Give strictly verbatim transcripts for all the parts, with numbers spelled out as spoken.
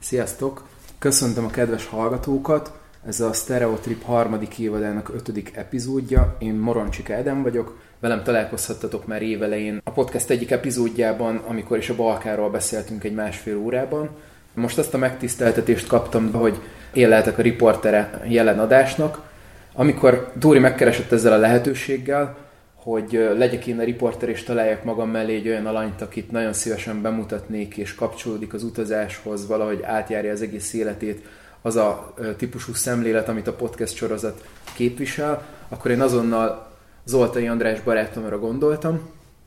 Sziasztok! Köszöntöm a kedves hallgatókat! Ez a Stereotrip harmadik évadának ötödik epizódja. Én Moroncsik Ádám vagyok. Velem találkozhattatok már évelején a podcast egyik epizódjában, amikor is a Balkánról beszéltünk egy másfél órában. Most azt a megtiszteltetést kaptam, hogy én lehetek a riportere jelen adásnak. Amikor Dóri megkeresett ezzel a lehetőséggel, hogy legyek én a riporter és találjak magam mellé egy olyan alanyt, akit nagyon szívesen bemutatnék és kapcsolódik az utazáshoz, valahogy átjárja az egész életét, az a típusú szemlélet, amit a podcast sorozat képvisel, akkor én azonnal Zoltai András barátomra gondoltam.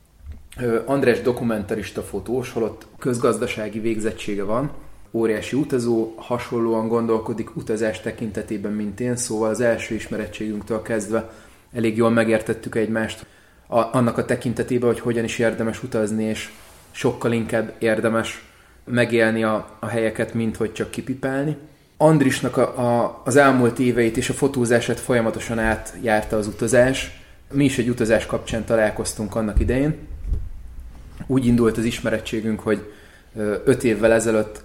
András dokumentarista fotós, holott közgazdasági végzettsége van, óriási utazó, hasonlóan gondolkodik utazás tekintetében, mint én, szóval az első ismerettségünktől kezdve elég jól megértettük egymást a, annak a tekintetében, hogy hogyan is érdemes utazni, és sokkal inkább érdemes megélni a, a helyeket, mint hogy csak kipipálni. Andrisnak a, a, az elmúlt éveit és a fotózását folyamatosan átjárta az utazás. Mi is egy utazás kapcsán találkoztunk annak idején. Úgy indult az ismerettségünk, hogy öt évvel ezelőtt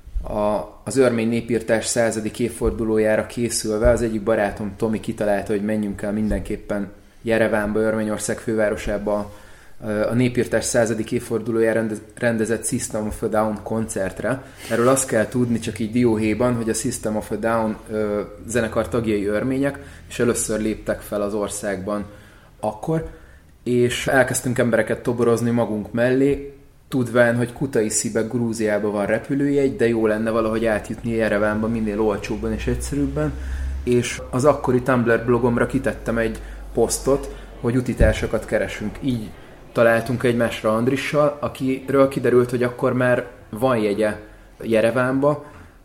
a, az örmény népírtás századik évfordulójára készülve az egyik barátom, Tomi kitalálta, hogy menjünk el mindenképpen Jerevánba, Örményország fővárosába a népírtás századik évfordulójára rendezett System of a Down koncertre. Erről azt kell tudni, csak így dióhéjban, hogy a System of a Down ö, zenekar tagjai örmények, és először léptek fel az országban akkor, és elkezdtünk embereket toborozni magunk mellé, tudván, hogy Kutaiszibe, Grúziában van repülőjegy, de jó lenne valahogy átjutni Jerevánba minél olcsóbban és egyszerűbben, és az akkori Tumblr blogomra kitettem egy posztot, hogy utitársakat keresünk. Így találtunk egymásra Andrissal, akiről kiderült, hogy akkor már van jegye Jerevánba,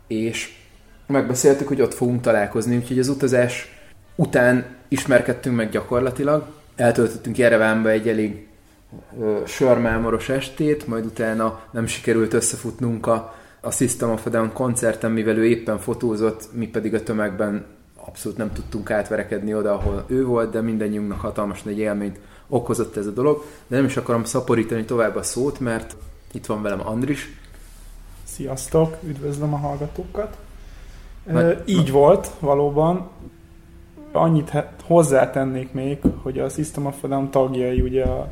és megbeszéltük, hogy ott fogunk találkozni, úgyhogy az utazás után ismerkedtünk meg gyakorlatilag. Eltöltöttünk Jerevánba egy elég ö, sörmámoros estét, majd utána nem sikerült összefutnunk a, a System of a Down koncerten, mivel ő éppen fotózott, mi pedig a tömegben abszolút nem tudtunk átverekedni oda, ahol ő volt, de mindannyiunknak hatalmas nagy élményt okozott ez a dolog, de nem is akarom szaporítani tovább a szót, mert itt van velem Andris. Sziasztok, üdvözlöm a hallgatókat. Na, e, így na. volt valóban. Annyit hozzátennék még, hogy a System of a Down tagjai, ugye a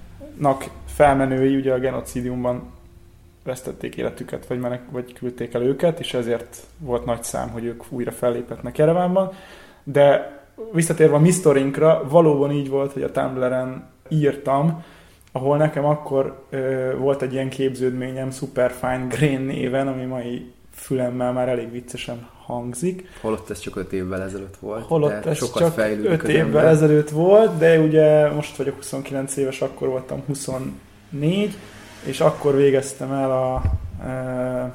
nak felmenői ugye a genocidiumban vesztették életüket, vagy, menek, vagy küldték el őket, és ezért volt nagy szám, hogy ők újra felléphetnek Jerevánban. De visszatérve a mi sztorinkra, valóban így volt, hogy a Tumblr-en írtam, ahol nekem akkor ö, volt egy ilyen képződményem Superfine Grain néven, ami mai fülemmel már elég viccesen hangzik. Holott ez csak öt évvel ezelőtt volt. Holott ez csak öt évvel ezelőtt volt, de ugye most vagyok huszonkilenc éves, akkor voltam huszonnégy, és akkor végeztem el a e,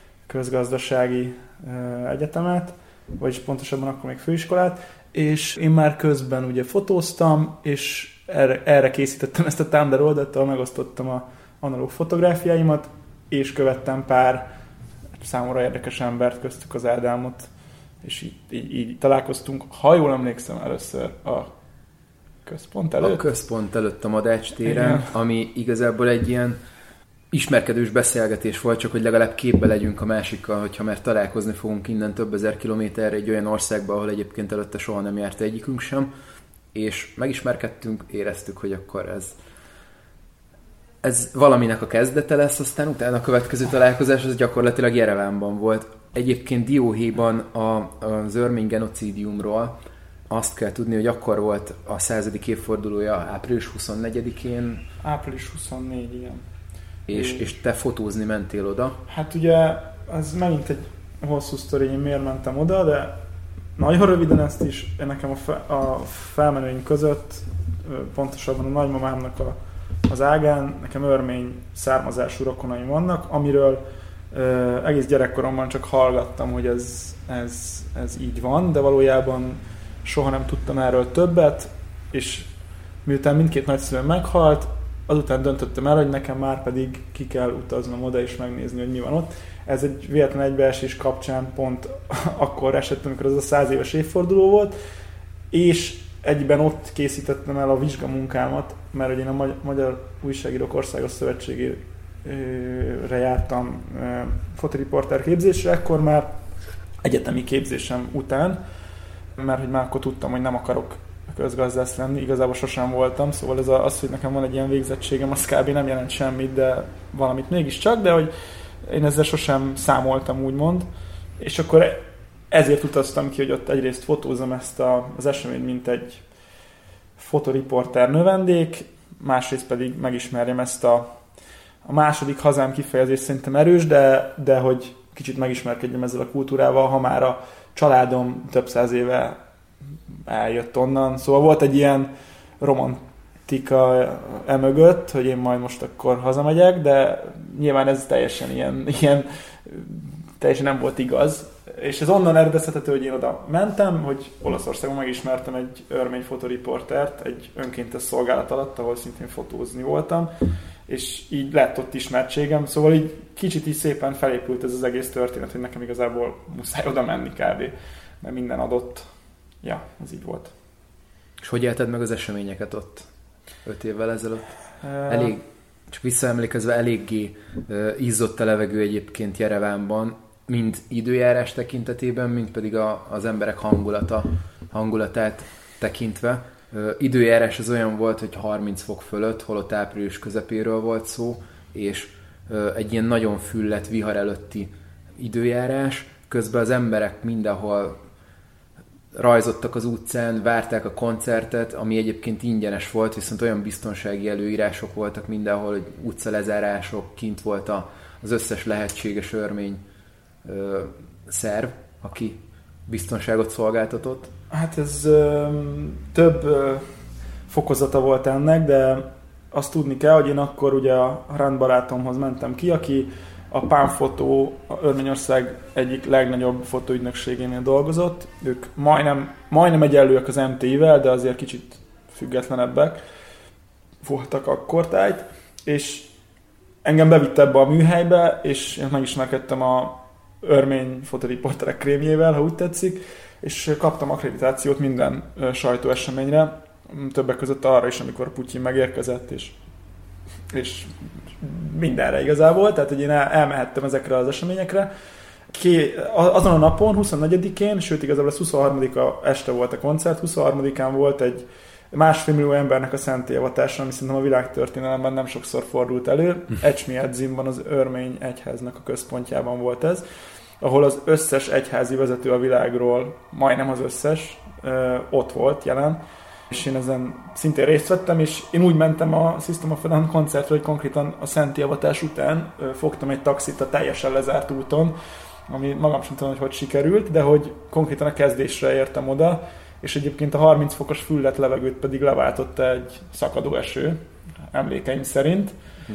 közgazdasági e, egyetemet, vagyis pontosabban akkor még főiskolát, és én már közben ugye fotóztam, és erre, erre készítettem ezt a Tumblr oldalt, ahol megosztottam a analóg fotográfiáimat, és követtem pár számomra érdekes embert, köztük az Ádámot, és így, így, így találkoztunk, ha jól emlékszem, először a központ előtt. A központ előtt a Madács téren, igen. Ami igazából egy ilyen ismerkedős beszélgetés volt, csak hogy legalább képbe legyünk a másikkal, hogyha már találkozni fogunk innen több ezer kilométerre egy olyan országba, ahol egyébként előtte soha nem járt egyikünk sem, és megismerkedtünk, éreztük, hogy akkor ez ez valaminek a kezdete lesz, aztán utána a következő találkozás az gyakorlatilag Jerevánban volt. Egyébként dióhéjban a, az örmény genocidiumról azt kell tudni, hogy akkor volt a századik évfordulója április huszonnegyedikén. április huszonnégy, igen. És, és te fotózni mentél oda? Hát ugye, ez megint egy hosszú sztori, én miért mentem oda, de nagyon röviden ezt is, nekem a, fe, a felmenőink között, pontosabban a nagymamámnak a, az ágán, nekem örmény származású rokonaim vannak, amiről uh, egész gyerekkoromban csak hallgattam, hogy ez, ez, ez így van, de valójában soha nem tudtam erről többet, és miután mindkét nagyszülőm meghalt, azután döntöttem el, hogy nekem már pedig ki kell utaznom oda és megnézni, hogy mi van ott. Ez egy véletlen egybeesés kapcsán pont akkor esett, amikor ez a száz éves évforduló volt, és egyben ott készítettem el a vizsgamunkámat, mert én a Magyar Újságírók Országos Szövetségének jártam fotoriporter képzésre, ekkor már egyetemi képzésem után, mert hogy már akkor tudtam, hogy nem akarok közgazdász lenni, igazából sosem voltam, szóval ez az, hogy nekem van egy ilyen végzettségem, az kb. Nem jelent semmit, de valamit mégiscsak, de hogy én ezzel sosem számoltam, úgymond, és akkor ezért utaztam ki, hogy ott egyrészt fotózom ezt a, az eseményt, mint egy fotoriporter növendék, másrészt pedig megismerjem ezt a, a második hazám kifejezés szerintem erős, de, de hogy kicsit megismerkedjem ezzel a kultúrával, ha már a családom több száz éve eljött onnan. Szóval volt egy ilyen romantika emögött, hogy én majd most akkor hazamegyek, de nyilván ez teljesen ilyen, ilyen teljesen nem volt igaz. És ez onnan eredezhető, hogy én oda mentem, hogy Olaszországon megismertem egy örmény fotoriportert, egy önkéntes szolgálat alatt, ahol szintén fotózni voltam, és így lett ott ismertségem, szóval így kicsit így szépen felépült ez az egész történet, hogy nekem igazából muszáj oda menni kb. Mert minden adott. Ja, ez így volt. És hogy élted meg az eseményeket ott öt évvel ezelőtt? Elég, csak visszaemlékezve, eléggé uh, izzott a levegő egyébként Jerevánban, mind időjárás tekintetében, mind pedig a, az emberek hangulata, hangulatát tekintve. Uh, időjárás az olyan volt, hogy harminc fok fölött, holott április közepéről volt szó, és uh, egy ilyen nagyon füllett, vihar előtti időjárás. Közben az emberek mindenhol rajzottak az utcán, várták a koncertet, ami egyébként ingyenes volt, viszont olyan biztonsági előírások voltak mindenhol, hogy utcalezárások, kint volt a, az összes lehetséges örmény ö, szerv, aki biztonságot szolgáltatott. Hát ez ö, több ö, fokozata volt ennek, de azt tudni kell, hogy én akkor ugye a rendbarátomhoz mentem ki, aki a Pánfotó, a Örményország egyik legnagyobb fotóügynökségénél dolgozott. Ők majdnem, majdnem egyenlőek az em té i-vel, de azért kicsit függetlenebbek voltak akkortájt. És engem bevitt ebbe a műhelybe, és én megismerkedtem a örmény fotoriporterek krémjével, ha úgy tetszik, és kaptam akkreditációt minden sajtóeseményre, többek között arra is, amikor Putyin megérkezett, és, és mindenre igazából, tehát hogy én el, elmehettem ezekre az eseményekre. Ki, azon a napon, huszonnegyedikén, sőt igazából az huszonharmadika este volt a koncert, huszonharmadikán volt egy másfél millió embernek a szentélyavatása, ami szerintem a világtörténelemben nem sokszor fordult elő. Ecsmiadzinban, az örmény egyháznak a központjában volt ez, ahol az összes egyházi vezető a világról, majdnem az összes, ott volt jelen, és én ezen szintén részt vettem, és én úgy mentem a System of a Down koncertre, hogy konkrétan a szentélyavatás után fogtam egy taxit a teljesen lezárt úton, ami magam sem tudom, hogy hogy sikerült, de hogy konkrétan a kezdésre értem oda, és egyébként a harminc fokos füllett levegőt pedig leváltotta egy szakadó eső, emlékeim szerint,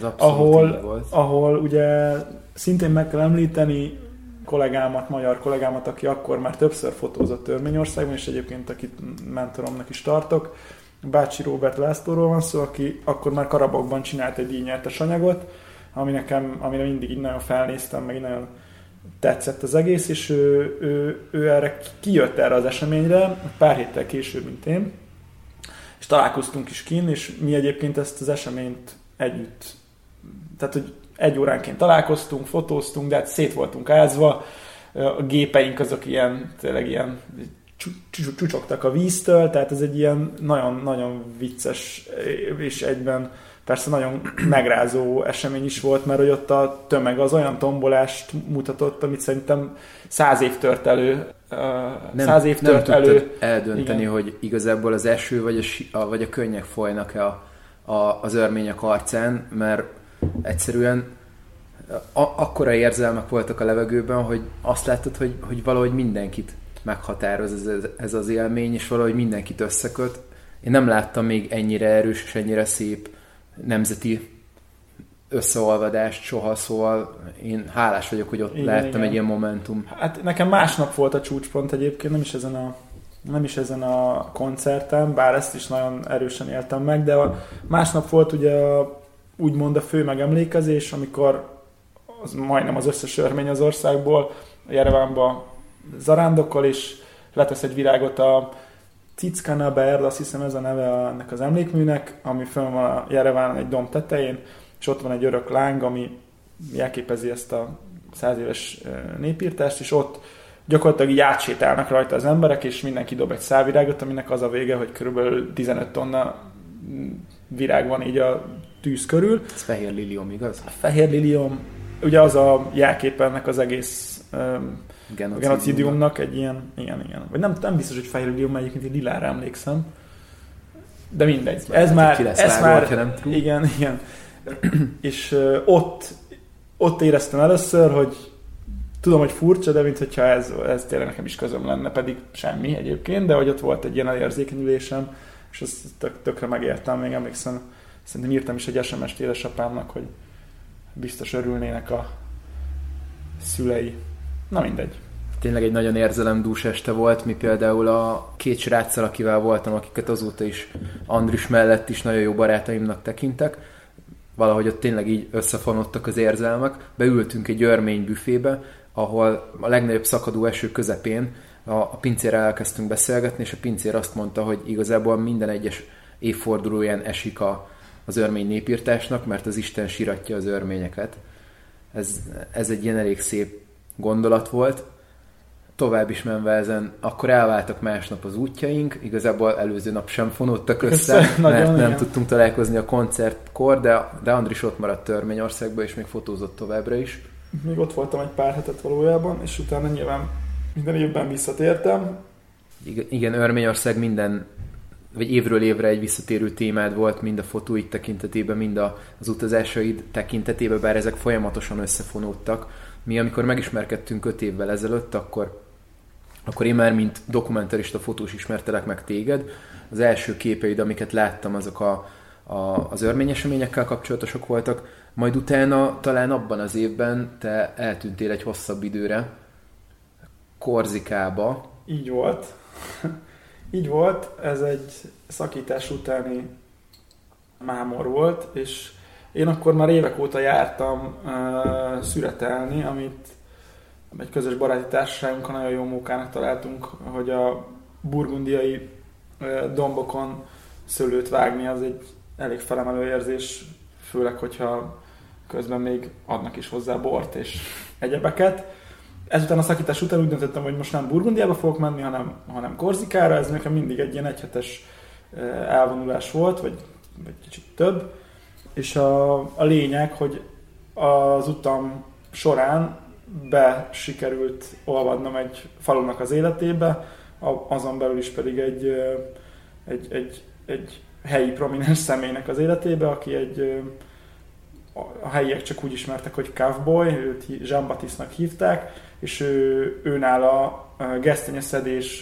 ahol, ahol ugye szintén meg kell említeni kollégámat, magyar kollégámat, aki akkor már többször fotózott Örményországban, és egyébként akit mentoromnak is tartok. Bácsi Róbert Lászlóról van szó, aki akkor már Karabakban csinált egy díjnyertes anyagot, ami nekem, amire mindig így nagyon felnéztem, meg így nagyon tetszett az egész, és ő, ő, ő erre kijött erre az eseményre, pár héttel később, mint én, és találkoztunk is kint, és mi egyébként ezt az eseményt együtt, tehát hogy egy óránként találkoztunk, fotóztunk, de hát szét voltunk ázva, a gépeink azok ilyen, tényleg ilyen csúcsogtak a víztől, tehát ez egy ilyen nagyon-nagyon vicces és egyben persze nagyon megrázó esemény is volt, mert hogy ott a tömeg az olyan tombolást mutatott, amit szerintem száz év tört elő. Nem, száz év nem tört elő. eldönteni, igen, hogy igazából az eső vagy a, vagy a könnyek folynak-e a, a, az örmények arcán, mert egyszerűen a, akkora érzelmek voltak a levegőben, hogy azt láttad, hogy, hogy valahogy mindenkit meghatároz ez, ez az élmény, és valahogy mindenkit összeköt. Én nem láttam még ennyire erős és ennyire szép nemzeti összeolvadást soha, szóval én hálás vagyok, hogy ott igen, láttam igen. egy ilyen momentum. Hát nekem másnap volt a csúcspont egyébként, nem is ezen a, nem is ezen a koncerten, bár ezt is nagyon erősen éltem meg, de a másnap volt ugye a, úgymond a fő megemlékezés, amikor az majdnem az összes örmény az országból a Jerevánba zarándokol, és letesz egy virágot a Cickana Berd, azt hiszem ez a neve ennek az emlékműnek, ami fönn van a Jereván egy domb tetején, és ott van egy örök láng, ami jelképezi ezt a száz éves népírtást, és ott gyakorlatilag így átsétálnak rajta az emberek, és mindenki dob egy szál virágot, aminek az a vége, hogy körülbelül tizenöt tonna virág van így a tűz körül. Ez fehér liliom, igaz? A fehér liliom, ugye az a jelkép ennek az egész um, genocidiumnak egy ilyen, igen, igen. Vagy nem, nem biztos, hogy fehér lilium, mert egyébként egy lilára emlékszem. De mindegy. Ez, ez már, ez már, nem igen, igen. És uh, ott, ott éreztem először, hogy tudom, hogy furcsa, de mintha ez, ez tényleg nekem is közöm lenne, pedig semmi egyébként, de hogy ott volt egy ilyen érzékenyülésem, és azt tök, tökre megértem, még emlékszem, szerintem írtam is egy es em est édesapámnak, hogy biztos örülnének a szülei. Na mindegy. Tényleg egy nagyon érzelemdús este volt, mi például a két sráccal, akivel voltam, akiket azóta is Andris mellett is nagyon jó barátaimnak tekintek, valahogy ott tényleg így összefonódtak az érzelmek. Beültünk egy örmény büfébe, ahol a legnagyobb szakadó eső közepén a, a pincérrel elkezdtünk beszélgetni, és a pincér azt mondta, hogy igazából minden egyes évfordulóján esik a, az örmény népírtásnak, mert az Isten síratja az örményeket. Ez, ez egy ilyen elég szép gondolat volt. Tovább is menve ezen, akkor elváltak másnap az útjaink, igazából előző nap sem fonódtak össze, össze mert nem ilyen. Tudtunk találkozni a koncertkor, de, de Andris ott maradt Törményországban, és még fotózott továbbra is. Még ott voltam egy pár hetet valójában, és utána nyilván minden évben visszatértem. Igen, igen, Örményország minden, vagy évről évre egy visszatérő témád volt, mind a fotóid tekintetében, mind a, az utazásaid tekintetében, bár ezek folyamatosan összefonódtak. Mi, amikor megismerkedtünk öt évvel ezelőtt, akkor, akkor én már, mint dokumentarista fotós ismertelek meg téged. Az első képeid, amiket láttam, azok a, a, az örmény eseményekkel kapcsolatosak voltak, majd utána talán abban az évben te eltűntél egy hosszabb időre Korzikába. Így volt. Így volt, ez egy szakítás utáni mámor volt, és én akkor már évek óta jártam uh, szüretelni, amit egy közös baráti társaságunkon nagyon jó munkának találtunk, hogy a burgundiai uh, dombokon szőlőt vágni, az egy elég felemelő érzés, főleg, hogyha közben még adnak is hozzá bort és egyebeket. Ezután a szakítás után úgy döntöttem, hogy most nem Burgundiába fogok menni, hanem, hanem Korzikára. Ez nekem mindig egy ilyen egyhetes elvonulás volt, vagy, vagy kicsit több. És a, a lényeg, hogy az utam során be sikerült olvadnom egy falunak az életébe, azon belül is pedig egy, egy, egy, egy helyi prominens személynek az életébe, aki egy, a helyiek csak úgy ismertek, hogy Cowboy, őt Jean-Baptiste-nak hívták, és ő, őnála gesztenyeszedés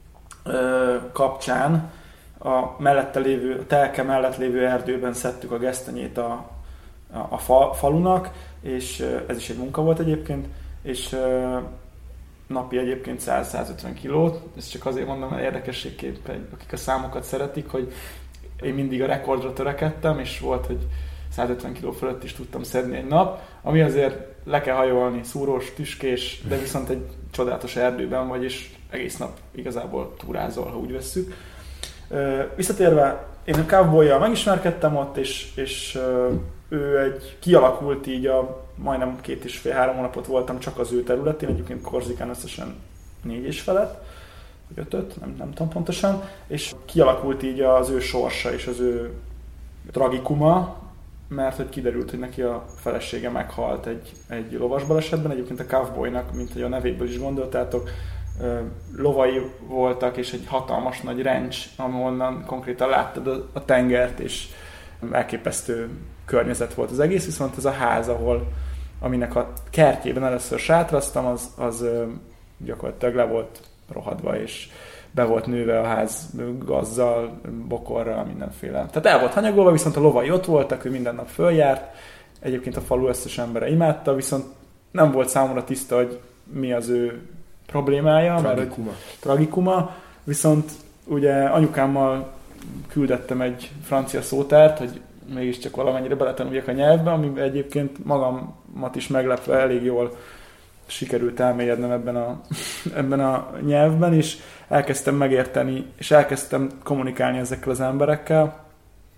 kapcsán a mellette lévő, a telke mellett lévő erdőben szedtük a gesztenyét a, a, a fa, falunak, és ez is egy munka volt egyébként, és napi egyébként száz-százötven kilót, ezt csak azért mondom, mert érdekességképpen, akik a számokat szeretik, hogy én mindig a rekordra törekedtem, és volt, hogy százötven kiló fölött is tudtam szedni egy nap, ami azért le kell hajolni, szúrós, tüskés, de viszont egy csodálatos erdőben vagy, és egész nap igazából túrázol, ha úgy vesszük. Visszatérve, én a Cowboy-jal megismerkedtem ott, és, és ő egy kialakult így a majdnem két és fél-három hónapot voltam csak az ő területén, egyébként Korzikán összesen négy és felett, vagy ötöt, nem, nem tudom pontosan, és kialakult így az ő sorsa és az ő tragikuma, mert hogy kiderült, hogy neki a felesége meghalt egy, egy lovas balesetben. Egyébként a Cowboynak, mint hogy a nevéből is gondoltátok, lovai voltak, és egy hatalmas nagy ranch, ahonnan konkrétan láttad a, a tengert, és elképesztő környezet volt az egész, viszont ez a ház, ahol, aminek a kertjében először sátraztam, az, az gyakorlatilag le volt rohadva, és be volt nőve a ház gazzal, bokorral, mindenféle. Tehát el volt hanyagolva, viszont a lovai ott voltak, ő minden nap följárt, egyébként a falu összes embere imádta, viszont nem volt számomra tiszta, hogy mi az ő problémája. Tragikuma. Mert, tragikuma, viszont ugye anyukámmal küldettem egy francia szótárt, hogy mégiscsak valamennyire beletanuljak a nyelvbe, ami egyébként magamat is meglepve elég jól sikerült elmélyednem ebben a, ebben a nyelvben, és elkezdtem megérteni, és elkezdtem kommunikálni ezekkel az emberekkel,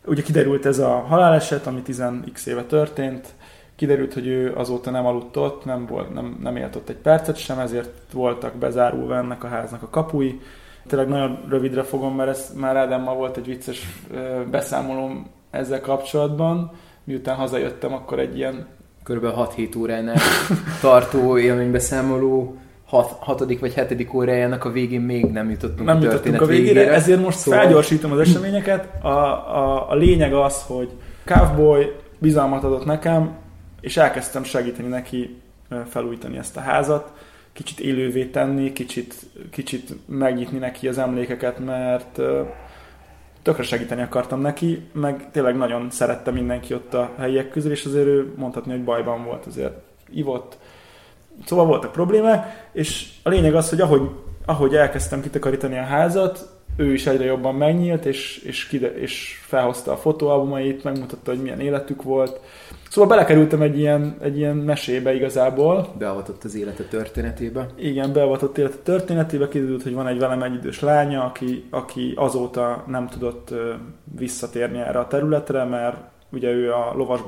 Ugye kiderült ez a haláleset, ami tíz x éve történt, kiderült, hogy ő azóta nem aludt ott, nem, volt, nem, nem élt ott egy percet sem, ezért voltak bezárulva ennek a háznak a kapui. Tényleg nagyon rövidre fogom, mert ez már Ádámmal volt egy vicces beszámolóm ezzel kapcsolatban. Miután hazajöttem, akkor egy ilyen... Körülbelül hat-hét óránál tartó élménybeszámoló hat, hatodik vagy hetedik órájának a végén még nem jutottunk nem a történet jutottunk a végére, végére. Ezért most szóval... felgyorsítom az eseményeket. A, a, a lényeg az, hogy Cowboy bizalmat adott nekem, és elkezdtem segíteni neki felújítani ezt a házat, kicsit élővé tenni, kicsit, kicsit megnyitni neki az emlékeket, mert tökre segíteni akartam neki, meg tényleg nagyon szerette mindenki ott a helyiek közül, és azért ő mondhatni, hogy bajban volt, azért ivott. Szóval voltak problémák, és a lényeg az, hogy ahogy, ahogy elkezdtem kitakarítani a házat, ő is egyre jobban megnyílt, és, és, kide, és felhozta a fotóalbumait, megmutatta, hogy milyen életük volt. Szóval belekerültem egy ilyen, egy ilyen mesébe igazából. Beavatott az élete történetébe. Igen, beavatott élete történetébe. Kiderült, hogy van egy velem egyidős lánya, aki, aki azóta nem tudott visszatérni erre a területre, mert ugye ő a lovas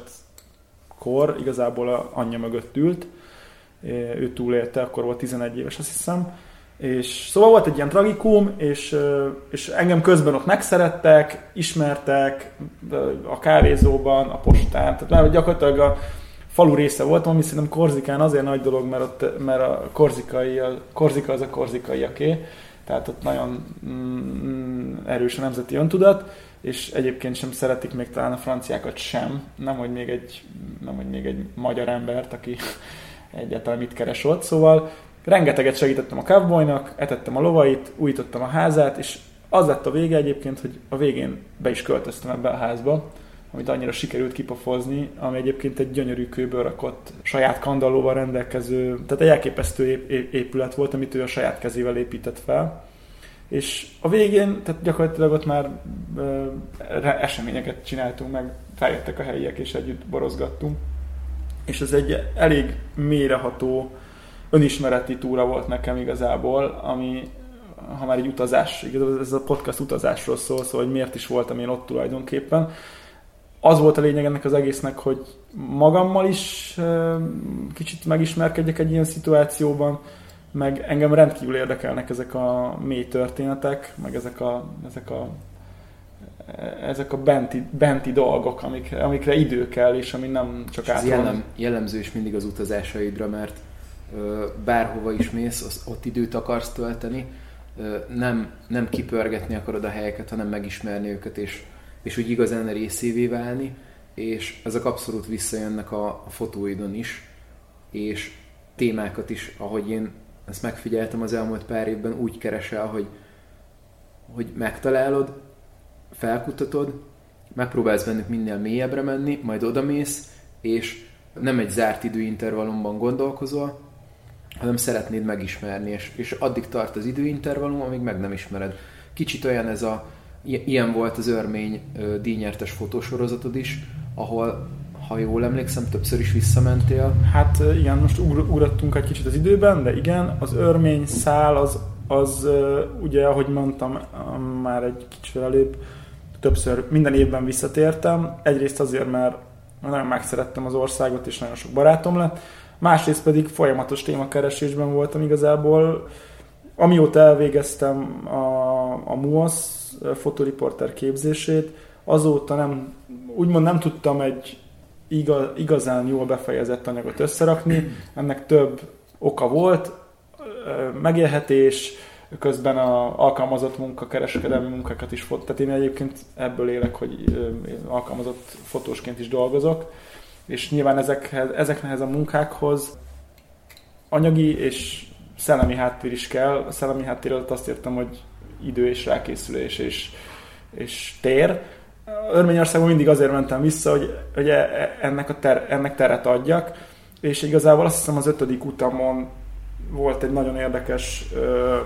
balesetkor igazából a anyja mögött ült. Ő túlélte, akkor volt tizenegy éves, azt hiszem. És szóval volt egy ilyen tragikum, és, és engem közben ott megszerettek, ismertek a kávézóban, a postán, tehát már gyakorlatilag a falu része voltam, ami szerintem Korzikán azért nagy dolog, mert, ott, mert a korzikai, a Korzika az a korzikaiaké, tehát ott nagyon mm, erős a nemzeti öntudat, és egyébként sem szeretik még talán a franciákat sem, nem hogy még egy, nem, hogy még egy magyar embert, aki egyáltalán mit keres ott, szóval rengeteget segítettem a Cowboynak, etettem a lovait, újítottam a házát, és az lett a vége egyébként, hogy a végén be is költöztem ebbe a házba, amit annyira sikerült kipofozni, ami egyébként egy gyönyörű kőből rakott, saját kandallóval rendelkező, tehát egy elképesztő épület volt, amit ő a saját kezével épített fel. És a végén, tehát gyakorlatilag ott már ö, eseményeket csináltunk, meg feljöttek a helyiek, és együtt borozgattunk. És ez egy elég mélyreható önismereti túra volt nekem igazából, ami, ha már egy utazás, igazából ez a podcast utazásról szól, szóval hogy miért is voltam én ott tulajdonképpen. Az volt a lényeg ennek az egésznek, hogy magammal is kicsit megismerkedjek egy ilyen szituációban, meg engem rendkívül érdekelnek ezek a mély történetek, meg ezek a, ezek a, ezek a benti, benti dolgok, amik, amikre idő kell, és ami nem csak át. Jellem, jellemző is mindig az utazásaidra, mert bárhova is mész, ott időt akarsz tölteni, nem, nem kipörgetni akarod a helyeket, hanem megismerni őket, és, és úgy igazán részévé válni, és ezek abszolút visszajönnek a, a fotóidon is, és témákat is, ahogy én ezt megfigyeltem az elmúlt pár évben, úgy keresel, hogy, hogy megtalálod, felkutatod, megpróbálsz bennük minél mélyebbre menni, majd odamész, és nem egy zárt időintervallumban gondolkozol, hanem szeretnéd megismerni, és, és addig tart az időintervallum, amíg meg nem ismered. Kicsit olyan ez a, ilyen volt az Örmény díjnyertes fotósorozatod is, ahol, ha jól emlékszem, többször is visszamentél. Hát igen, most ugrattunk egy kicsit az időben, de igen, az Örmény szál az, az ugye, ahogy mondtam már egy kicsit előbb, többször minden évben visszatértem. Egyrészt azért, mert nagyon megszerettem az országot, és nagyon sok barátom lett. Másrészt pedig folyamatos témakeresésben voltam igazából. Amióta elvégeztem a, a em u o es fotoriporter képzését, azóta nem, úgymond nem tudtam egy igaz, igazán jól befejezett anyagot összerakni. Ennek több oka volt, megélhetés, közben a alkalmazott munka, kereskedelmi munkákat is fot. Tehát én egyébként ebből élek, hogy alkalmazott fotósként is dolgozok, és nyilván ezekhez, ezekhez a munkákhoz anyagi és szellemi háttér is kell. A szellemi háttér alatt azt értem, hogy idő és rákészülés és, és tér. Örményországban mindig azért mentem vissza, hogy, hogy ennek, a ter, ennek teret adjak, és igazából azt hiszem az ötödik utamon volt egy nagyon érdekes ö,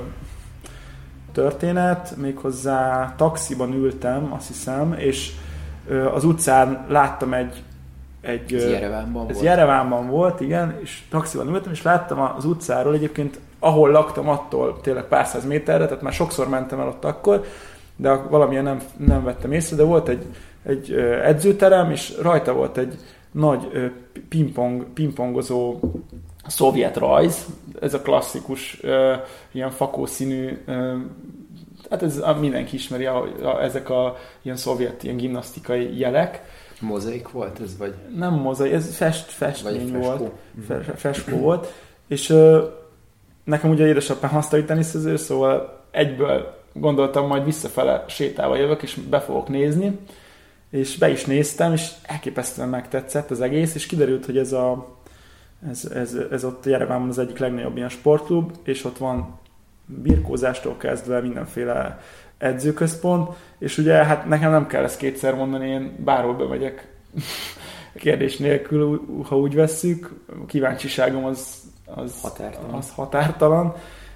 történet, méghozzá taxiban ültem, azt hiszem, és ö, az utcán láttam egy... egy ez Jerevánban ez volt. Jerevánban volt, igen, és taxiban ültem, és láttam az utcáról egyébként, ahol laktam, attól tényleg pár száz méterre, tehát már sokszor mentem el ott akkor, de valamilyen nem, nem vettem észre, de volt egy egy edzőterem, és rajta volt egy nagy pingpong, pingpongozó szovjet rajz, ez a klasszikus ilyen fakószínű, hát ez mindenki ismeri, a, a, ezek a ilyen szovjet ilyen gimnasztikai jelek. Mozaik volt ez, vagy? Nem mozaik, ez fest, festmény volt. Feskó. Feskó volt. És uh, nekem ugye édesapám asztali teniszező, szóval egyből gondoltam, majd visszafele sétálva jövök, és be fogok nézni. És be is néztem, és elképesztően megtetszett az egész, és kiderült, hogy ez, a, ez, ez, ez ott Jerevánban az egyik legnagyobb ilyen sportklub, és ott van birkózástól kezdve mindenféle edzőközpont, és ugye hát nekem nem kell ezt kétszer mondani, én bárhol bemegyek kérdés nélkül, ha úgy vesszük, kíváncsiságom az, az, határtalan. az határtalan,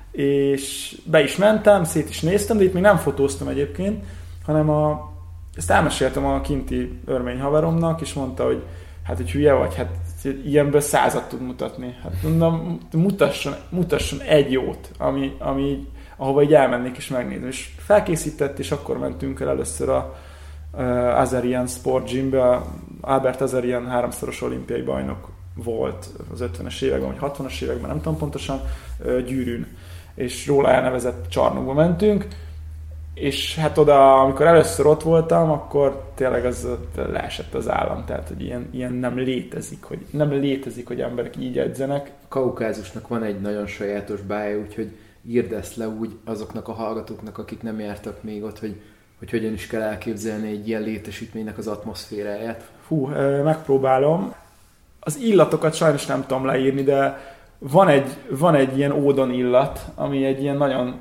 és be is mentem, szét is néztem, de itt még nem fotóztam egyébként, hanem a, ezt elmeséltem a kinti örmény haveromnak, és mondta, hogy hát, hogy hülye vagy, hát ilyenből százat tud mutatni. Hát mondom, mutasson, mutasson egy jót, ami, ami, ahova így elmennék és megnézni. És felkészített, és akkor mentünk el először a uh, Azarian Sport Gymbe. Albert Azarian háromszoros olimpiai bajnok volt az ötvenes években, vagy hatvanas években, nem tudom pontosan, uh, Gyűrűn. És róla elnevezett csarnokba mentünk. És hát oda, amikor először ott voltam, akkor tényleg az leesett az állam, tehát hogy ilyen, ilyen nem létezik, hogy nem létezik, hogy emberek így edzenek. Kaukázusnak van egy nagyon sajátos bája, úgyhogy írd ezt le úgy azoknak a hallgatóknak, akik nem jártak még ott, hogy, hogy hogyan is kell elképzelni egy ilyen létesítménynek az atmoszféráját. Hú, megpróbálom. Az illatokat sajnos nem tudom leírni, de van egy, van egy ilyen ódon illat, ami egy ilyen nagyon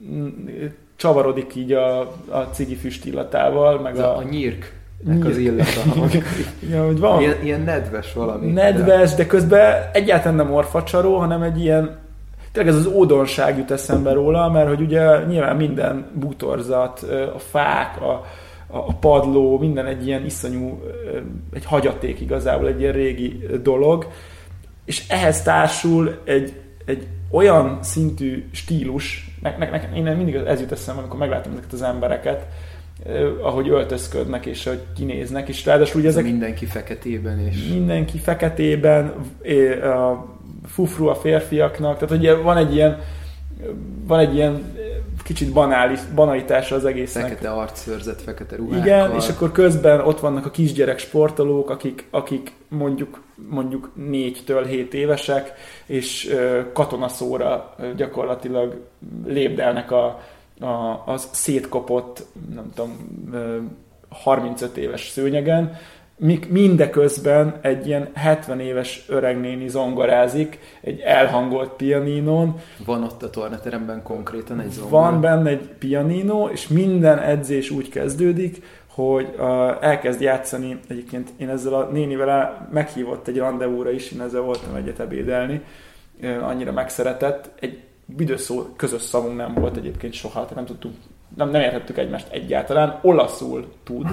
csavarodik így a, a cigifüst illatával, meg a... A, a nyírknek az illata. Igen, hogy van. Ilyen, ilyen nedves valami. Nedves, de, de közben egyáltalán nem orfacsaró, hanem egy ilyen... Tényleg ez az ódonság jut eszembe róla, mert hogy ugye nyilván minden bútorzat, a fák, a, a padló, minden egy ilyen iszonyú, egy hagyaték igazából, egy ilyen régi dolog, és ehhez társul egy, egy olyan szintű stílus, ne, ne, ne, én mindig ez jut eszembe, amikor meglátom ezeket az embereket, eh, ahogy öltözködnek és ahogy kinéznek, és ráadásul ugye ezek... Mindenki feketében és... Mindenki feketében, eh, a fufru a férfiaknak, tehát ugye van egy ilyen, van egy ilyen kicsit banális, banalitása az egésznek. Fekete arcszőrzet, fekete ruhákkal. Igen, és akkor közben ott vannak a kisgyerek sportolók, akik, akik mondjuk, mondjuk négytől hét évesek, és ö, katonaszóra ö, gyakorlatilag lépdelnek a, a, az szétkopott, nem tudom, ö, harmincöt éves szőnyegen, mindeközben egy ilyen hetven éves öregnéni zongorázik, egy elhangolt pianinon. Van ott a tornateremben konkrétan egy zongora? Van benne egy pianino, és minden edzés úgy kezdődik, hogy uh, elkezd játszani, egyébként én ezzel a nénivel el, meghívott egy randevúra is, én ezzel voltam egyet ebédelni, uh, annyira megszeretett, egy büdös szó, közös szavunk nem volt egyébként soha, tehát nem tudtuk, nem, nem értettük egymást egyáltalán, olaszul tud.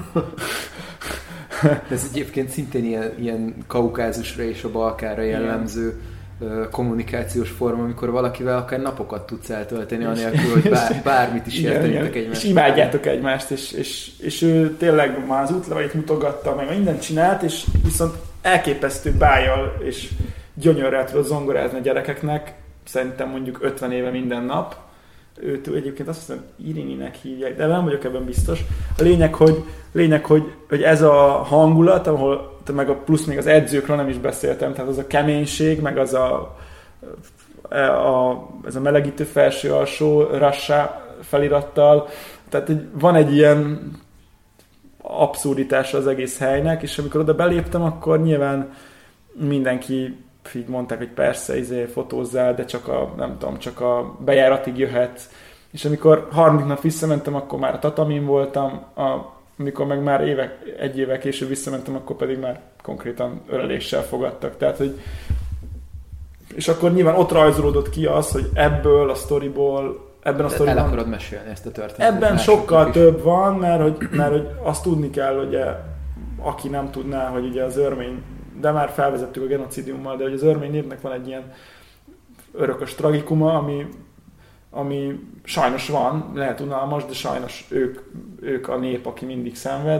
Ez egyébként szintén ilyen, ilyen Kaukázusra és a Balkánra jellemző uh, kommunikációs forma, amikor valakivel akár napokat tudsz eltölteni, anélkül, hogy bár, bármit is értenétek egymást. És imádjátok egymást, és, és, és ő tényleg már az útlevelét mutogatta, meg mindent csinált, és viszont elképesztő bájjal és gyönyörrel tudott zongorázni a gyerekeknek, szerintem mondjuk ötven éve minden nap. Őt egyébként azt hiszem Irininek hívják, de nem vagyok ebben biztos. A lényeg, hogy, lényeg, hogy, hogy ez a hangulat, ahol meg a plusz még az edzőkről nem is beszéltem, tehát az a keménység, meg az a, a, ez a melegítő felső-alsó Rassa felirattal, tehát van egy ilyen abszurditása az egész helynek, és amikor oda beléptem, akkor nyilván mindenki így mondták, hogy persze, izé, fotózzál, de csak a, nem tudom, csak a bejáratig jöhetsz. És amikor harmadik nap visszamentem, akkor már a tatamin voltam, a, amikor meg már évek, egy évvel később visszamentem, akkor pedig már konkrétan öleléssel fogadtak. Tehát, hogy és akkor nyilván ott rajzolódott ki az, hogy ebből a sztoriból, ebben a sztoriban... El akarod mesélni ezt a történetet? Ebben sokkal is több van, mert hogy, mert hogy azt tudni kell, hogy aki nem tudná, hogy ugye az örmény, de már felvezettük a genocidiummal, de hogy az örmény népnek van egy ilyen örökös tragikuma, ami, ami sajnos van, lehet unalmas, de sajnos ők, ők a nép, aki mindig szenved,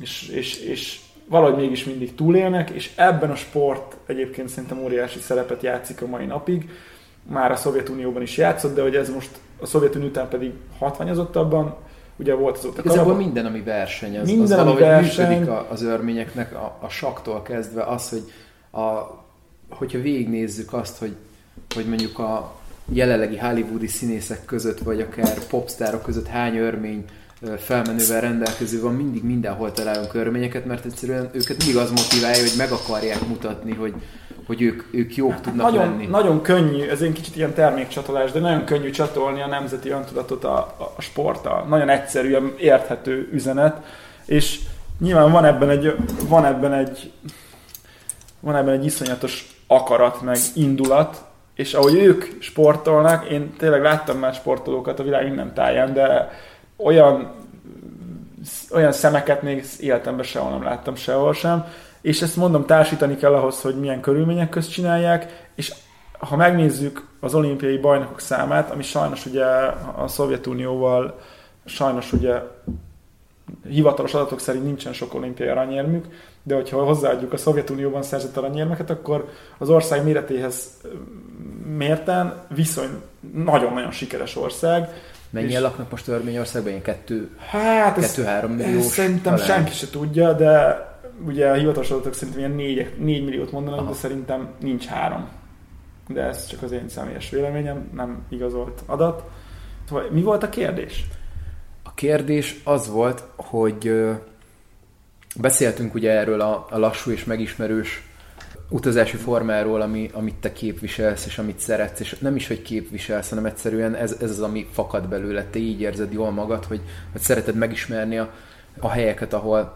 és, és, és valahogy mégis mindig túlélnek, és ebben a sport egyébként szerintem óriási szerepet játszik a mai napig. Már a Szovjetunióban is játszott, de hogy ez most a Szovjetunió után pedig hatványozottabban, ugye volt az ott a igazából minden, ami verseny, az, minden, az ami valahogy verseny. működik az örményeknek, a, a saktól kezdve az, hogy a, hogyha végignézzük azt, hogy, hogy mondjuk a jelenlegi hollywoodi színészek között, vagy akár popstárok között hány örmény felmenővel rendelkező van, mindig mindenhol találunk örményeket, mert egyszerűen őket mindig az motiválja, hogy meg akarják mutatni, hogy, hogy ők, ők jók tudnak nagyon, lenni. Nagyon könnyű, ez egy kicsit ilyen termékcsatolás, de nagyon könnyű csatolni a nemzeti öntudatot a, a sporttal. Nagyon egyszerű, érthető üzenet, és nyilván van ebben egy, van ebben egy, van ebben egy iszonyatos akarat, meg indulat, és ahogy ők sportolnak, én tényleg láttam már sportolókat a világ minden táján, de olyan, olyan szemeket még életemben sehol nem láttam, sehol sem, és ezt mondom, társítani kell ahhoz, hogy milyen körülmények közt csinálják, és ha megnézzük az olimpiai bajnokok számát, ami sajnos ugye a Szovjetunióval, sajnos ugye hivatalos adatok szerint nincsen sok olimpiai aranyérmük, de hogyha hozzáadjuk a Szovjetunióban szerzett aranyérmeket, akkor az ország méretéhez mérten viszony nagyon-nagyon sikeres ország. Mennyien laknak most Örményországban? Ilyen kettő, hát kettő-három milliós? Szerintem talán senki se tudja, de ugye a hivatalos adatok szerintem ilyen négy, négy milliót mondanak, aha, de szerintem nincs három. De ez csak az én személyes véleményem, nem igazolt adat. Mi volt a kérdés? A kérdés az volt, hogy beszéltünk ugye erről a, a lassú és megismerős utazási formáról, ami, amit te képviselsz, és amit szeretsz, és nem is, hogy képviselsz, hanem egyszerűen ez, ez az, ami fakad belőle. Te így érzed jól magad, hogy, hogy szereted megismerni a, a helyeket, ahol,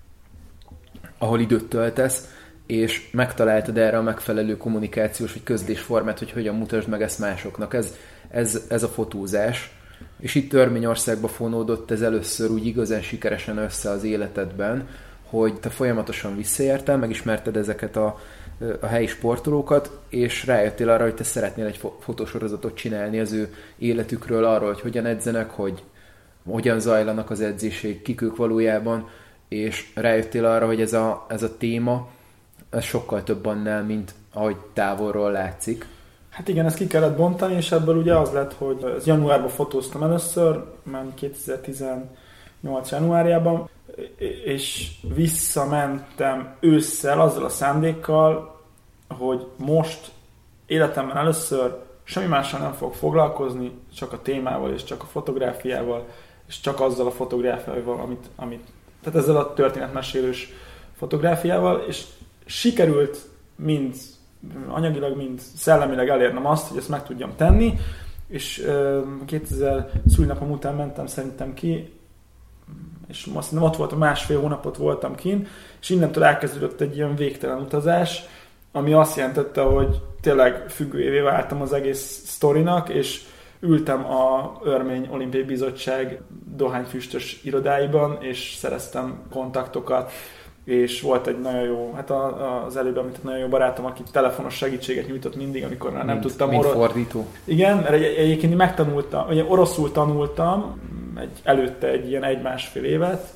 ahol időt töltesz, és megtaláltad erre a megfelelő kommunikációs vagy közlésformát, hogy hogyan mutasd meg ezt másoknak. Ez, ez, ez a fotózás. És itt Örményországba fonódott ez először úgy igazán sikeresen össze az életedben, hogy te folyamatosan visszaértel, megismerted ezeket a, a helyi sportolókat, és rájöttél arra, hogy te szeretnél egy fotósorozatot csinálni az ő életükről, arról, hogy hogyan edzenek, hogy hogyan zajlanak az edzések, kik ők valójában, és rájöttél arra, hogy ez a, ez a téma, ez sokkal több annál, mint ahogy távolról látszik. Hát igen, ezt ki kellett bontani, és ebből ugye az lett, hogy ez januárban fotóztam először, már kétezer-tizennyolc januárjában, és visszamentem ősszel azzal a szándékkal, hogy most életemben először semmi mással nem fogok foglalkozni, csak a témával és csak a fotográfiával, és csak azzal a fotográfiával, amit, amit tehát ezzel a történetmesélős fotográfiával, és sikerült mind anyagilag, mind szellemileg elérnem azt, hogy ezt meg tudjam tenni, és kétezer szülinapom után mentem szerintem ki, és azt nem ott voltam, másfél hónapot voltam kint, és innentől elkezdődött egy ilyen végtelen utazás, ami azt jelentette, hogy tényleg függőjévé váltam az egész sztorinak, és ültem a Örmény Olimpiai Bizottság dohányfüstös irodáiban, és szereztem kontaktokat, és volt egy nagyon jó, hát az előbb említett nagyon jó barátom, aki telefonos segítséget nyújtott mindig, amikor már nem mint, tudtam. Mint orosz... fordító. Igen, mert egyébként megtanultam, ugye oroszul tanultam, egy, előtte egy ilyen egy-másfél évet.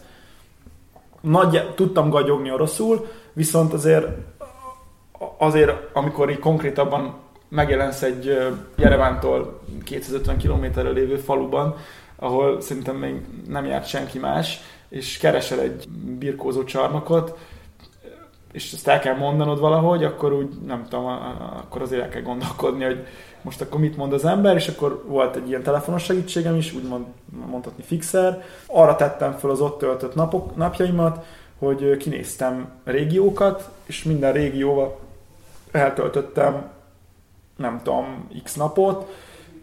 Nagy, tudtam gagyogni oroszul, viszont azért, azért, amikor így konkrétabban megjelensz egy Jerevántól kétszázötven kilométerre lévő faluban, ahol szerintem még nem járt senki más, és keresel egy birkózó csarnokot, és ezt el kell mondanod valahogy, akkor úgy, nem tudom, akkor azért el kell gondolkodni, hogy most akkor mit mond az ember, és akkor volt egy ilyen telefonos segítségem is, úgy mond, mondhatni fixer. Arra tettem fel az ott töltött napok, napjaimat, hogy kinéztem régiókat, és minden régióval eltöltöttem, nem tudom, x napot,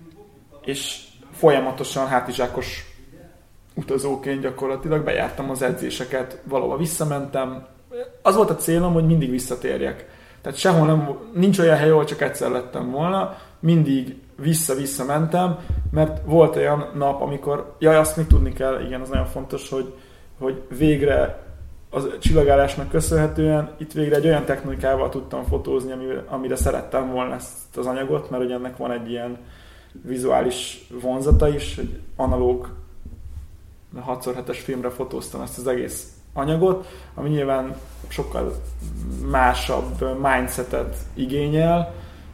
és folyamatosan hátizsákos utazóként gyakorlatilag bejártam az edzéseket, valahova visszamentem. Az volt a célom, hogy mindig visszatérjek. Tehát sehol nem, nincs olyan hely, ahol csak egyszer lettem volna, mindig vissza-vissza mentem, mert volt olyan nap, amikor, jaj, azt még tudni kell, igen, az nagyon fontos, hogy, hogy végre a csillagállásnak köszönhetően itt végre egy olyan technikával tudtam fotózni, amire, amire szerettem volna ezt az anyagot, mert hogy ennek van egy ilyen vizuális vonzata is, egy analóg hat szor hetes filmre fotóztam ezt az egész anyagot, ami nyilván sokkal másabb mindsetet igényel,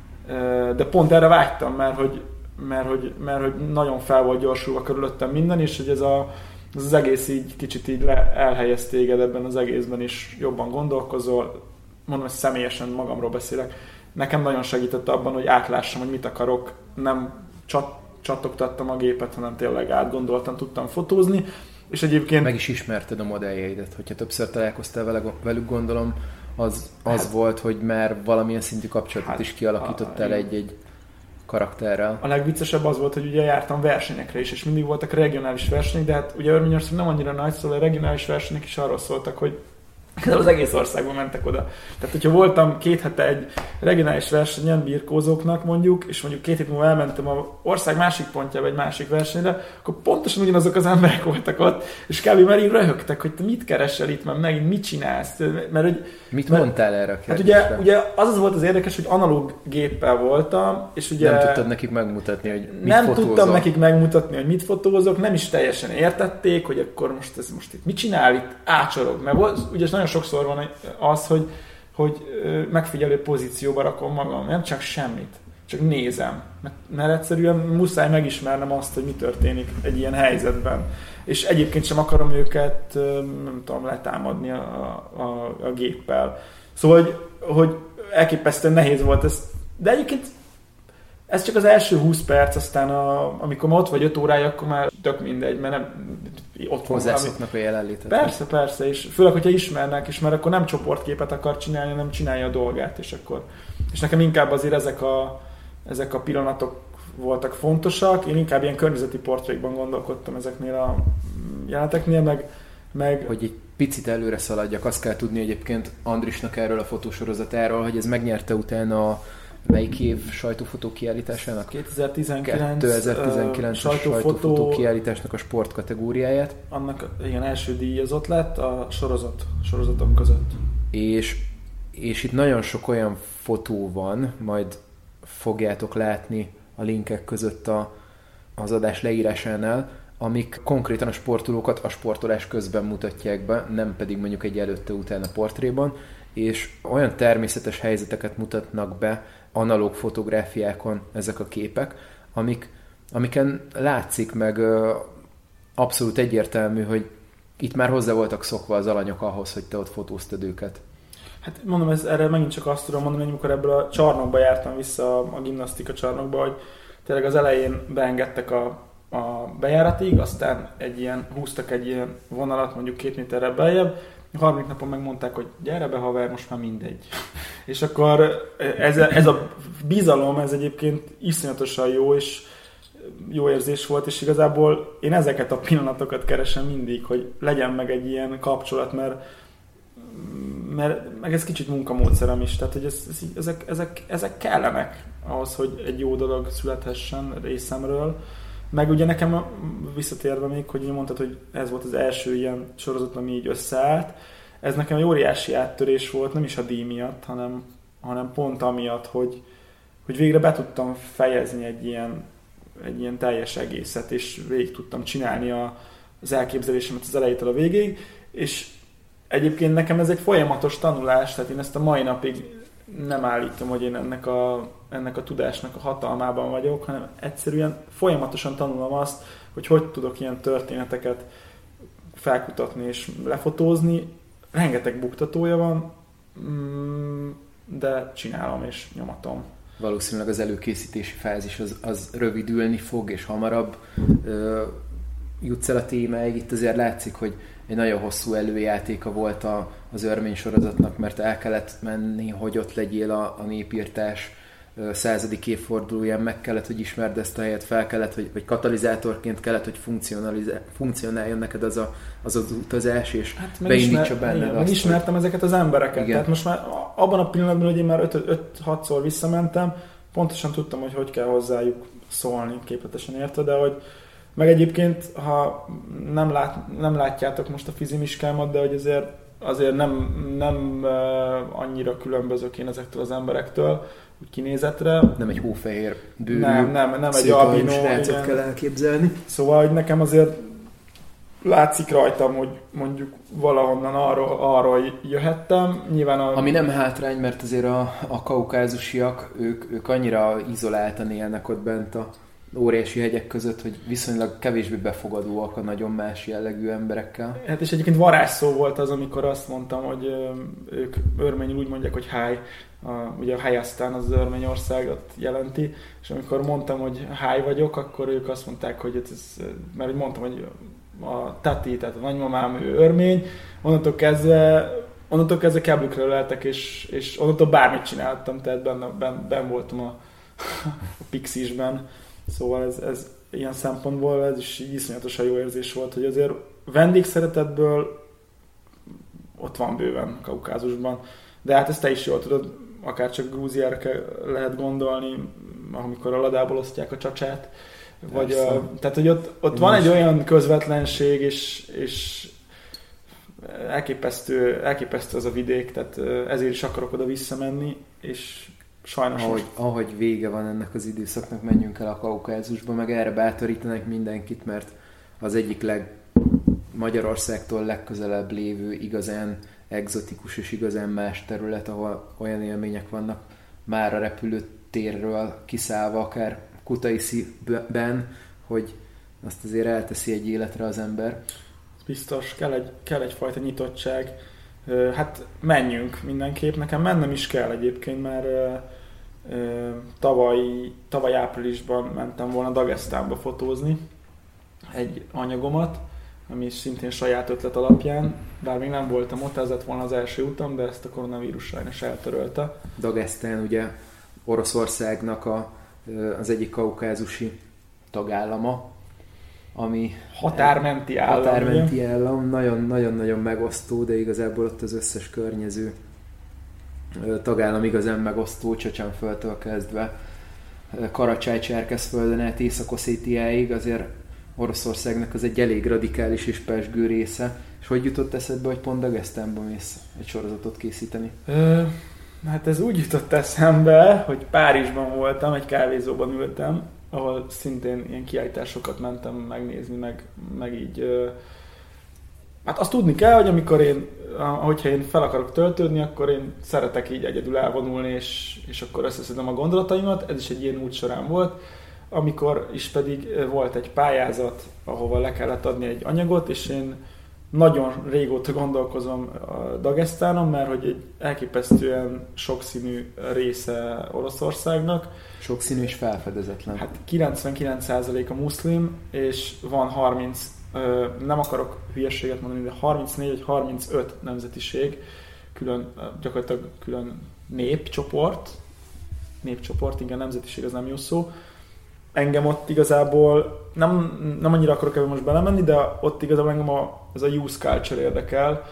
de pont erre vágytam, mert hogy, mert hogy, mert hogy nagyon fel volt gyorsulva körülöttem minden, és hogy ez, a, ez az egész így kicsit így le, elhelyez téged ebben az egészben is, jobban gondolkozol, mondom, hogy személyesen magamról beszélek. Nekem nagyon segített abban, hogy átlássam, hogy mit akarok, nem csat, csattogtattam a gépet, hanem tényleg átgondoltam, tudtam fotózni, és egyébként... Meg is ismerted a modelljeidet, hogyha többször találkoztál vele, velük, gondolom, az, az hát, volt, hogy már valamilyen szintű kapcsolatot hát, is kialakítottál a, egy-egy karakterrel. A legviccesebb az volt, hogy ugye jártam versenyekre is, és mindig voltak regionális versenyek, de hát ugye Örményország nem annyira nagy, szóval a regionális versenyek is arról szóltak, hogy az egész országban mentek oda. Tehát, hogyha voltam két hete egy regionális versenyen birkózóknak mondjuk, és mondjuk két hét múlva elmentem az ország másik pontjába egy másik versenyre, akkor pontosan ugyanazok az emberek voltak ott, és kb. Már így röhögtek, hogy te mit keresel itt, mert megint mit csinálsz? Mert, hogy, mit mert, mondtál erre a hát ugye, ugye az az volt az érdekes, hogy analóg géppel voltam, és ugye... Nem tudtad nekik megmutatni, hogy mit Nem fotózol. tudtam nekik megmutatni, hogy mit fotózok, nem is teljesen értették, hogy akkor most ez most itt mit csinál, itt ácsorog. Mert volt, ugye nagyon sokszor van az, hogy, hogy megfigyelő pozícióba rakom magam, nem csak semmit, csak nézem. Mert egyszerűen muszáj megismernem azt, hogy mi történik egy ilyen helyzetben. És egyébként sem akarom őket, nem tudom, letámadni a, a, a géppel. Szóval, hogy, hogy elképesztően nehéz volt ez. De egyébként ez csak az első húsz perc, aztán a, amikor már ott vagy öt órája, akkor már tök mindegy, mert nem ott van hozzászoknak a jelenlétet. Persze, persze, és főleg, hogyha ismernek, és mert akkor nem csoportképet akar csinálni, hanem csinálja a dolgát, és akkor... És nekem inkább azért ezek a, ezek a pillanatok voltak fontosak, én inkább ilyen környezeti portrékban gondolkodtam ezeknél a jeleneteknél, meg, meg... Hogy egy picit előre szaladjak, azt kell tudni egyébként Andrisnak erről a fotósorozatáról, hogy ez megnyerte utána a melyik év sajtófotó kiállításának? kétezer-tizenkilenc, kétezer-tizenkilences sajtófotó kiállításnak a sport kategóriáját. Annak ilyen első díjazott lett a sorozat, sorozatok között. És, és itt nagyon sok olyan fotó van, majd fogjátok látni a linkek között a, az adás leírásánál, amik konkrétan a sportolókat a sportolás közben mutatják be, nem pedig mondjuk egy előtte-utána portréban, és olyan természetes helyzeteket mutatnak be analóg fotográfiákon ezek a képek, amik, amiken látszik meg ö, abszolút egyértelmű, hogy itt már hozzá voltak szokva az alanyok ahhoz, hogy te ott fotóztad őket. Hát mondom, ez, erre megint csak azt tudom mondani, hogy amikor ebből a csarnokba jártam vissza, a, a gimnasztika csarnokba, hogy tényleg az elején beengedtek a, a bejáratig, aztán egy ilyen, húztak egy ilyen vonalat mondjuk két méterre beljebb, a harmadik napon megmondták, hogy gyere be haver, most már mindegy. És akkor ez, ez a bizalom, ez egyébként iszonyatosan jó, és jó érzés volt, és igazából én ezeket a pillanatokat keresem mindig, hogy legyen meg egy ilyen kapcsolat, mert, mert meg ez kicsit munkamódszerem is, tehát hogy ez, ez, ezek, ezek, ezek kellenek ahhoz, hogy egy jó dolog születhessen részemről. Meg ugye nekem visszatérve még, hogy mondtad, hogy ez volt az első ilyen sorozat, ami így összeállt. Ez nekem egy óriási áttörés volt, nem is a díj miatt, hanem, hanem pont amiatt, hogy, hogy végre be tudtam fejezni egy ilyen, egy ilyen teljes egészet, és végig tudtam csinálni a, az elképzelésemet az elejétől a végéig, és egyébként nekem ez egy folyamatos tanulás, tehát én ezt a mai napig nem állítom, hogy én ennek a, ennek a tudásnak a hatalmában vagyok, hanem egyszerűen folyamatosan tanulom azt, hogy hogy tudok ilyen történeteket felkutatni és lefotózni. Rengeteg buktatója van, de csinálom és nyomatom. Valószínűleg az előkészítési fázis az, az rövidülni fog, és hamarabb ö, jutsz el a témáig. Itt azért látszik, hogy egy nagyon hosszú előjátéka volt a, az Örmény sorozatnak, mert el kellett menni, hogy ott legyél a, a népírtás századik évfordulóján, meg kellett, hogy ismerd ezt a helyet, fel kellett, hogy, vagy katalizátorként kellett, hogy funkcionáljon neked az a, az, az utazás, és hát beindítsa benned igen, azt, ismertem hogy... ezeket az embereket. Igen. Tehát most már abban a pillanatban, hogy én már öt-hatszor visszamentem, pontosan tudtam, hogy hogy kell hozzájuk szólni, képletesen érte, de hogy meg egyébként, ha nem, lát, nem látjátok most a fizimiskámat, de hogy azért, azért nem, nem uh, annyira különbözök én ezektől az emberektől, úgy kinézetre. Nem egy hófehér bőrű, nem, nem, nem egy albinó srácot kell elképzelni. Szóval, hogy nekem azért látszik rajtam, hogy mondjuk valahonnan arról, arról jöhettem. Nyilván a... Ami nem hátrány, mert azért a, a kaukázusiak, ők, ők annyira izoláltan élnek ott bent a óriási hegyek között, hogy viszonylag kevésbé befogadóak a nagyon más jellegű emberekkel. Hát és egyébként varázsszó volt az, amikor azt mondtam, hogy ők örményül úgy mondják, hogy háj. A, ugye a Helyaztán az Örményországot jelenti, és amikor mondtam, hogy háj vagyok, akkor ők azt mondták, hogy ez, mert úgy mondtam, hogy a tati, tehát a nagymamám, ő örmény, onnantól kezdve, onnantól kezdve keblükről leltek, és, és onnantól bármit csináltam, tehát benne, benne, benne voltam a, a Pixisben. Szóval ez, ez ilyen szempontból ez is iszonyatosan jó érzés volt, hogy azért vendégszeretetből ott van bőven Kaukázusban. De hát ezt te is jól tudod, akár csak Grúziára lehet gondolni, amikor a ladából osztják a csacsát. Vagy a, tehát, hogy ott, ott van egy olyan közvetlenség, és, és elképesztő, elképesztő az a vidék, tehát ezért is akarok oda visszamenni, és sajnos ahogy, most... ahogy vége van ennek az időszaknak, menjünk el a Kaukázusba, meg erre bátorítanak mindenkit, mert az egyik leg Magyarországtól legközelebb lévő igazán egzotikus és igazán más terület, ahol olyan élmények vannak már a repülőtérről kiszállva, akár Kutaisziben, hogy azt azért elteszi egy életre az ember. Biztos, kell, egy, kell egyfajta nyitottság. Hát menjünk mindenképp. Nekem mennem is kell egyébként, mert tavaly, tavaly áprilisban mentem volna Dagesztánba fotózni egy anyagomat, ami szintén saját ötlet alapján, bár még nem voltam ott, ez lett volna az első utam, de ezt a koronavírus sajnos eltörölte. Dagesztán ugye Oroszországnak a, az egyik kaukázusi tagállama, ami határmenti állam. Határmenti ugye? állam, nagyon-nagyon megosztó, de igazából ott az összes környező tagállam igazán megosztó, Csecsenföldtől kezdve Karacsály-Cserkeszföldön át Észak-Oszétiáig, azért Oroszországnak az egy elég radikális és pezsgő része. És hogy jutott eszedbe, hogy pont Dagesztánba mész egy sorozatot készíteni? Ö, hát ez úgy jutott eszembe, hogy Párizsban voltam, egy kávézóban ültem, ahol szintén ilyen kiállításokat mentem megnézni, meg, meg így... Ö, hát azt tudni kell, hogy amikor én, hogyha én fel akarok töltődni, akkor én szeretek így egyedül elvonulni, és, és akkor összeszedem a gondolataimat. Ez is egy ilyen út során volt. Amikor is pedig volt egy pályázat, ahova le kellett adni egy anyagot, és én nagyon régóta gondolkozom a Dagesztánon, mert hogy egy elképesztően sokszínű része Oroszországnak. Sokszínű és felfedezetlen. Hát kilencvenkilenc százalék a muszlim, és van harminc, nem akarok hülyeséget mondani, de harmincnégy vagy harmincöt nemzetiség, külön, gyakorlatilag külön népcsoport, népcsoport, igen, nemzetiség az nem jó szó. Engem ott igazából, nem, nem annyira akarok ebben most belemenni, de ott igazából engem a, ez a youth culture érdekel,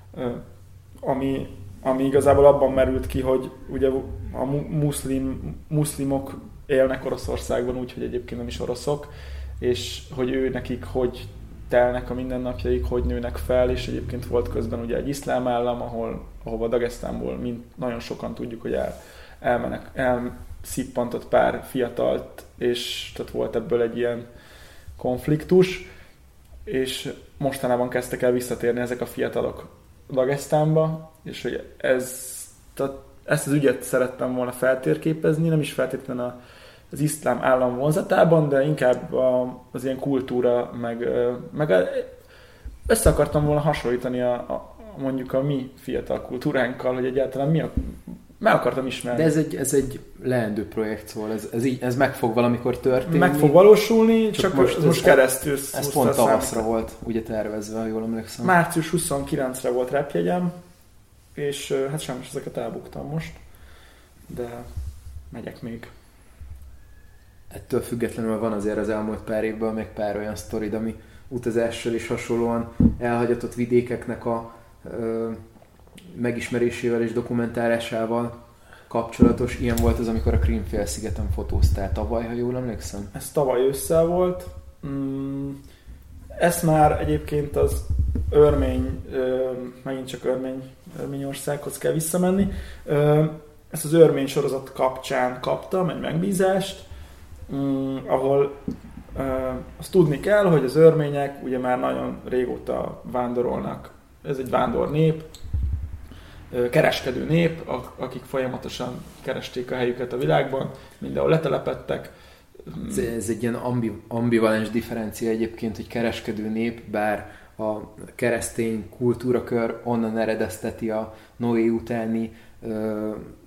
ami, ami igazából abban merült ki, hogy ugye a muszlim, muszlimok élnek Oroszországban úgy, hogy egyébként nem is oroszok, és hogy ő nekik hogy telnek a mindennapjaik, hogy nőnek fel, és egyébként volt közben ugye egy iszlám állam, ahol, ahova Dagesztánból mind nagyon sokan tudjuk, hogy el, elmenek, el, szippantott pár fiatalt, és tehát volt ebből egy ilyen konfliktus, és mostanában kezdtek el visszatérni ezek a fiatalok Dagesztánba, és hogy ez, tehát ezt az ügyet szerettem volna feltérképezni, nem is feltétlenül az iszlám állam vonzatában, de inkább a, az ilyen kultúra, meg, meg össze akartam volna hasonlítani a, a, mondjuk a mi fiatal kultúránkkal, hogy egyáltalán mi a meg akartam ismerni. De ez egy, ez egy leendő projekt, szóval ez, ez, így, ez meg fog valamikor történni. Meg fog valósulni, csak, csak most, ez, most keresztül. Ez pont tavaszra volt ugye tervezve, ha jól emlékszem. március huszonkilencedikére volt repjegyem, és hát sajnos ezeket elbuktam most, de megyek még. Ettől függetlenül van azért az elmúlt pár évben még pár olyan sztorid, ami utazással is hasonlóan elhagyatott vidékeknek a ö, megismerésével és dokumentálásával kapcsolatos. Ilyen volt az, amikor a Krím-félszigeten fotóztál tavaly, ha jól emlékszem? Ez tavaly ősszel volt. Mm, ezt már egyébként az örmény, megint csak örmény, Örményországhoz kell visszamenni. Ezt az örmény sorozat kapcsán kaptam egy megbízást, ahol Azt tudni kell, hogy az örmények ugye már nagyon régóta vándorolnak. Ez egy vándor nép, kereskedő nép, akik folyamatosan keresték a helyüket a világban, mindenhol letelepedtek. Ez, ez egy ilyen ambi, ambivalens differencia egyébként, hogy kereskedő nép, bár a keresztény kultúrakör onnan eredezteti a Noé utáni ö,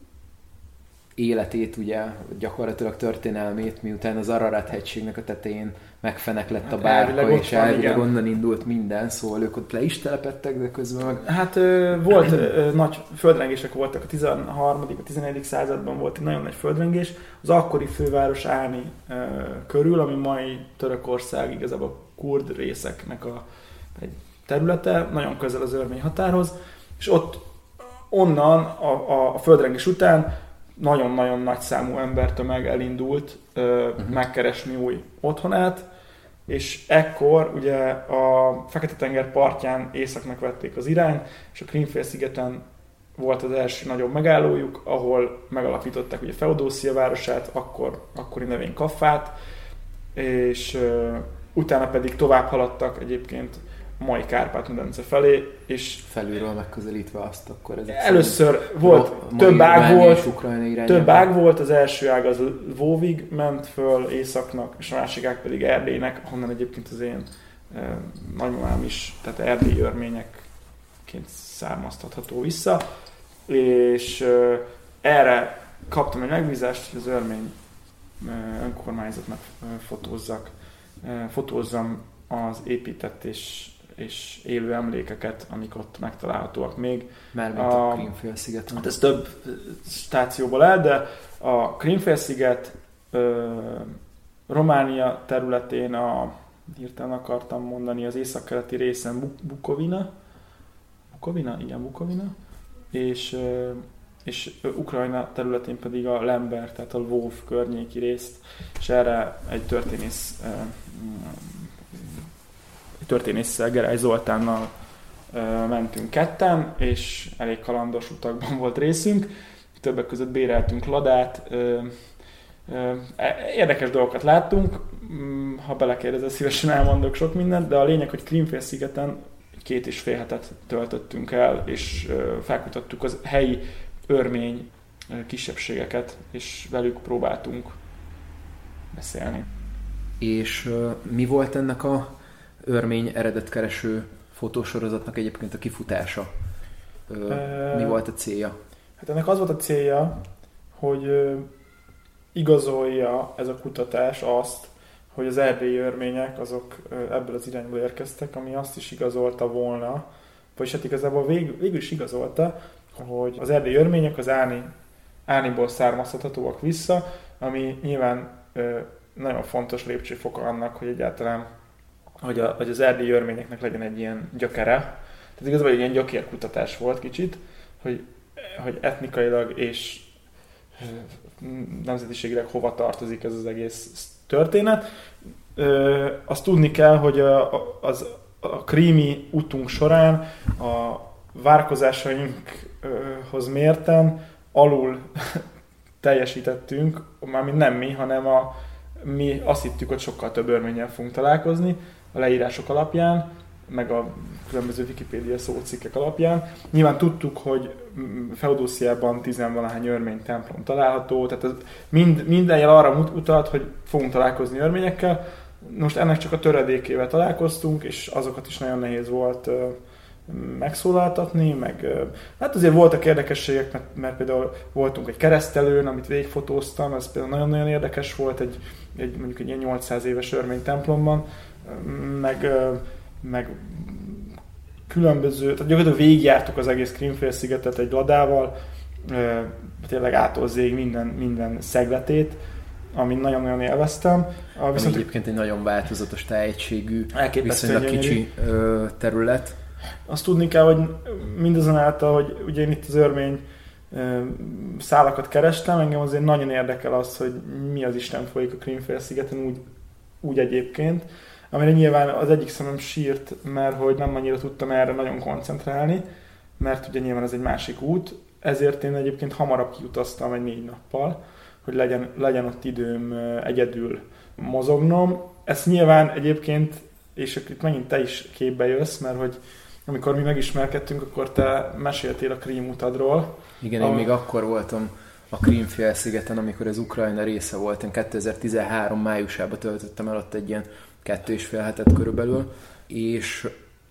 életét, ugye, gyakorlatilag történelmét, miután az Ararat-hegységnek a tetején megfenek lett a bárka, és elvileg onnan indult minden, szóval ők ott le is telepedtek, de közben meg... Hát ö, volt ö, nagy földrengések voltak a tizenharmadik a tizenegyedik században volt egy nagyon nagy földrengés, az akkori főváros Áni ö, körül, ami mai Törökország, igazából kurd részeknek a egy területe, nagyon közel az örmény határhoz, és ott onnan a, a földrengés után nagyon-nagyon nagy számú embertömeg elindult ö, uh-huh. megkeresni új otthonát, és ekkor ugye a Fekete-tenger partján északnak vették az irányt, és a Krímfélszigeten volt az első nagyobb megállójuk, ahol megalapították ugye Feodószia városát, akkor, akkori nevén Kaffát, és ö, utána pedig tovább haladtak egyébként a mai Kárpát-medence felé, és felülről megközelítve azt, akkor ezek először volt, ro- több ág volt, több ág volt, az első ág az Lvovig ment föl északnak, és a másik ág pedig Erdélynek, honnan egyébként az én e, nagymamám is, tehát erdélyi örményekként származtatható vissza, és e, erre kaptam egy megbízást, hogy az örmény e, önkormányzatnak e, fotózzak, e, fotózzam az épített és és élő emlékeket, amik ott megtalálhatóak még. Mármint a, a Krímfélszigeten. Hát ez több stációból áll, de a Krímfélsziget ö, Románia területén, a, hirtelen akartam mondani, az északkeleti részen Bukovina, Bukovina? Igen, Bukovina, és, ö, és Ukrajna területén pedig a Lember, tehát a Lvov környéki részt, és erre egy történész ö, történésszel, Gerály Zoltánnal ö, mentünk ketten, és elég kalandos utakban volt részünk. Többek között béreltünk ladát, ö, ö, érdekes dolgokat láttunk, ha belekérdezel, szívesen elmondok sok mindent, de a lényeg, hogy Krímfélszigeten két és fél hetet töltöttünk el, és ö, felkutattuk az helyi örmény kisebbségeket, és velük próbáltunk beszélni. És ö, mi volt ennek a örmény eredetkereső fotósorozatnak egyébként a kifutása? Ö, e... Mi volt a célja? Hát ennek az volt a célja, hogy ö, igazolja ez a kutatás azt, hogy az erdélyi örmények azok ö, ebből az irányból érkeztek, ami azt is igazolta volna, vagyis hát igazából vég, végül is igazolta, hogy az erdélyi örmények az Áni, Ániból származhathatóak vissza, ami nyilván ö, nagyon fontos lépcsőfoka annak, hogy egyáltalán Hogy, a, hogy az erdélyi örményeknek legyen egy ilyen gyökere. Tehát igazából egy ilyen gyökérkutatás volt kicsit, hogy, hogy etnikailag és nemzetiségileg hova tartozik ez az egész történet. Ö, azt tudni kell, hogy a, az, a krími utunk során a várakozásainkhoz mérten alul teljesítettünk, mármint nem mi, hanem a, mi azt hittük, hogy sokkal több örménnyel fogunk találkozni, a leírások alapján, meg a különböző Wikipédia szócikkek alapján. Nyilván tudtuk, hogy Feodósziában tizenvalahány örmény templom található, tehát ez mind, minden jel arra utalt, hogy fogunk találkozni örményekkel. Most ennek csak a töredékével találkoztunk, és azokat is nagyon nehéz volt uh, megszólaltatni, meg uh, hát azért voltak érdekességek, mert, mert például voltunk egy keresztelőn, amit végigfotóztam, ez például nagyon-nagyon érdekes volt, egy, egy mondjuk egy ilyen nyolcszáz éves örmény templomban, meg, meg különböző, tehát gyakorlatilag végigjártuk az egész Krímfélszigetet egy ladával, tényleg ától zég minden, minden szegletét, amit nagyon-nagyon élveztem. A, viszont ami egyébként egy nagyon változatos tájegységű, viszonylag kicsi terület. Azt tudni kell, hogy mindazonáltal, hogy ugye én itt az örmény szálakat kerestem, engem azért nagyon érdekel az, hogy mi az Isten folyik a Krímfélszigeten úgy, úgy egyébként, amire nyilván az egyik szemem sírt, mert hogy nem annyira tudtam erre nagyon koncentrálni, mert ugye nyilván ez egy másik út, ezért én egyébként hamarabb kiutaztam egy négy nappal, hogy legyen, legyen ott időm egyedül mozognom, ezt nyilván egyébként, és itt megint te is képbe jössz, mert hogy amikor mi megismerkedtünk, akkor te meséltél a Krím utadról. Igen, én a... még akkor voltam a Krím-félszigeten, amikor az Ukrajna része volt. Én kétezer-tizenhárom májusában töltöttem el ott egy ilyen kettő és fél hetet körülbelül, és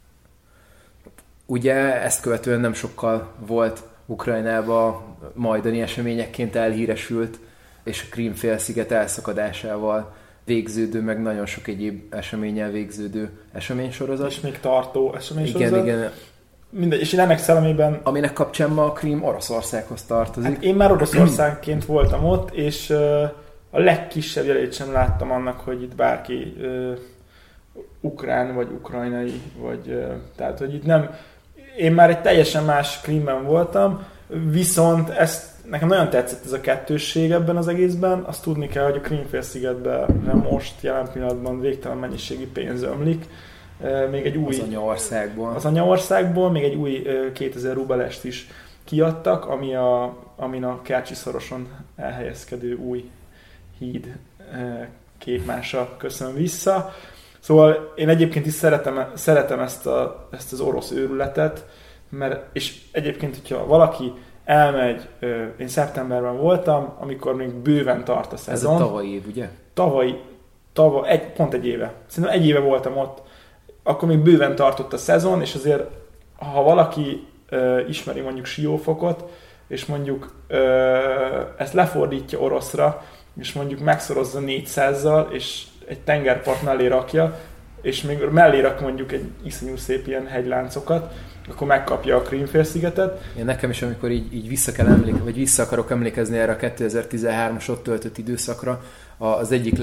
ugye ezt követően nem sokkal volt Ukrajnában majdani eseményekként elhíresült, és a Krím-félsziget elszakadásával végződő, meg nagyon sok egyéb eseménnyel végződő eseménysorozat. És még tartó eseménysorozat. Igen, igen. Mindegy, és én ennek szellemében... Aminek kapcsán ma a Krím Oroszországhoz tartozik. Hát én már Oroszországként voltam ott, és uh, a legkisebb jelét sem láttam annak, hogy itt bárki uh, ukrán, vagy ukrajnai, vagy... Uh, tehát, hogy itt nem... Én már egy teljesen más Krímben voltam, viszont ezt nekem nagyon tetszett ez a kettősség ebben az egészben. Azt tudni kell, hogy a Krím-félszigetben most jelen pillanatban végtelen mennyiségű pénz ömlik. Még egy új, az anyaországból. Az anyaországból még egy új kétezer rubelest is kiadtak, ami a, amin a Kercsi-szoroson elhelyezkedő új híd képmása köszön vissza. Szóval én egyébként is szeretem, szeretem ezt, a, ezt az orosz őrületet, mert, és egyébként, hogyha valaki elmegy, én szeptemberben voltam, amikor még bőven tart a szezon. Ez a tavalyi év, ugye? Tavalyi, tavaly, egy, pont egy éve. Szerintem egy éve voltam ott, akkor még bőven tartott a szezon, és azért, ha valaki uh, ismeri mondjuk Siófokot, és mondjuk uh, ezt lefordítja oroszra, és mondjuk megszorozza négyszázzal, és egy tengerpart mellé rakja, és még mellé rak mondjuk egy iszonyú szép ilyen hegyláncokat, akkor megkapja a Krím-félszigetet. Ja, nekem is, amikor így, így vissza kell emlékezni, vagy vissza akarok emlékezni erre a kétezer-tizenhármas ott töltött időszakra, az egyik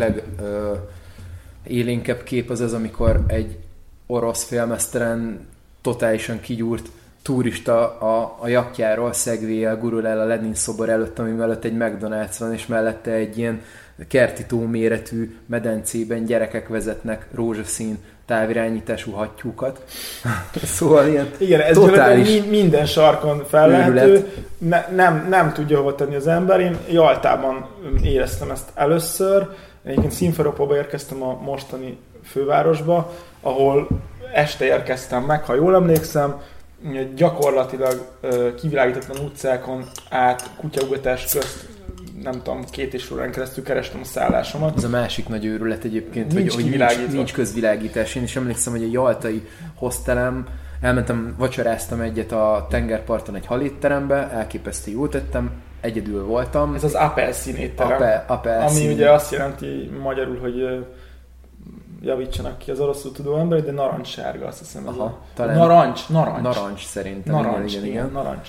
legélénkebb kép az az, amikor egy orosz félmeztelen totálisan kigyúrt turista a, a jachtjáról szegvélyel gurul el a Lenin szobor előtt, ami mellett egy McDonald's van, és mellette egy ilyen kerti tó méretű medencében gyerekek vezetnek rózsaszín távirányítású hattyúkat. Szóval ilyen igen, ez totális minden sarkon fellehető. Ne, nem, nem tudja hova tenni az ember. Én Jaltában éreztem ezt először. Egyébként Szimferopolba érkeztem a mostani fővárosba, ahol este érkeztem meg, ha jól emlékszem, gyakorlatilag kivilágítatlan utcákon át kutyaugatás közt, nem tudom, két és órán keresztül kerestem a szállásomat. Ez a másik nagy őrület egyébként, nincs hogy, hogy nincs, nincs közvilágítás. Én is emlékszem, hogy a jaltai hostelem, elmentem, vacsoráztam egyet a tengerparton egy halétterembe, elképesztő jól tettem, egyedül voltam. Ez az Apelszín étterem, Ape, Apelszín. ami ugye azt jelenti magyarul, hogy javítsanak ki az oroszul tudó ember, de narancssárga, azt hiszem. Aha, talán narancs, narancs. Narancs szerintem. Narancs, igen, igen, igen. narancs.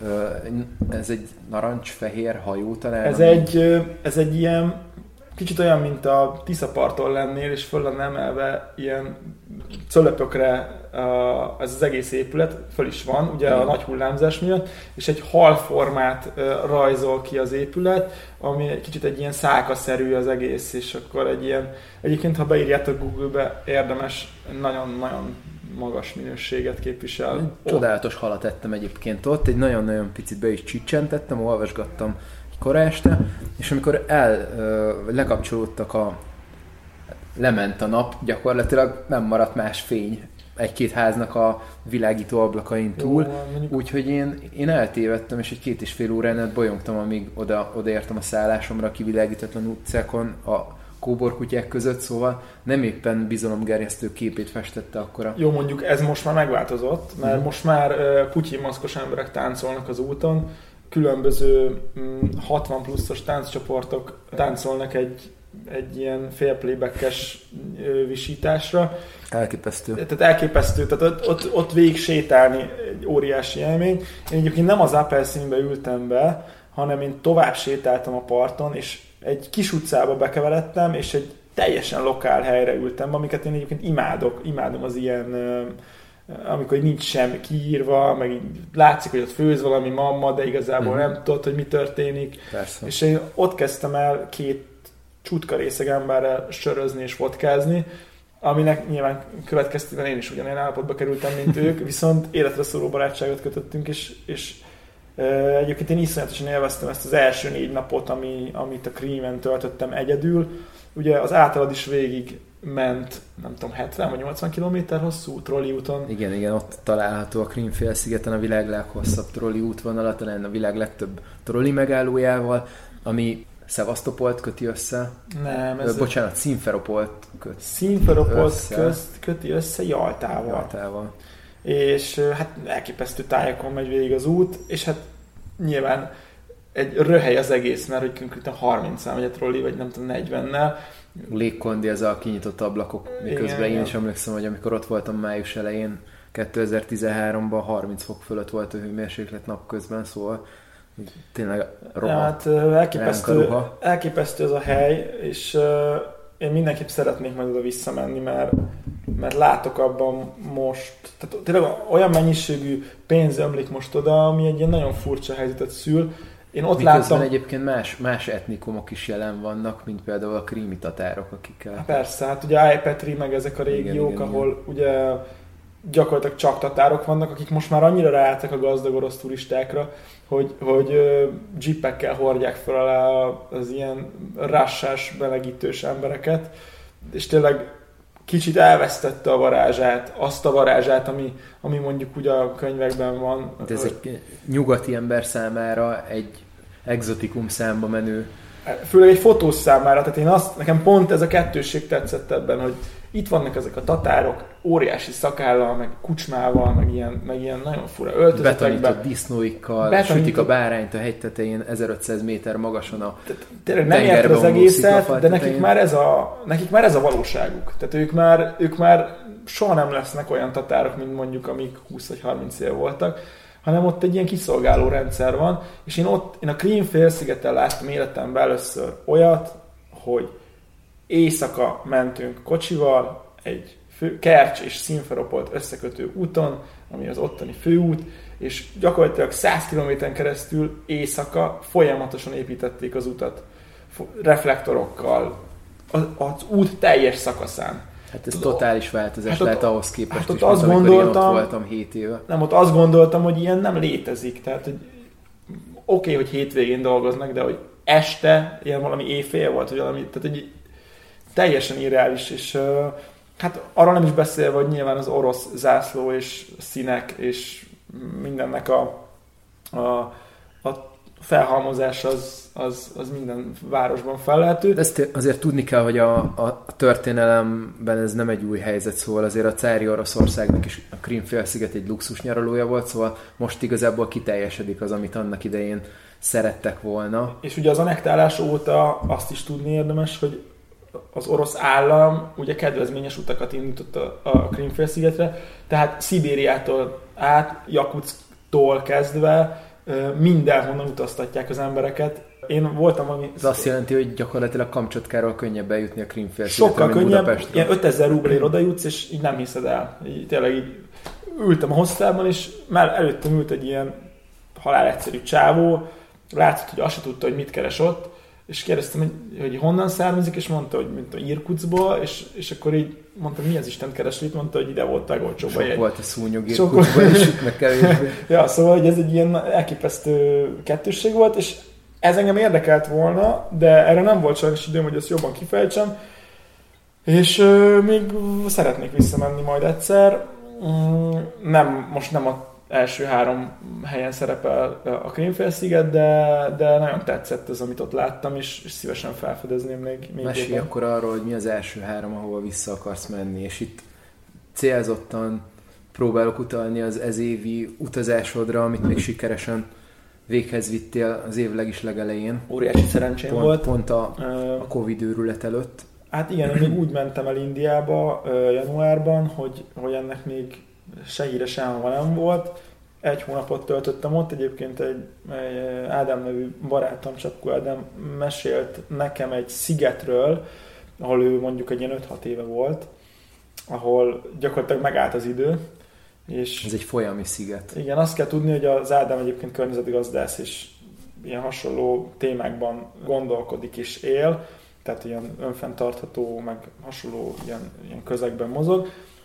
Ez egy narancs-fehér hajó talán? Ez, ami... egy, ez egy ilyen, kicsit olyan, mint a Tiszaparton lennél, és föl lenne emelve ilyen cölöpökre ez az egész épület, föl is van, ugye igen. A nagy hullámzás miatt, és egy halformát rajzol ki az épület, ami egy kicsit egy ilyen szálkaszerű az egész, és akkor egy ilyen, egyébként ha beírjátok Google-be, érdemes, nagyon-nagyon magas minőséget képvisel. Csodálatos halat ettem egyébként ott, egy nagyon-nagyon picit be is csicsentettem, olvasgattam kora este, és amikor el, lekapcsolódtak a lement a nap, gyakorlatilag nem maradt más fény egy-két háznak a világító ablakain túl, úgyhogy én, én eltévedtem, és egy két és fél órán át bolyongtam, amíg oda, odaértem a szállásomra a kivilágítatlan utcákon a kóborkutyák között, szóval nem éppen bizalomgerjesztő képét festette akkora. Jó, mondjuk ez most már megváltozott, mert mm. most már uh, putyinmaszkos emberek táncolnak az úton, különböző um, hatvan pluszos tánccsoportok táncolnak egy, egy ilyen félplayback-es uh, visításra. Elképesztő. Tehát elképesztő, tehát ott, ott, ott végig sétálni egy óriási élmény. Én egyébként nem az Apelszínbe ültem be, hanem én tovább sétáltam a parton, és egy kis utcába bekeveredtem, és egy teljesen lokál helyre ültem, amiket én egyébként imádok, imádom az ilyen, amikor nincs semmi kiírva, meg így látszik, hogy ott főz valami mamma, de igazából uh-huh. nem tudod, hogy mi történik. Persze. És én ott kezdtem el két csutka részeg emberrel sörözni és vodkázni, aminek nyilván következtében én is ugyanilyen állapotba kerültem, mint ők, viszont életre szóló barátságot kötöttünk, és, és egyébként én iszonyatosan élveztem ezt az első négy napot, ami, amit a Krímen töltöttem egyedül. Ugye az általad is végig ment, nem tudom, hetven vagy nyolcvan kilométer hosszú trolli úton. Igen, igen, ott található a Krím-félszigeten a világ leghosszabb trolli útvonala, talán a világ legtöbb trolli megállójával, ami Szevasztopolt köti össze. Nem, ez... Bocsánat, Szimferopolt köt Szimferopolt közt köti össze Jaltával. Jaltával. És hát elképesztő tájakon megy végig az út, és hát nyilván egy röhely az egész, mert hogy konkrétan harmincán megy a trolli, vagy nem tudom, negyvennel. Légkondi, ez a kinyitott ablakok, miközben igen, én igen. is emlékszem, hogy amikor ott voltam május elején, kétezer-tizenháromban harminc fok fölött volt a hőmérséklet napközben, szóval tényleg rohadt. Hát elképesztő, elképesztő ez a hely, és uh, én mindenképp szeretnék majd oda visszamenni, mert, mert látok abban most, tehát tényleg olyan mennyiségű pénz ömlik most oda, ami egy ilyen nagyon furcsa helyzetet szül. Én ott miközben láttam... egyébként más, más etnikumok is jelen vannak, mint például a krími tatárok, akikkel... Hát persze, hát ugye Ájpetri, meg ezek a régiók, igen, igen, ahol igen. ugye gyakorlatilag csak tatárok vannak, akik most már annyira ráálltak a gazdag orosz turistákra, hogy, hogy jeepekkel hordják fel alá az ilyen rassás, belegítős embereket, és tényleg kicsit elvesztette a varázsát, azt a varázsát, ami, ami mondjuk ugye a könyvekben van. De ez egy nyugati ember számára egy exotikum számba menő. Főleg egy fotós számára, tehát én azt, nekem pont ez a kettősség tetszett ebben, hogy itt vannak ezek a tatárok, óriási szakállal, meg kucsmával, meg ilyen, meg ilyen nagyon fura öltözetekben. Betanított disznóikkal, Betanított... sütik a bárányt a hegy tetején ezerötszáz méter magasan a tényleg nem érted az egészet, de nekik már, ez a, nekik már ez a valóságuk. Tehát ők már, ők már soha nem lesznek olyan tatárok, mint mondjuk amik húsz vagy harminc év voltak, hanem ott egy ilyen kiszolgáló rendszer van, és én ott, én a Krím-félszigeten láttam életemben először olyat, hogy éjszaka mentünk kocsival egy fő, Kercs és Szimferopolt összekötő úton, ami az ottani főút, és gyakorlatilag száz kilométeren keresztül éjszaka folyamatosan építették az utat reflektorokkal, az, az út teljes szakaszán. Hát ez totális változás hát lehet ahhoz képest hát is, ott azt mint gondoltam, ott voltam hét éve. Nem, ott azt gondoltam, hogy ilyen nem létezik. Tehát, hogy oké, okay, hogy hétvégén dolgoznak, de hogy este, ilyen valami éjfél volt, vagy valami, tehát egy teljesen irreális, és uh, hát arra nem is beszélve, hogy nyilván az orosz zászló és színek, és mindennek a, a, a felhalmozás az, az, az minden városban fellehető. De ezt azért tudni kell, hogy a, a történelemben ez nem egy új helyzet, szóval azért a cári Oroszországnak is a Krím-félsziget egy luxus nyaralója volt, szóval most igazából kiteljesedik az, amit annak idején szerettek volna. És ugye az anektálás óta azt is tudni érdemes, hogy az orosz állam ugye kedvezményes utakat indított a, a Krím-félszigetre, tehát Szibériától át, Jakutsktól kezdve mindenhonnan utaztatják az embereket. Én voltam valami... Ez azt jelenti, hogy gyakorlatilag Kamcsatkáról könnyebb eljutni a Krím-félszigetre, sokkal mint könnyebb, Budapestre. Ilyen ötezer rublér oda jutsz, és így nem hiszed el. Így, tényleg így ültem a hostelban, és már előttem ült egy ilyen halál egyszerű csávó, látszott, hogy azt se tudta, hogy mit keres ott, és kérdeztem, hogy, hogy honnan származik, és mondta, hogy mint a Irkutskból, és, és akkor így mondtam, mi az Isten keresli, itt mondta, hogy ide volt legolcsóbb a jegy. Sok volt a szúnyog Irkutskból, és itt meg kevésbé. Ja, szóval hogy ez egy ilyen elképesztő kettősség volt, és ez engem érdekelt volna, de erre nem volt sajnos időm, hogy ezt jobban kifejtsem, és euh, még szeretnék visszamenni majd egyszer. Mm, nem, most nem a első három helyen szerepel a Krím-félsziget, de, de nagyon tetszett az, amit ott láttam, és, és szívesen felfedezném még, még Mesélj jobban. Akkor arról, hogy mi az első három, ahova vissza akarsz menni, és itt célzottan próbálok utalni az ezévi utazásodra, amit még sikeresen véghez vittél az év legis legelején. Óriási szerencsém pont, volt. Pont a, a Covid őrület előtt. Hát igen, én még úgy mentem el Indiába januárban, hogy, hogy ennek még se híre, sehova nem volt. Egy hónapot töltöttem ott, egyébként egy, egy Ádám nevű barátom, Csapkó Ádám mesélt nekem egy szigetről, ahol ő mondjuk egy ilyen öt-hat éve volt, ahol gyakorlatilag megállt az idő. És ez egy folyami sziget. Igen, azt kell tudni, hogy az Ádám egyébként környezetgazdász, és ilyen hasonló témákban gondolkodik és él, tehát ilyen önfenntartható, meg hasonló ilyen, ilyen közegben mozog.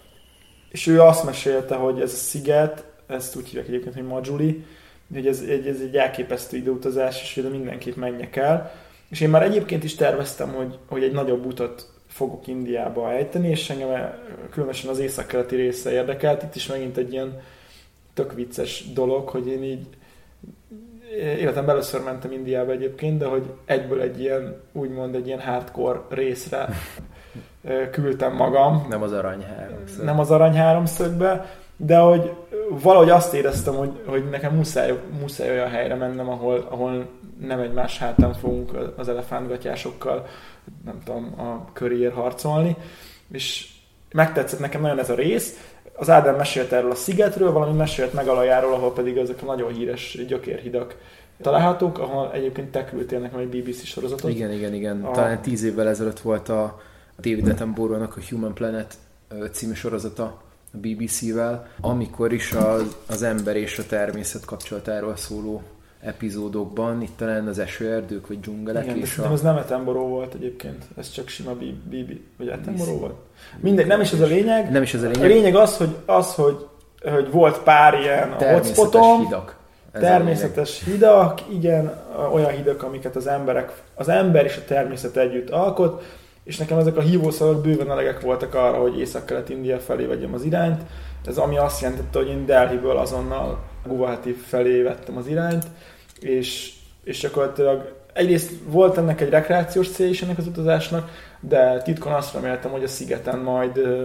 És ő azt mesélte, hogy ez a sziget, ezt úgy hívják egyébként, hogy Majuli, hogy ez, ez egy elképesztő időutazás, és hogy mindenképp menjek el. És én már egyébként is terveztem, hogy, hogy egy nagyobb utat fogok Indiába ejteni, és engem különösen az északkeleti része érdekelt. Itt is megint egy ilyen tök vicces dolog, hogy én így életemben először mentem Indiába egyébként, de hogy egyből egy ilyen, úgymond egy ilyen hardcore részre küldtem magam. Nem az arany háromszög. Nem az arany háromszögbe, de hogy valahogy azt éreztem, hogy, hogy nekem muszáj, muszáj olyan helyre mennem, ahol, ahol nem egymás hátán fogunk az elefántgatyásokkal, nem tudom, a köréért harcolni. És megtetszett nekem nagyon ez a rész. Az Ádám mesélt erről a szigetről, valamint mesélt Megalajáról, ahol pedig ezek a nagyon híres gyökérhidak találhatók, ahol egyébként te küldtél nekem egy bé bé cé sorozatot. Igen, igen, igen. A... Talán tíz évvel ezelőtt volt a David Attenborough-nak a Human Planet című sorozata a bé bé cé-vel, amikor is az, az ember és a természet kapcsolatáról szóló epizódokban, itt talán az esőerdők vagy dzsungelek. Igen, és a... ez nem Attenborough volt egyébként, ez csak sima bé bé, vagy Attenborough volt? Mindegy, nem is ez a lényeg. Nem is ez a lényeg. A lényeg az, hogy, az, hogy, hogy volt pár ilyen a hotspotom, hidak. Ez természetes hidak, igen, olyan hidak, amiket az emberek, az ember és a természet együtt alkot, és nekem ezek a hívószavak bőven elegek voltak arra, hogy Észak-Kelet-India felé vegyem az irányt. Ez ami azt jelentette, hogy én Delhiből azonnal Guwahati felé vettem az irányt, és, és gyakorlatilag egyrészt volt ennek egy rekreációs cél is ennek az utazásnak, de titkon azt reméltem, hogy a szigeten majd ö,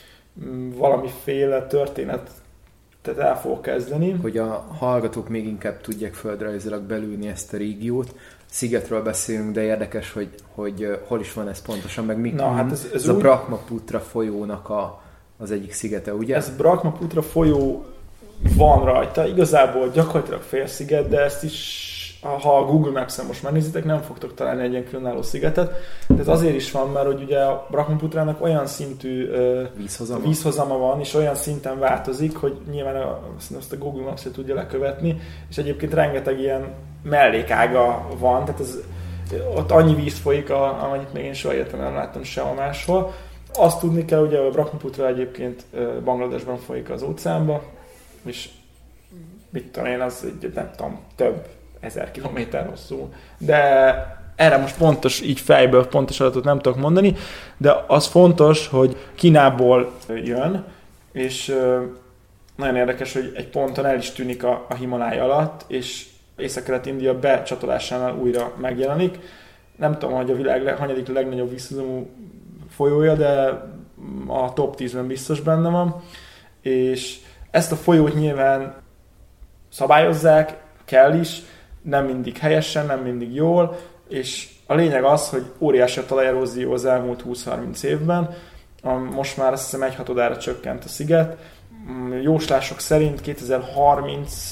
valamiféle történet tehát el fogok kezdeni. Hogy a hallgatók még inkább tudják földrajzilag belülni ezt a régiót. Szigetről beszélünk, de érdekes, hogy, hogy hol is van ez pontosan, meg mik. Na, hát ez, ez, ez úgy... a Brahmaputra folyónak a, az egyik szigete, ugye? Ez Brahmaputra folyó van rajta, igazából gyakorlatilag félsziget, de ezt is, ha a Google Maps-en most megnézitek, nem fogtok találni egy ilyen különálló szigetet. De ez azért is van, mert hogy ugye a Brahmaputrának olyan szintű uh, vízhozama. vízhozama van, és olyan szinten változik, hogy nyilván a, azt a Google Maps-et tudja lekövetni, és egyébként rengeteg ilyen mellékága van, tehát ez, ott annyi víz folyik, a, amennyit még én soha életemben nem láttam sehol máshol. Azt tudni kell, ugye a Brahmaputra egyébként Bangladesben folyik az óceánba, és mit tudom én, az egy, nem tudom, több ezer kilométer hosszú, de erre most pontos, így fejből pontos adatot nem tudok mondani, de az fontos, hogy Kínából jön, és nagyon érdekes, hogy egy ponton el is tűnik a, a Himalája alatt, és Észak-Kelet-India becsatolásánál újra megjelenik. Nem tudom, hogy a világ hanyadik legnagyobb vízhozamú folyója, de a top tízben biztos benne van, és ezt a folyót nyilván szabályozzák, kell is, nem mindig helyesen, nem mindig jól, és a lényeg az, hogy óriási a talajerózió az elmúlt húsz-harminc évben, most már azt hiszem egy hatodára csökkent a sziget. Jóslások szerint kétezer-harminc,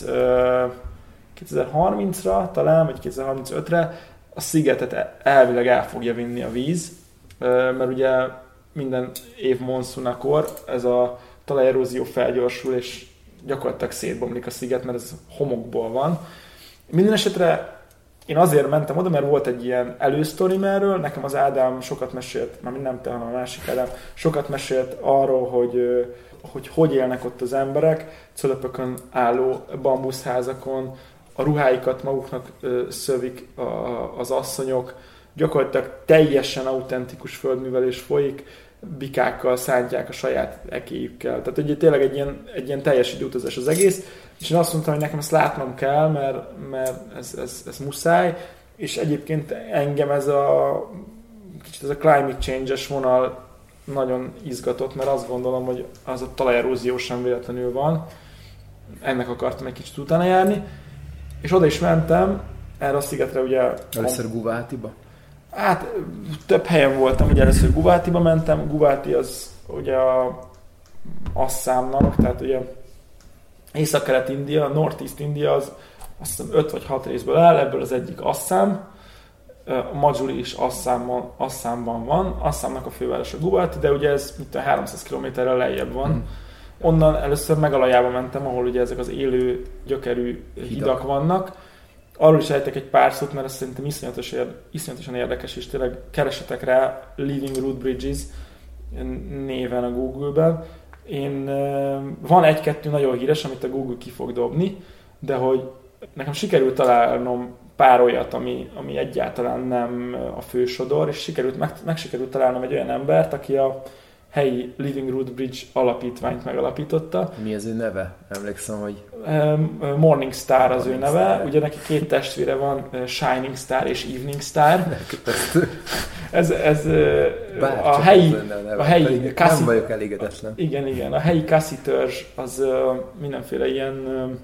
kétezer-harmincra talán, vagy kétezer-harmincötre a szigetet elvileg el fogja vinni a víz, mert ugye minden év monszunakor ez a talajerózió felgyorsul, és gyakorlatilag szétbomlik a sziget, mert ez homokból van. Minden esetre én azért mentem oda, mert volt egy ilyen elősztorim erről, nekem az Ádám sokat mesélt, már nem te, hanem a másik Ádám, sokat mesélt arról, hogy hogy, hogy élnek ott az emberek, cölöpökön álló bambuszházakon, a ruháikat maguknak szövik az asszonyok, gyakorlatilag teljesen autentikus földművelés folyik, bikákkal szántják a saját ekéjükkel. Tehát ugye tényleg egy ilyen, egy ilyen teljes időutazás az egész, és én azt mondtam, hogy nekem ezt látnom kell, mert, mert ez, ez, ez muszáj, és egyébként engem ez a kicsit ez a climate change-es vonal nagyon izgatott, mert azt gondolom, hogy az a talajerózió sem véletlenül van. Ennek akartam egy kicsit utána járni, és oda is mentem, erre a szigetre ugye... Először Guwahatiba? Hát több helyen voltam, ugye először Guwahatiba mentem, Guwahati az ugye a Asszámnak, tehát ugye Észak-Kelet-India, Northeast India az azt hiszem öt vagy hat részből áll, ebből az egyik Asszám, a Majuli is Asszámban, Asszámban van, Asszámnak a fővárosa Guwahati, de ugye ez mint a háromszáz kilométerrel lejjebb van. Hmm. Onnan először Megalajába mentem, ahol ugye ezek az élő, gyökerű hidak, hidak vannak. Arról is ejtek egy pár szót, mert ez szerintem iszonyatos, iszonyatosan érdekes, és tényleg keresetek rá Living Root Bridges néven a Google-ben. Én, van egy-kettő nagyon híres, amit a Google ki fog dobni, de hogy nekem sikerült találnom pár olyat, ami, ami egyáltalán nem a fősodor, és sikerült, meg, meg sikerült találnom egy olyan embert, aki a helyi Living Root Bridge alapítványt megalapította. Mi az ő neve? Emlékszem, hogy... Morning Star az Morning ő neve. Star. Ugye neki két testvére van, Shining Star és Evening Star. ez, ez a helyi... A helyi kaszi... Nem vagyok elégedetlen. Igen, igen. A helyi kaszi törzs az mindenféle ilyen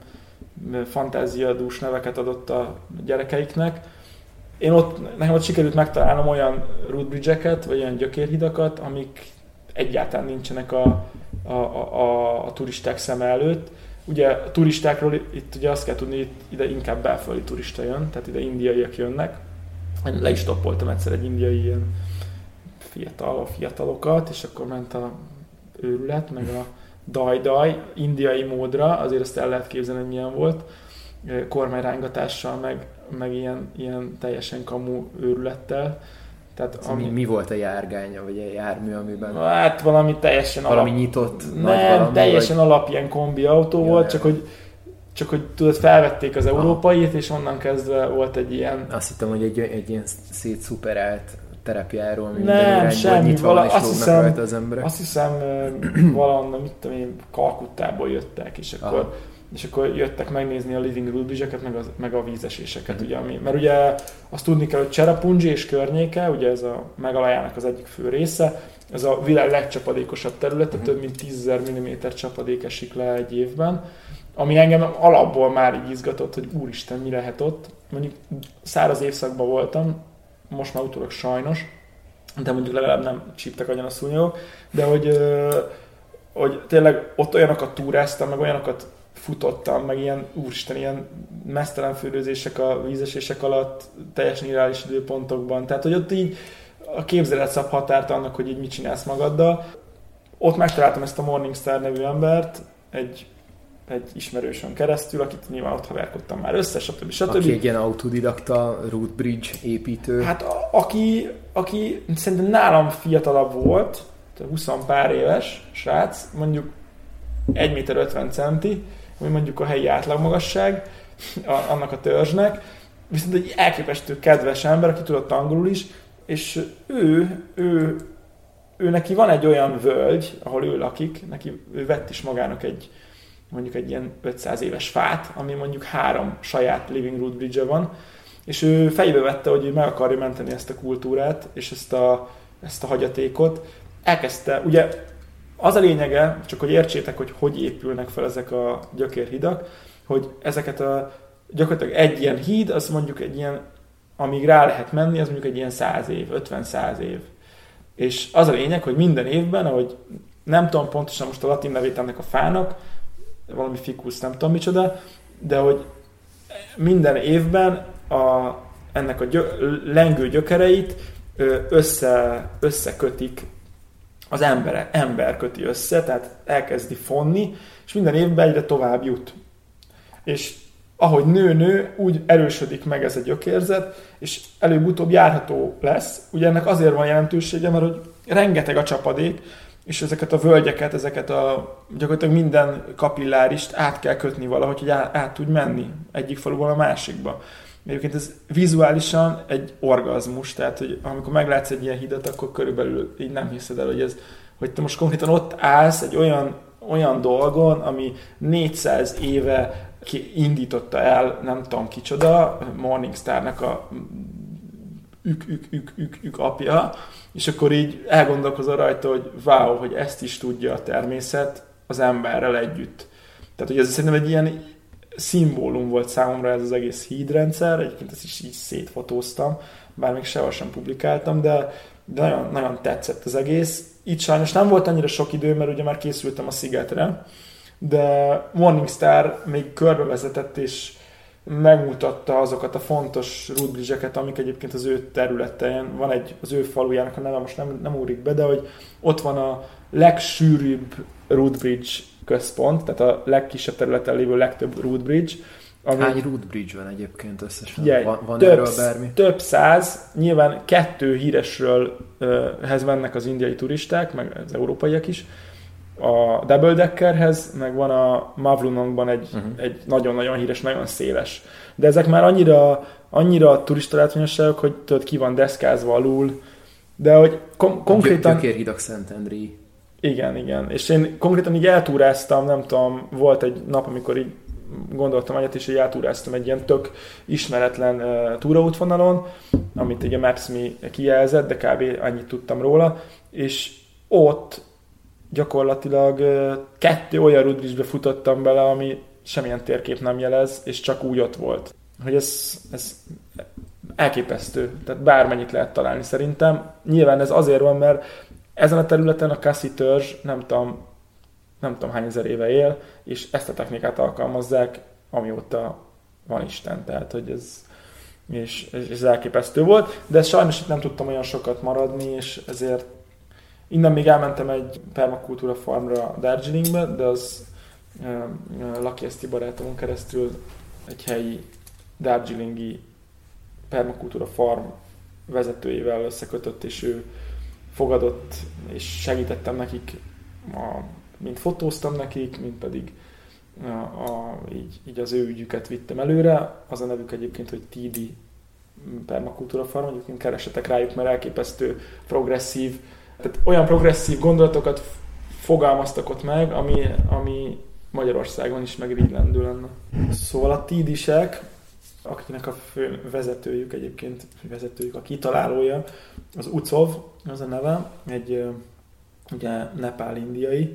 fantáziadús neveket adott a gyerekeiknek. Én ott, nekem ott sikerült megtalálnom olyan root bridge-eket, vagy olyan gyökérhidakat, amik egyáltalán nincsenek a, a, a, a turisták szeme előtt. Ugye a turistákról itt ugye azt kell tudni, hogy ide inkább belföldi turista jön, tehát ide indiaiak jönnek. Én le is toppoltam egyszer egy indiai ilyen fiatal, fiatalokat, és akkor ment a őrület, meg a daj-daj indiai módra, azért azt el lehet képzelni, hogy milyen volt, kormányrángatással, meg, meg ilyen, ilyen teljesen kamu őrülettel. Tehát ami... mi, mi volt a járgánya, vagy a jármű, amiben... Hát valami teljesen valami alap... nyitott, nem, nagy valami, teljesen vagy... alap ilyen kombi autó ja, volt, csak hogy, csak hogy tudod, felvették az európait, és onnan kezdve volt egy ilyen... Azt hittem, hogy egy, egy ilyen szétszuperált terepjáró, ami nem, semmi, nyitva vala, van, és azt hiszem, rajta az emberek. Azt hiszem, valahonnan, mit tudom én, Kalkuttából jöttek, és akkor, Aha. és akkor jöttek megnézni a Living Root Bridge-eket, meg, az, meg a vízeséseket, mm. ugye, ami, mert ugye azt tudni kell, hogy Cherrapunji és környéke, ugye ez a Megalajának az egyik fő része, ez a világ legcsapadékosabb területe, mm. több mint tízezer milliméter csapadék esik le egy évben, ami engem alapból már így izgatott, hogy úristen, mi lehet ott. Mondjuk száraz évszakban voltam, most már utólag sajnos, de mondjuk legalább nem csíptek agyon a szúnyogok, de hogy, hogy tényleg ott olyanokat túráztam, meg olyanokat futottam, meg ilyen, úristen, ilyen meztelen fürőzések a vízesések alatt, teljesen irreális időpontokban. Tehát, hogy ott így a képzelet szab határt annak, hogy így mit csinálsz magaddal. Ott megtaláltam ezt a Morningstar nevű embert, egy egy ismerősön keresztül, akit nyilván ott haverkodtam már össze, stb. stb. Aki egy ilyen autodidakta root bridge építő. Hát a, aki, aki szerintem nálam fiatalabb volt, húsz pár éves srác, mondjuk egy méter ötven centi, ami mondjuk a helyi átlagmagasság a, annak a törzsnek, viszont egy elképesztő kedves ember, aki tudott angolul is, és ő, ő, ő neki van egy olyan völgy, ahol ő lakik, neki ő vett is magának egy mondjuk egy ilyen ötszáz éves fát, ami mondjuk három saját Living Root Bridge-e van, és ő fejbe vette, hogy ő meg akarja menteni ezt a kultúrát, és ezt a, ezt a hagyatékot. Elkezdte, ugye az a lényege, csak hogy értsétek, hogy hogy épülnek fel ezek a gyökérhidak, hogy ezeket a, gyakorlatilag egy ilyen híd, az mondjuk egy ilyen, amíg rá lehet menni, az mondjuk egy ilyen száz év, ötven-száz év. És az a lényeg, hogy minden évben, ahogy nem tudom pontosan most a latin nevét ennek a fának, valami ficus, nem tudom micsoda, de hogy minden évben a, ennek a gyö, lengő gyökereit össze, összekötik, az ember, ember köti össze, tehát elkezdi fonni, és minden évben egyre tovább jut. És ahogy nő-nő, úgy erősödik meg ez a gyökérzet, és előbb-utóbb járható lesz. Ugye ennek azért van jelentősége, mert hogy rengeteg a csapadék, és ezeket a völgyeket, ezeket a gyakorlatilag minden kapillárist át kell kötni valahogy, hogy át, át tudj menni egyik faluból a másikba. Egyébként ez vizuálisan egy orgazmus, tehát hogy amikor meglátsz egy ilyen hidat, akkor körülbelül így nem hiszed el, hogy, ez, hogy te most konkrétan ott állsz egy olyan, olyan dolgon, ami négyszáz éve indította el, nem tudom kicsoda, Morningstarnak a ük, ük, ük, ük, ük apja, és akkor így elgondolkozol rajta, hogy wow, hogy ezt is tudja a természet az emberrel együtt. Tehát, hogy ez szerintem egy ilyen szimbólum volt számomra ez az egész hídrendszer, egyébként ezt is így szétfotóztam, bár még sehol sem publikáltam, de, de nagyon, nagyon tetszett az egész. Itt sajnos nem volt annyira sok idő, mert ugye már készültem a szigetre, de Morningstar még körbevezetett és megmutatta azokat a fontos root bridge-eket, amik egyébként az ő területen van, egy, az ő falujának a neve most nem, nem úrik be, de hogy ott van a legsűrűbb root bridge központ, tehát a legkisebb területen lévő legtöbb root bridge. Ami... Hány root bridge van egyébként összesen? Ugye, van van több, erről bármi? Több száz, nyilván kettő híresről uh, hez mennek az indiai turisták, meg az európaiak is. A Double Deckerhez, meg van a Mavlunongban egy, uh-huh. egy nagyon-nagyon híres, nagyon széles. De ezek már annyira annyira turista látványosságok, hogy tudod, ki van deszkázva alul, de hogy kom- konkrétan... Gyökérhidak Szentendrei. Igen, igen. És én konkrétan így eltúráztam, nem tudom, volt egy nap, amikor így gondoltam egyet, és így eltúráztam egy ilyen tök ismeretlen uh, túraútvonalon, amit ugye Maps.me kijelzett, de kb. Annyit tudtam róla, és ott gyakorlatilag uh, kettő olyan rudrisbe futottam bele, ami semmilyen térkép nem jelez, és csak úgy ott volt. Hogy ez, ez elképesztő, tehát bármennyit lehet találni szerintem. Nyilván ez azért van, mert ezen a területen a Khasi törzs nem tudom, nem tudom hány ezer éve él, és ezt a technikát alkalmazzák, amióta van Isten. Tehát, hogy ez, és, és ez elképesztő volt, de sajnos itt nem tudtam olyan sokat maradni, és ezért innen még elmentem egy permakultúra farmra Darjeelingbe, de az uh, Laki Eszti barátomon keresztül egy helyi darjeelingi permakultúra farm vezetőjével összekötött, és ő fogadott, és segítettem nekik, a, mint fotóztam nekik, mint pedig a, a, így, így az ő ügyüket vittem előre. Az a nevük egyébként, hogy té dé Permakultúra Farm, egyébként keresetek rájuk, mert elképesztő progresszív, tehát olyan progresszív gondolatokat fogalmaztak ott meg, ami, ami Magyarországon is megirigylendő lenne. Szóval a té dé-sek, akinek a fő vezetőjük egyébként, vezetőjük, a kitalálója, az Ucov, az a neve, egy ugye nepál-indiai,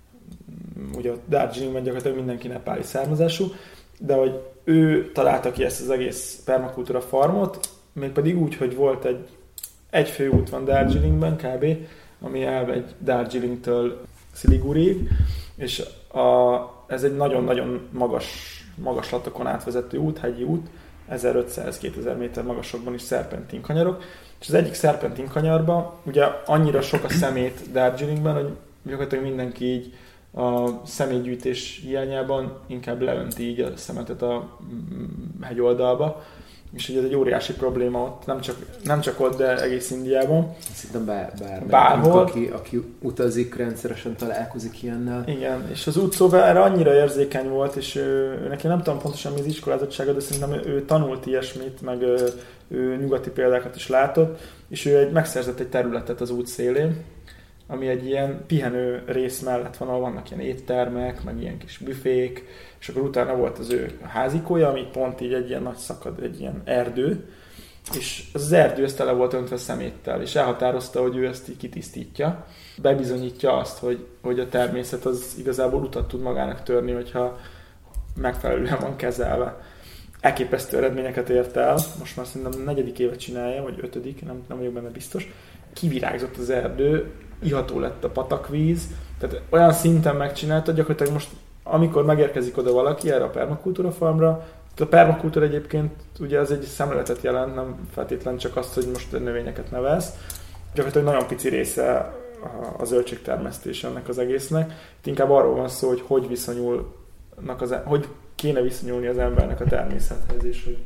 ugye a Darjeelingben gyakorlatilag mindenki nepáli származású, de hogy ő találta ki ezt az egész permakultúra farmot, mégpedig úgy, hogy volt egy, egy főút van Darjeelingben kb., ami elmegy Darjeelingtől Sziligurig, és a, ez egy nagyon-nagyon magas magaslatokon átvezető út, hegyi út, ezerötszáz-kétezer méter magasokban is szerpentin kanyarok, és az egyik szerpentin kanyarban ugye annyira sok a szemét Darjeelingben, hogy gyakorlatilag mindenki így a szemétgyűjtés hiányában inkább leönti így a szemetet a hegyoldalba, és ugye ez egy óriási probléma ott, nem csak, nem csak ott, de egész Indiában. Szerintem bár, bár, bárhol. Aki, aki utazik, rendszeresen találkozik ilyennel. Igen, és az útszóval erre annyira érzékeny volt, és ő, ő neki nem tudom pontosan mi az iskolázottsága, de szerintem ő, ő tanult ilyesmit, meg ő, ő nyugati példákat is látott, és ő egy, megszerzett egy területet az út szélén, ami egy ilyen pihenő rész mellett van, ahol vannak ilyen éttermek, meg ilyen kis büfék, és akkor utána volt az ő házikója, ami pont így egy ilyen nagy szakad, egy ilyen erdő, és az, az erdő ezt tele volt öntve szeméttel, és elhatározta, hogy ő ezt így kitisztítja. Bebizonyítja azt, hogy, hogy a természet az igazából utat tud magának törni, hogyha megfelelően van kezelve. Elképesztő eredményeket ért el, most már szerintem negyedik évet csinálja, vagy ötödik, nem, nem vagyok benne biztos. Kivirágzott az erdő, iható lett a patakvíz, tehát olyan szinten megcsinálta, gyakorlatilag most amikor megérkezik oda valaki erre a permakultúra farmra, a permakultúra egyébként ugye az egy szemléletet jelent, nem feltétlenül csak azt, hogy most növényeket nevelsz. Gyakorlatilag nagyon pici része a zöldségtermesztés ennek az egésznek. Itt inkább arról van szó, hogy hogy viszonyulnak az, hogy kéne viszonyulni az embernek a természethez, és hogy...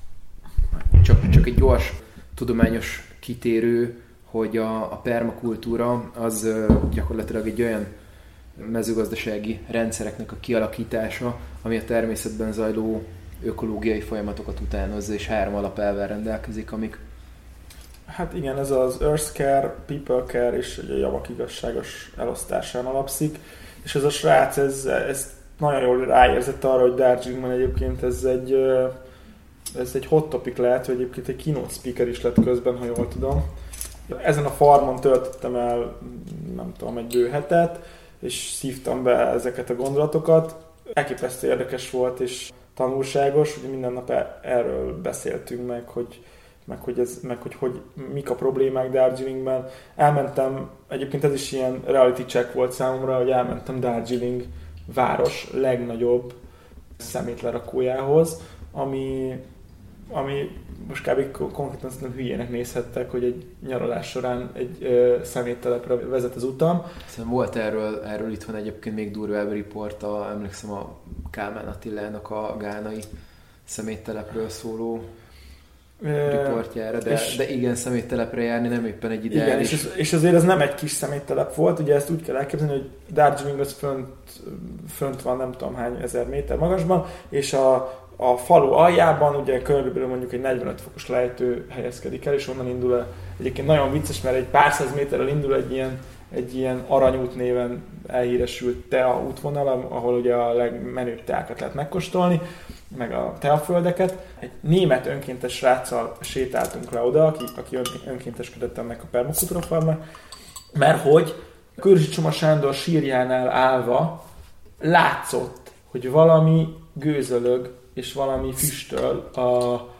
Csak, csak egy gyors tudományos kitérő, hogy a, a permakultúra az gyakorlatilag egy olyan mezőgazdasági rendszereknek a kialakítása, ami a természetben zajló ökológiai folyamatokat utánozza, és három alapelvvel rendelkezik, amik... Hát igen, ez az Earth Care, People Care és a javak igazságos elosztásán alapszik, és ez a srác, ez, ez nagyon jól ráérzett arra, hogy Darjeelingben egyébként ez egy, ez egy hot topic lehet, hogy egyébként egy keynote speaker is lett közben, ha jól tudom. Ezen a farmon töltöttem el, nem tudom, egy bő hetet, és szívtam be ezeket a gondolatokat. Elképesztő érdekes volt, és tanulságos, hogy minden nap erről beszéltünk meg, hogy, meg, hogy, ez, meg hogy, hogy mik a problémák Darjeelingben. Elmentem, egyébként ez is ilyen reality check volt számomra, hogy elmentem Darjeeling város legnagyobb szemétlerakójához, ami, ami most kb. Konkrétan szerintem hülyének nézhettek, hogy egy nyaralás során egy ö, szeméttelepre vezet az utam. Szerintem volt erről, erről itt van egyébként még durvább riport, a, emlékszem a Kálmán Attilának a gánai szeméttelepről szóló riportjára, de, de igen, szeméttelepre járni nem éppen egy ideális. Igen, és, ez, és azért ez nem egy kis szeméttelep volt, ugye ezt úgy kell elképzelni, hogy Darjeeling az fönt, fönt van nem tudom hány ezer méter magasban, és a a falu aljában ugye körülbelül mondjuk egy negyvenöt fokos lejtő helyezkedik el, és onnan indul el. Egyébként nagyon vicces, mert egy pár száz méterrel indul egy ilyen, egy ilyen Aranyút néven elhíresült tea útvonal, ahol ugye a legmenőbb teákat lehet megkóstolni, meg a teaföldeket. Egy német önkéntes sráccal sétáltunk le oda, aki, aki önkénteskedett ennek a permakultúrafarmnak, mert hogy Körösi Csoma Sándor sírjánál állva látszott, hogy valami gőzölög és valami füstöl a,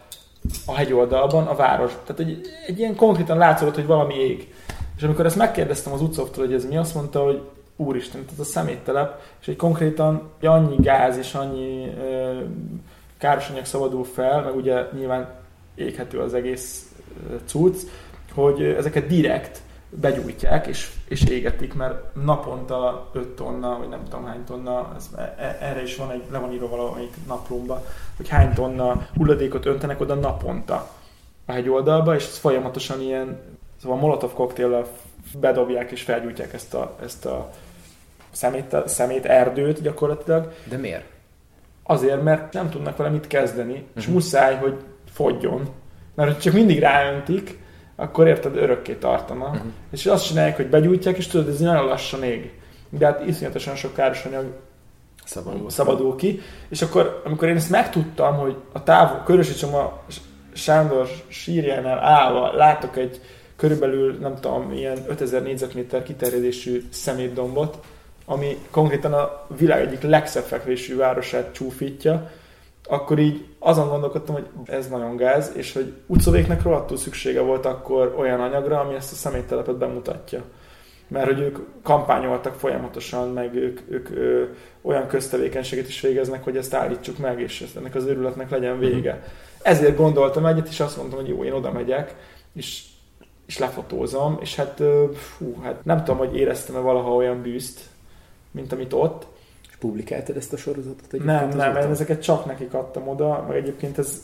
a hegyoldalban, a város. Tehát egy, egy ilyen konkrétan látszott, hogy valami ég. És amikor ezt megkérdeztem az utcoftól, hogy ez mi, azt mondta, hogy úristen, ez a szeméttelep, és egy konkrétan annyi gáz és annyi ö, károsanyag szabadul fel, meg ugye nyilván éghető az egész cucc, hogy ezeket direkt begyújtják és, és égetik, mert naponta öt tonna, vagy nem tudom hány tonna, ez, erre is van egy, le van írva valamelyik naplómba, hogy hány tonna hulladékot öntenek oda naponta a hegyoldalba, és ez folyamatosan ilyen, szóval molotov koktéllel bedobják és felgyújtják ezt a, ezt a szemét, szemét erdőt gyakorlatilag. De miért? Azért, mert nem tudnak vele mit kezdeni, uh-huh. és muszáj, hogy fogyjon. Mert hogy csak mindig ráöntik, akkor érted, örökké tartana. Uh-huh. És azt csinálják, hogy begyújtják, és tudod, ez nagyon lassan ég. De hát iszonyatosan sok károsanyag szabadul. szabadul ki. És akkor, amikor én ezt megtudtam, hogy a távol, Körösi Csoma Sándor sírjánál állva látok egy körülbelül, nem tudom, ilyen ötezer négyzetméter kiterjedésű szemétdombot, ami konkrétan a világ egyik legszebb fekvésű városát csúfítja, akkor így azon gondolkodtam, hogy ez nagyon gáz, és hogy utcovéknek rohadtul szüksége volt akkor olyan anyagra, ami ezt a szeméttelepet bemutatja. Mert hogy ők kampányoltak folyamatosan, meg ők, ők ö, olyan köztevékenységet is végeznek, hogy ezt állítsuk meg, és ennek az őrületnek legyen vége. Mm-hmm. Ezért gondoltam egyet, és azt mondtam, hogy jó, én oda megyek, és, és lefotózom, és hát, fú, hát nem tudom, hogy éreztem-e valaha olyan bűzt, mint amit ott. És publikáltad ezt a sorozatot? Nem, nem, én ezeket csak nekik adtam oda, meg egyébként ez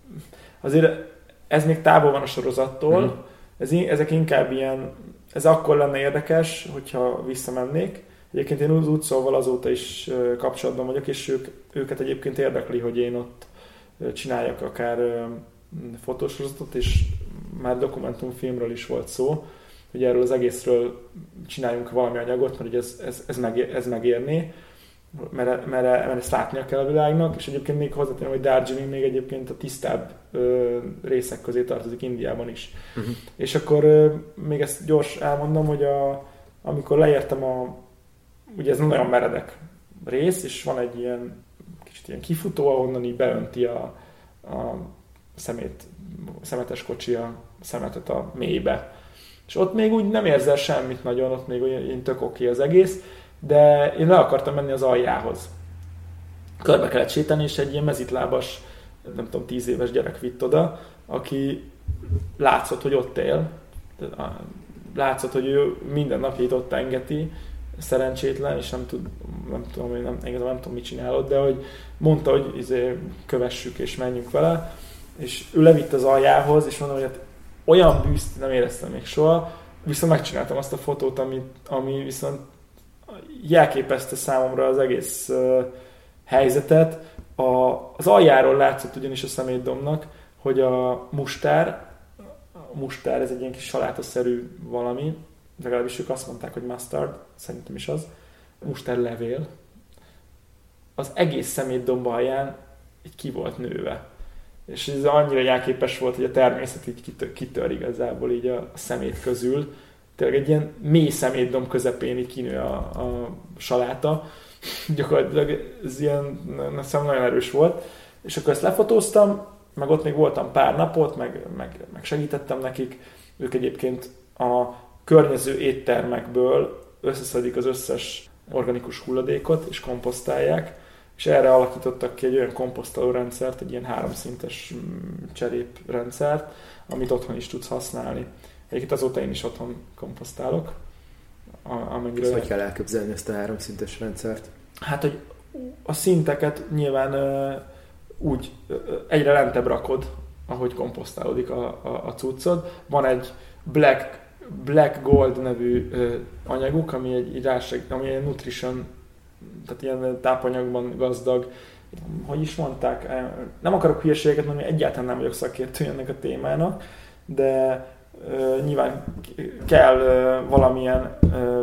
azért ez még távol van a sorozattól, mm. ez, ezek inkább ilyen, ez akkor lenne érdekes, hogyha visszamennék. Egyébként én az utcóval azóta is kapcsolatban vagyok, és ők, őket egyébként érdekli, hogy én ott csináljak akár fotósorozatot, és már dokumentumfilmről is volt szó, hogy erről az egészről csináljunk valami anyagot, mert ez, ez, ez, megér, ez megérné, mert, mert, mert ezt látnia kell a világnak, és egyébként még hozzátenném, hogy Darjeeling még egyébként a tisztább ö, részek közé tartozik Indiában is. Uh-huh. És akkor ö, még ezt gyors elmondom, hogy a, amikor leértem a, ugye ez nagyon meredek rész, és van egy ilyen kicsit ilyen kifutó, ahonnan így beönti a, a szemét, szemetes kocsi a szemetet a mélybe. És ott még úgy nem érzel semmit nagyon, ott még olyan tök oké az egész, de én le akartam menni az aljához. Körbe kellett sétálni, és egy ilyen mezitlábas, nem tudom, tíz éves gyerek vitt oda, aki látszott, hogy ott él. Látszott, hogy ő minden napjait ott engeti, szerencsétlen, és nem, tud, nem tudom, én nem, nem, nem tudom, mit csinálod, de hogy mondta, hogy izé, kövessük és menjünk vele, és ő levitt az aljához, és mondom, hogy hát olyan bűzt nem éreztem még soha, viszont megcsináltam azt a fotót, ami, ami viszont jelképezte számomra az egész uh, helyzetet. A, az aljáról látszott ugyanis a szemétdombnak, hogy a mustár, a mustár, ez egy ilyen kis salátaszerű valami, legalábbis ők azt mondták, hogy mustard, szerintem is az, mustár levél, az egész szemétdomb alján így ki volt nőve. És ez annyira jelképes volt, hogy a természet így kitör, kitör igazából így a szemét közül. Tényleg egy ilyen mély szemétdomb közepén így kinő a, a saláta. Gyakorlatilag ez ilyen, nem nagyon erős volt. És akkor ezt lefotóztam, meg ott még voltam pár napot, meg, meg, meg segítettem nekik. Ők egyébként a környező éttermekből összeszedik az összes organikus hulladékot, és komposztálják. És erre alakítottak ki egy olyan komposztáló rendszert, egy ilyen háromszintes cseréprendszert, amit otthon is tudsz használni. Egyébként azóta én is otthon komposztálok. Amennyire... Ezt hogy kell elképzelni ezt a háromszintes rendszert? Hát, hogy a szinteket nyilván uh, úgy uh, egyre lentebb rakod, ahogy komposztálódik a, a, a cuccod. Van egy Black, Black Gold nevű uh, anyaguk, ami egy, egy, ráseg, ami egy nutrition, tehát ilyen tápanyagban gazdag, hogy is mondták, nem akarok hülyeségeket mondani, egyáltalán nem vagyok szakértő ennek a témának, de uh, nyilván kell uh, valamilyen uh,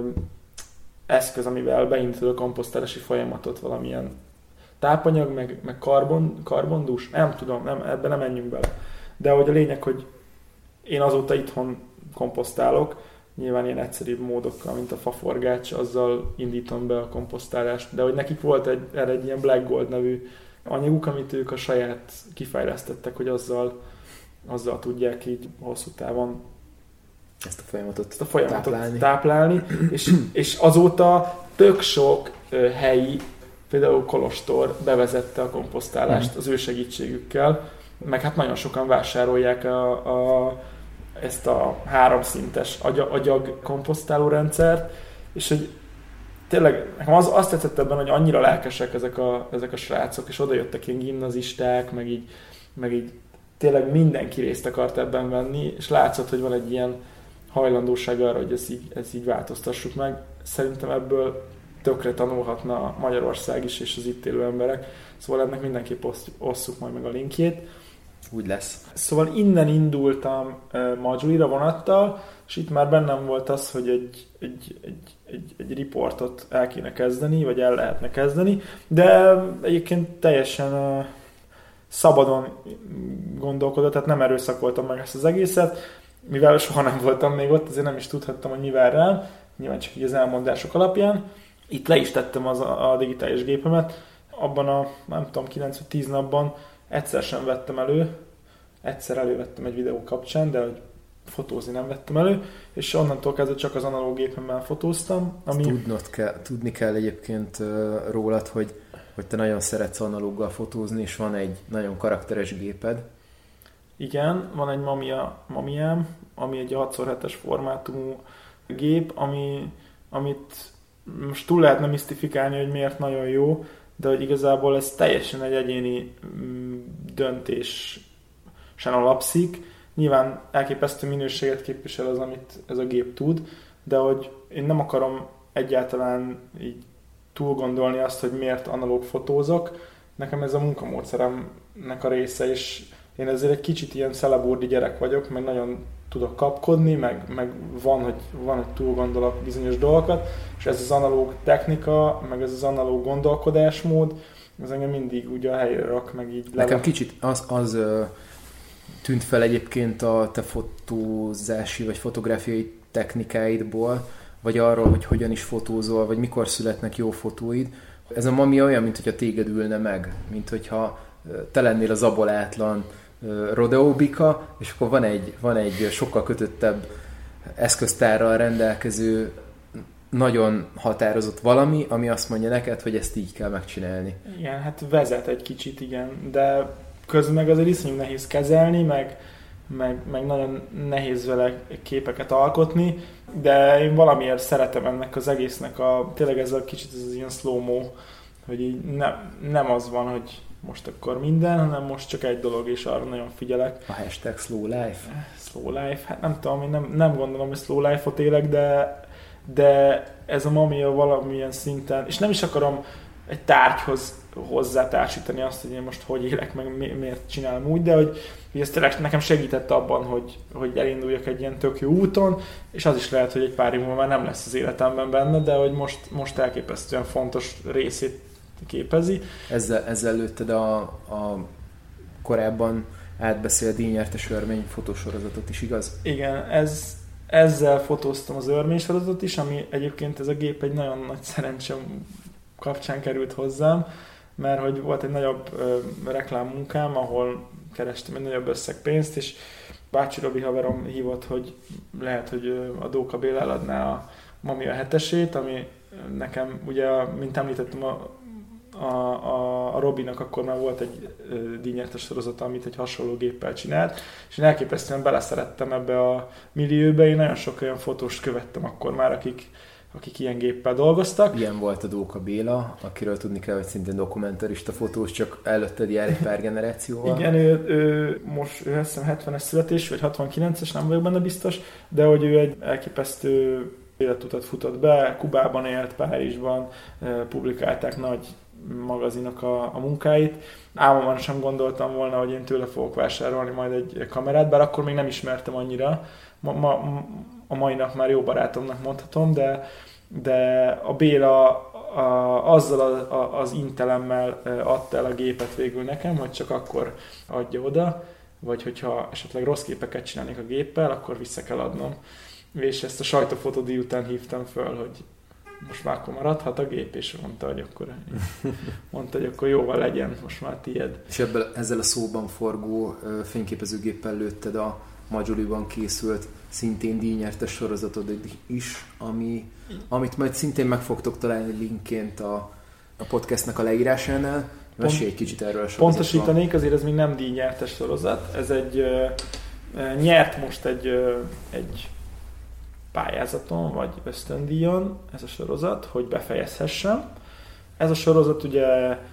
eszköz, amivel beindítod a komposztálási folyamatot, valamilyen tápanyag, meg, meg karbon, karbondús, nem tudom, nem, ebben nem menjünk bele. De hogy a lényeg, hogy én azóta itthon komposztálok, nyilván ilyen egyszerűbb módokkal, mint a faforgács, azzal indítom be a komposztálást, de hogy nekik volt egy, erre egy ilyen Black Gold nevű anyaguk, amit ők a saját kifejlesztettek, hogy azzal, azzal tudják így hosszú távon ezt a folyamatot, ezt a folyamatot táplálni, táplálni és, és azóta tök sok uh, helyi, például Kolostor bevezette a komposztálást mm. az ő segítségükkel, meg hát nagyon sokan vásárolják a, a, ezt a háromszintes agyag, agyag komposztáló rendszert, és hogy tényleg nekem az, azt tetszett ebben, hogy annyira lelkesek ezek a, ezek a srácok, és oda jöttek ilyen gimnazisták, meg így, meg így tényleg mindenki részt akart ebben venni, és látszott, hogy van egy ilyen hajlandóság arra, hogy ezt így, ezt így változtassuk meg. Szerintem ebből tökre tanulhatna Magyarország is, és az itt élő emberek. Szóval ennek mindenképp osszuk majd meg a linkjét. Úgy lesz. Szóval innen indultam uh, Majulira vonattal, és itt már bennem volt az, hogy egy, egy, egy, egy, egy riportot el kéne kezdeni, vagy el lehetne kezdeni, de egyébként teljesen uh, szabadon gondolkodott, tehát nem erőszakoltam meg ezt az egészet, mivel soha nem voltam még ott, azért nem is tudhattam, hogy mi vár rám, nyilván csak így az elmondások alapján. Itt le is tettem az a, a digitális gépemet, abban a, nem tudom, kilenc vagy tíz napban egyszer sem vettem elő, egyszer elővettem egy videó kapcsán, de hogy fotózni nem vettem elő, és onnantól kezdve csak az analóg gépemmel fotóztam. Ami... Tudnod kell, tudni kell egyébként uh, rólad, hogy, hogy te nagyon szeretsz analóggal fotózni, és van egy nagyon karakteres géped. Igen, van egy Mamiya, Mamiám, ami egy hat szor hetes formátumú gép, ami, amit most túl lehetne misztifikálni, hogy miért nagyon jó, de hogy igazából ez teljesen egy egyéni döntésen alapszik. Nyilván elképesztő minőséget képvisel az, amit ez a gép tud, de hogy én nem akarom egyáltalán így túl gondolni azt, hogy miért analóg fotózok. Nekem ez a munkamódszeremnek a része, és én ezért egy kicsit ilyen szeleburdi gyerek vagyok, meg nagyon tudok kapkodni, meg, meg van, hogy, van, hogy túl gondolok bizonyos dolgokat, és ez az analóg technika, meg ez az analóg gondolkodásmód, ez engem mindig ugye a helyre rak, meg így Nekem lele. Kicsit az, az uh, tűnt fel egyébként a te fotózási vagy fotográfiai technikáidból, vagy arról, hogy hogyan is fotózol, vagy mikor születnek jó fotóid. Ez a Mamiya olyan, mint hogyha téged ülne meg, mint hogyha te lennél az abolátlan rodeóbika, és akkor van egy, van egy sokkal kötöttebb eszköztárral rendelkező nagyon határozott valami, ami azt mondja neked, hogy ezt így kell megcsinálni. Igen, hát vezet egy kicsit, igen, de közben meg azért iszonyú nehéz kezelni, meg, meg, meg nagyon nehéz vele képeket alkotni, de én valamiért szeretem ennek az egésznek a, tényleg ez a kicsit ez az ilyen slow-mo, hogy így ne, nem az van, hogy most akkor minden, hanem most csak egy dolog, és arra nagyon figyelek. A hashtag slow life. Slow life, hát nem tudom, én nem, nem gondolom, hogy slow life-ot élek, de, de ez a Mamiya valamilyen szinten, és nem is akarom egy tárgyhoz hozzátársítani azt, hogy én most hogy élek, meg mi, miért csinálom úgy, de hogy, hogy ez tényleg nekem segített abban, hogy, hogy elinduljak egy ilyen tök jó úton, és az is lehet, hogy egy pár év múlva már nem lesz az életemben benne, de hogy most, most elképesztően fontos részét képezi. Ezzel, ezzel lőtted a, a korábban átbeszélt díjnyertes örmény fotósorozatot is, igaz? Igen, ez, ezzel fotóztam az örménysorozatot is, ami egyébként ez a gép egy nagyon nagy szerencsém kapcsán került hozzám, mert hogy volt egy nagyobb ö, reklámmunkám, ahol kerestem egy nagyobb összeg pénzt, és Bácsi Robi haverom hívott, hogy lehet, hogy a Dóka Béla eladná a Mamiya hetesét, ami nekem ugye, mint említettem, a A, a, a Robinak akkor már volt egy ö, díjnyertes sorozata, amit egy hasonló géppel csinált, és én elképesztően beleszerettem ebbe a millióbe, én nagyon sok olyan fotóst követtem akkor már, akik, akik ilyen géppel dolgoztak. Ilyen volt a Dóka Béla, akiről tudni kell, hogy szintén dokumentarista fotós, csak előtted jár egy pár generációval. Igen, ő, ő most ő azt hiszem hetvenes születés, vagy hatvankilences, nem vagyok benne biztos, de hogy ő egy elképesztő életutat futott be, Kubában élt, Párizsban, publikálták nagy magazinok a, a munkáit. Álmomban sem gondoltam volna, hogy én tőle fogok vásárolni majd egy kamerát, bár akkor még nem ismertem annyira. Ma, ma, a mai nap már jó barátomnak mondhatom, de, de a Béla a, azzal a, a, az intelemmel adta el a gépet végül nekem, hogy csak akkor adja oda, vagy hogyha esetleg rossz képeket csinálnék a géppel, akkor vissza kell adnom. És ezt a sajtófotódíj után hívtam föl, hogy most már akkor maradhat a gép, és mondta, hogy akkor, mondta, hogy akkor jóval legyen, most már tiéd. És ebből, ezzel a szóban forgó fényképezőgéppel lőtted a Majoliban készült, szintén díjnyertes sorozatod is, ami, amit majd szintén meg fogtok találni linkként a, a podcastnak a leírásánál. Mesélj egy kicsit erről a sorozatról. Pontosítanék, azért ez még nem díjnyertes sorozat. Ez egy uh, nyert most egy, uh, egy pályázaton, vagy ösztöndíjon ez a sorozat, hogy befejezhessem. Ez a sorozat ugye,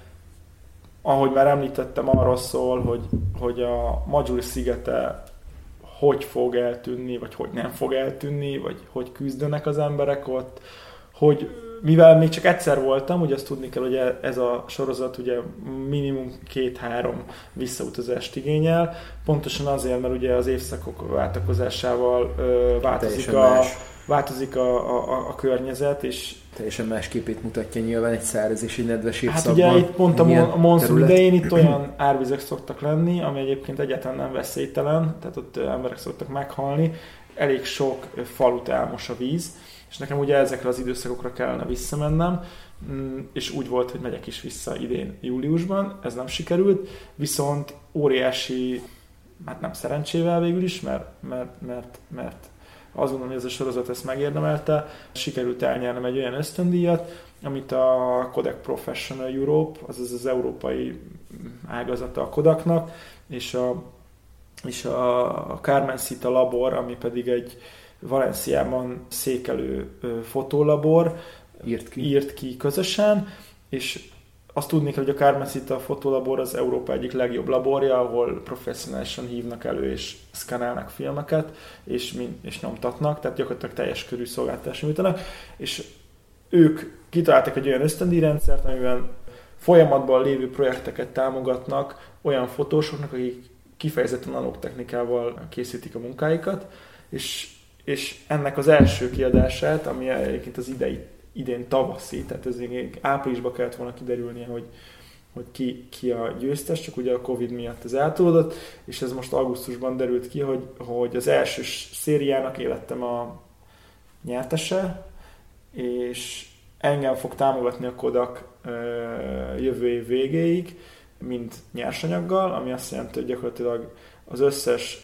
ahogy már említettem, arról szól, hogy, hogy a Majuli szigete hogy fog eltűnni, vagy hogy nem fog eltűnni, vagy hogy küzdenek az emberek ott, hogy mivel még csak egyszer voltam, ugye azt tudni kell, hogy ez a sorozat ugye minimum két-három visszautazást igényel, pontosan azért, mert ugye az évszakok váltakozásával ö, változik, a, változik a, a, a környezet, és teljesen más képét mutatja nyilván egy száraz és egy nedves évszakban. Hát ugye itt pont a monszun idején itt olyan árvizek szoktak lenni, ami egyébként egyáltalán nem veszélytelen, tehát ott emberek szoktak meghalni, elég sok falut elmos a víz, és nekem ugye ezekre az időszakokra kellene visszamennem, és úgy volt, hogy megyek is vissza idén júliusban, ez nem sikerült, viszont óriási, hát nem szerencsével végül is, mert, mert, mert, mert azt gondolom, hogy ez a sorozat ezt megérdemelte, sikerült elnyernem egy olyan ösztöndíjat, amit a Kodak Professional Europe, azaz az európai ágazata a Kodaknak, és a, és a Carmen Sita Labor, ami pedig egy Valenciában székelő fotólabor, írt ki. írt ki közösen, és azt tudni kell, hogy a Carmen Sita fotólabor az Európa egyik legjobb laborja, ahol professzionálisan hívnak elő és szkánálnak filmeket, és, és nyomtatnak, tehát gyakorlatilag teljes körű szolgáltatást nyújtanak, és ők kitaláltak egy olyan ösztöndíjrendszert, amiben folyamatban lévő projekteket támogatnak olyan fotósoknak, akik kifejezetten analóg technikával készítik a munkáikat, és és ennek az első kiadását, ami egyébként az idei, idén tavaszi, tehát ez áprilisban kellett volna kiderülnie, hogy, hogy ki, ki a győztes, csak ugye a Covid miatt ez eltolódott, és ez most augusztusban derült ki, hogy, hogy az első szériának élettem a nyertese, és engem fog támogatni a Kodak jövő év végéig, mint nyersanyaggal, ami azt jelenti, hogy gyakorlatilag az összes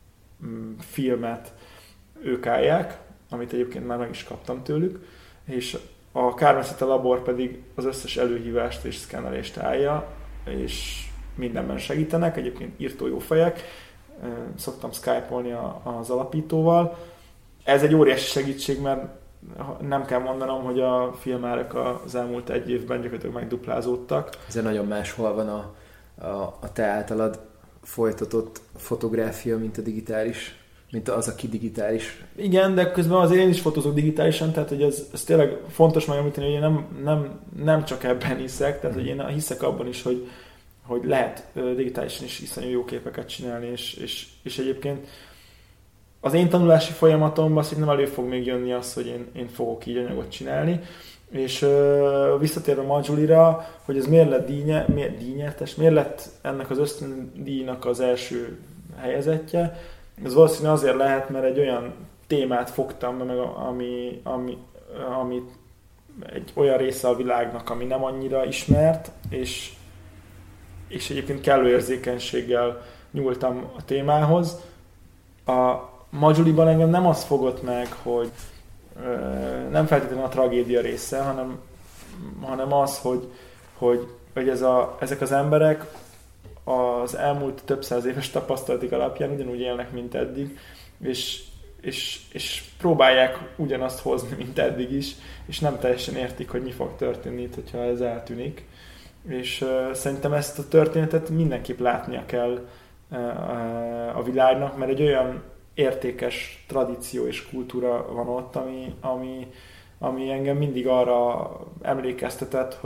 filmet ők állják, amit egyébként már meg is kaptam tőlük, és a Carmen Sita Labor pedig az összes előhívást és szkennelést állja, és mindenben segítenek, egyébként írtó jó fejek, szoktam skype-olni az alapítóval. Ez egy óriási segítség, mert nem kell mondanom, hogy a filmárak az elmúlt egy évben gyakorlatilag megduplázódtak. Ez nagyon máshol van a, a, a te általad folytatott fotográfia, mint a digitális, mint az, aki digitális. Igen, de közben azért én is fotózok digitálisan, tehát hogy ez, ez tényleg fontos megemlíteni, hogy én nem, nem, nem csak ebben hiszek, tehát hogy én hiszek abban is, hogy, hogy lehet digitálisan is iszonyú jó képeket csinálni, és, és, és egyébként az én tanulási folyamatomban szerintem elő fog még jönni az, hogy én, én fogok így anyagot csinálni, és uh, visszatérve Majulira, hogy ez miért lett díjnye, miért díjnyertes, miért lett ennek az ösztöndíjnak az első helyezettje. Ez valószínűleg azért lehet, mert egy olyan témát fogtam be, meg ami, ami, ami egy olyan része a világnak, ami nem annyira ismert, és, és egyébként kellő érzékenységgel nyúltam a témához. A Majuliban engem nem az fogott meg, hogy nem feltétlenül a tragédia része, hanem, hanem az, hogy, hogy, hogy ez a, ezek az emberek az elmúlt több száz éves tapasztalatik alapján ugyanúgy élnek, mint eddig, és, és, és próbálják ugyanazt hozni, mint eddig is, és nem teljesen értik, hogy mi fog történni itt, hogyha ez eltűnik. És uh, szerintem ezt a történetet mindenképp látnia kell uh, a világnak, mert egy olyan értékes tradíció és kultúra van ott, ami, ami, ami engem mindig arra emlékeztetett, hogy,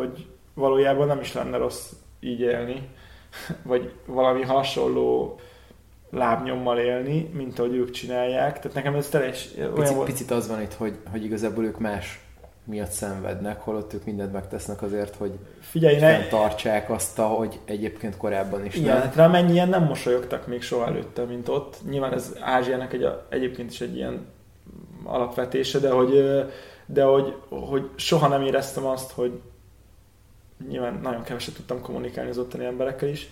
valójában nem is lenne rossz így élni, vagy valami hasonló lábnyommal élni, mint ahogy ők csinálják. Tehát nekem ez teljes olyan picit, volt... Picit az van itt, hogy, hogy igazából ők más miatt szenvednek, holott ők mindent megtesznek azért, hogy Figyelj, ne... tartsák azt, hogy egyébként korábban is igen, nem. hát rá mennyien nem mosolyogtak még soha előtte, mint ott. Nyilván ez Ázsiának egy, egyébként is egy ilyen alapvetése, de hogy, de hogy, hogy soha nem éreztem azt, hogy nyilván nagyon keveset tudtam kommunikálni az ottani emberekkel is,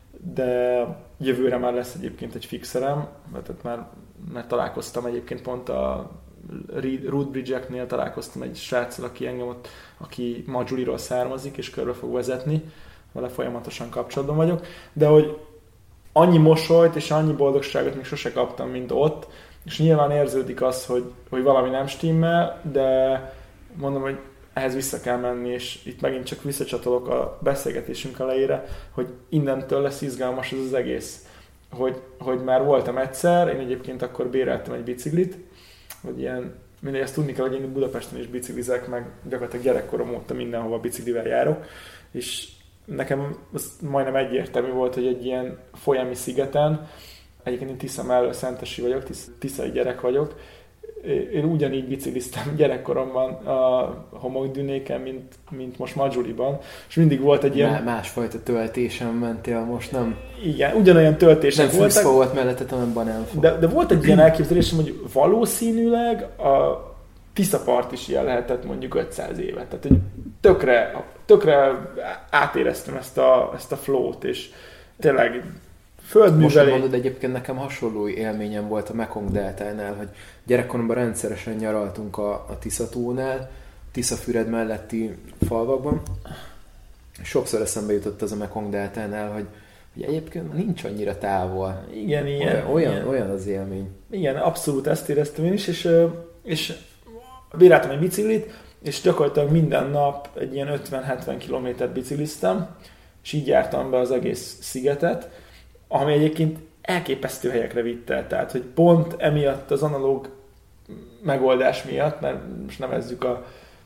de jövőre már lesz egyébként egy fixerem, mert már, már találkoztam egyébként pont a Rootbridge-eknél találkoztam egy sráccal, aki engem ott, aki Majuli-ról származik, és körbe fog vezetni, vele folyamatosan kapcsolatban vagyok, de hogy annyi mosolyt és annyi boldogságot még sose kaptam, mint ott, és nyilván érződik az, hogy, hogy valami nem stimmel, de mondom, hogy ehhez vissza kell menni, és itt megint csak visszacsatolok a beszélgetésünk elejére, hogy innentől lesz izgalmas ez az egész. Hogy, hogy már voltam egyszer, én egyébként akkor béreltem egy biciklit, hogy ilyen, mindegy, ezt tudni kell, hogy én Budapesten is biciklizek, meg gyakorlatilag gyerekkorom óta mindenhova biciklivel járok, és nekem az majdnem egyértelmű volt, hogy egy ilyen folyami szigeten, egyébként én Tisza mellől szentesi vagyok, tiszai gyerek vagyok, én ugyanígy bicikliztem gyerekkoromban a homokdűnéken, mint, mint most Majuliban, és mindig volt egy ilyen... Másfajta töltésen mentél most, nem? Igen, ugyanolyan töltések nem voltak. Nem volt mellette, hanem banánfa. De, de volt egy ilyen elképzelésem, hogy valószínűleg a Tiszapart is ilyen lehetett mondjuk ötszáz évet. Tehát, hogy tökre, tökre átéreztem ezt a, ezt a flow-t, és tényleg földművelés. Most mondod, egyébként nekem hasonló élményem volt a Mekong deltánál, hogy gyerekkoromban rendszeresen nyaraltunk a, a Tiszatónál, Tiszafüred melletti falvakban. Sokszor eszembe jutott az a Mekong deltánál, hogy, hogy egyébként nincs annyira távol. Igen, ilyen. Olyan, ilyen. olyan az élmény. Igen, abszolút ezt éreztem én is, és, és béreltem egy biciklit, és gyakorlatilag minden nap egy ilyen ötven-hetven kilométert bicikliztem, és így jártam be az egész szigetet, ami egyébként elképesztő helyekre vitt el. Tehát, hogy pont emiatt az analóg megoldás miatt, mert most nevezzük a,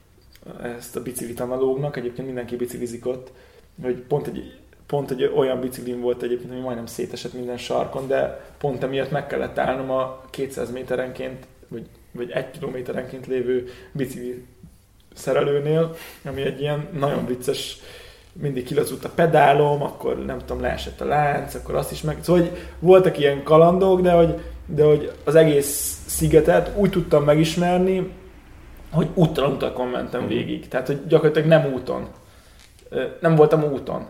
ezt a biciklit analógnak, egyébként mindenki biciklizik ott, hogy pont egy, pont egy olyan biciklim volt egyébként, ami majdnem szétesett minden sarkon, de pont emiatt meg kellett állnom a kétszáz méterenként, vagy, vagy egy kilométerenként lévő bicikli szerelőnél, ami egy ilyen nagyon vicces, mindig kilazult a pedálom, akkor nem tudom, leesett a lánc, akkor azt is meg... Szóval, hogy voltak ilyen kalandok, de hogy, de hogy az egész szigetet úgy tudtam megismerni, hogy úton utakon mentem végig. Tehát, hogy gyakorlatilag nem úton. Nem voltam úton.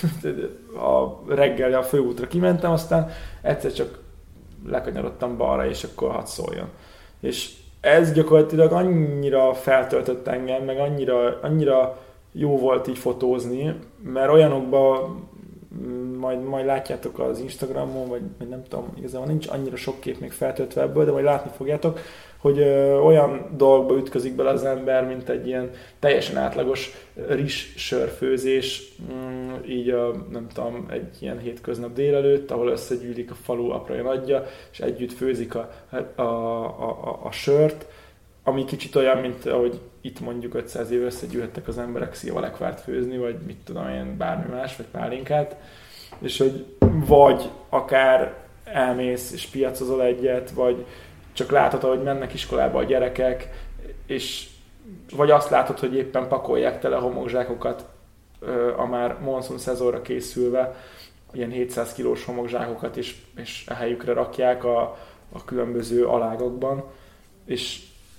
A reggel a főútra kimentem, aztán egyszer csak lekanyarodtam balra, és akkor hadd szóljon. És ez gyakorlatilag annyira feltöltött engem, meg annyira, annyira jó volt így fotózni, mert olyanokban majd, majd látjátok az Instagramon, vagy, vagy nem tudom, igazából nincs annyira sok kép még feltöltve ebből, de majd látni fogjátok, hogy ö, olyan dolgokba ütközik bele az ember, mint egy ilyen teljesen átlagos rizs sörfőzés, mm, így a, nem tudom, egy ilyen hétköznap délelőtt, ahol összegyűlik a falu apra nagyja, és együtt főzik a, a, a, a, a sört, ami kicsit olyan, mint ahogy itt mondjuk ötszáz év összegyűlhettek az emberek szilvalekvárt főzni, vagy mit tudom én, bármi más, vagy pálinkát, és hogy vagy akár elmész és piacozol egyet, vagy csak látod, hogy mennek iskolába a gyerekek, és vagy azt látod, hogy éppen pakolják tele homokzsákokat a már monszun szezonra készülve, ilyen hétszáz kilós homokzsákokat, és, és a helyükre rakják a, a különböző alágokban, és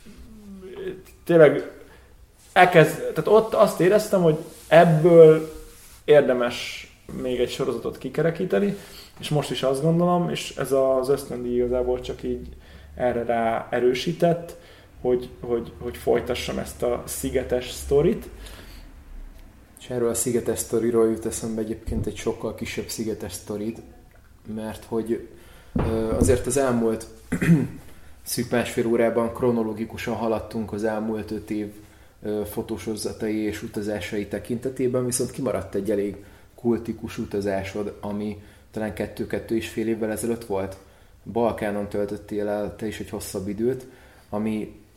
tényleg elkezd, tehát ott azt éreztem, hogy ebből érdemes még egy sorozatot kikerekíteni, és most is azt gondolom, és ez az ösztöndíj igazából csak így erre rá erősített, hogy, hogy, hogy folytassam ezt a szigetes sztorit. És erről a szigetes sztoriról jut eszembe egyébként egy sokkal kisebb szigetes sztorid, mert hogy azért az elmúlt szűk másfél órában kronológikusan haladtunk az elmúlt öt év fotósozzatai és utazásai tekintetében, viszont kimaradt egy elég kultikus utazásod, ami talán kettő-kettő és fél évvel ezelőtt volt. Balkánon töltöttél el te is egy hosszabb időt, ami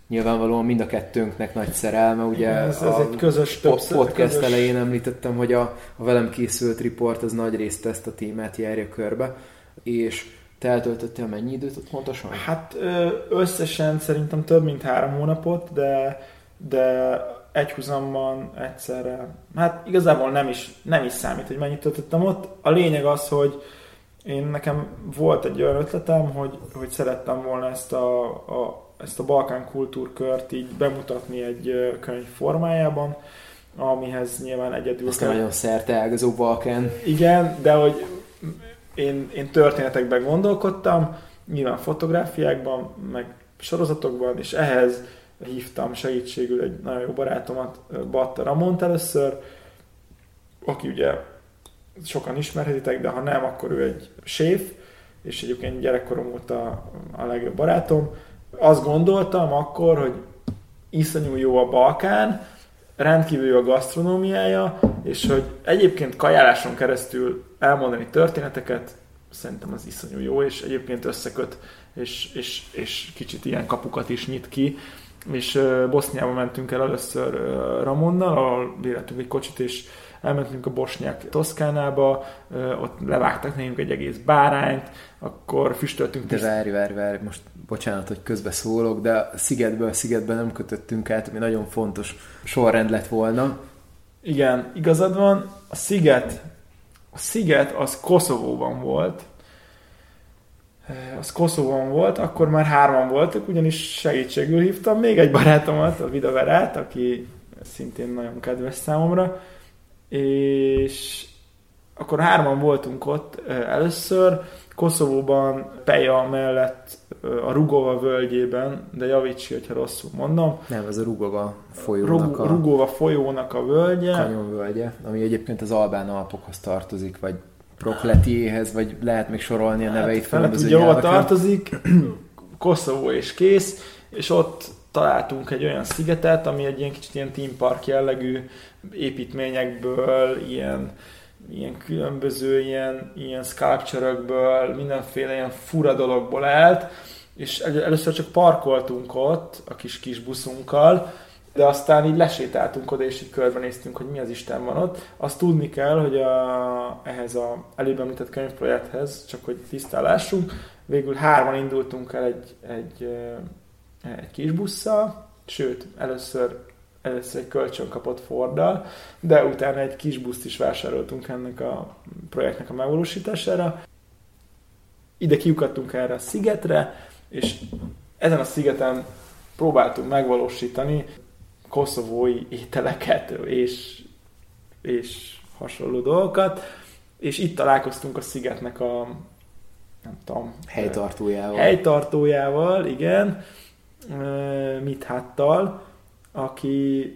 nyilvánvalóan mind a kettőnknek nagy szerelme. Ugye ez, ez egy közös többször, podcast közös... elején említettem, hogy a, a velem készült riport az nagy részt ezt a témát járja körbe, és te eltöltöttél mennyi időt ott pontosan? Hát összesen szerintem több mint három hónapot, de, de egyhuzamban egyszerre, hát igazából nem is, nem is számít, hogy mennyit töltöttem ott. A lényeg az, hogy én nekem volt egy olyan ötletem, hogy, hogy szerettem volna ezt a, a, ezt a Balkán kultúrkört így bemutatni egy könyv formájában, amihez nyilván egyedül... Ezt nagyon szerteágazó Balkán. Igen, de hogy én, én történetekben gondolkodtam, nyilván fotográfiákban, meg sorozatokban, és ehhez hívtam segítségül egy nagyon jó barátomat, Batta Ramont először, aki ugye sokan ismerhetitek, de ha nem, akkor ő egy séf, és egyébként gyerekkorom óta a legjobb barátom. Azt gondoltam akkor, hogy iszonyú jó a Balkán, rendkívül jó a gasztronómiája, és hogy egyébként kajáláson keresztül elmondani történeteket, szerintem az iszonyú jó, és egyébként összeköt, és, és, és kicsit ilyen kapukat is nyit ki. És uh, Boszniába mentünk el először uh, Ramonnal, ahol béreltünk egy kocsit, és elmentünk a bosnyák Toszkánába, uh, ott levágtak nekünk egy egész bárányt, akkor füstöltünk... De várj, várj, várj, most bocsánat, hogy közbeszólok, de a szigetből a szigetben nem kötöttünk át, ami nagyon fontos sorrend lett volna. Igen, igazad van, a sziget, a sziget az Koszovóban volt, az Koszovóban volt, akkor már hárman voltak, ugyanis segítségül hívtam még egy barátomat, a Vida Verát, aki szintén nagyon kedves számomra, és akkor hárman voltunk ott először, Koszovóban, Peja mellett, a Rugova völgyében, de javíts ki, hogyha rosszul mondom. Nem, ez a Rugova folyónak a... Rugova folyónak a völgye. Kanyonvölgye, ami egyébként az Albán Alpokhoz tartozik, vagy Prokletiéhez, vagy lehet még sorolni a neveit. Hát, felett ugye hova tartozik, Koszovó és kész, és ott találtunk egy olyan szigetet, ami egy ilyen kicsit ilyen theme park jellegű építményekből, ilyen, ilyen különböző ilyen, ilyen sculpture-ökből, mindenféle ilyen fura dologból állt, és először csak parkoltunk ott a kis kis buszunkkal, de aztán így lesétáltunk oda, és így körbenéztünk, hogy mi az Isten van ott. Azt tudni kell, hogy a, ehhez az előbb említett könyvprojekthez, csak hogy tisztállásunk, végül hárman indultunk el egy, egy, egy kis busszal, sőt, először, először egy kölcsön kapott Forddal, de utána egy kis buszt is vásároltunk ennek a projektnek a megvalósítására. Ide kiukadtunk erre a szigetre, és ezen a szigeten próbáltunk megvalósítani koszovói ételeket és, és hasonló dolgokat, és itt találkoztunk a szigetnek a nem tudom, helytartójával. Helytartójával, igen, Mitháttal, aki,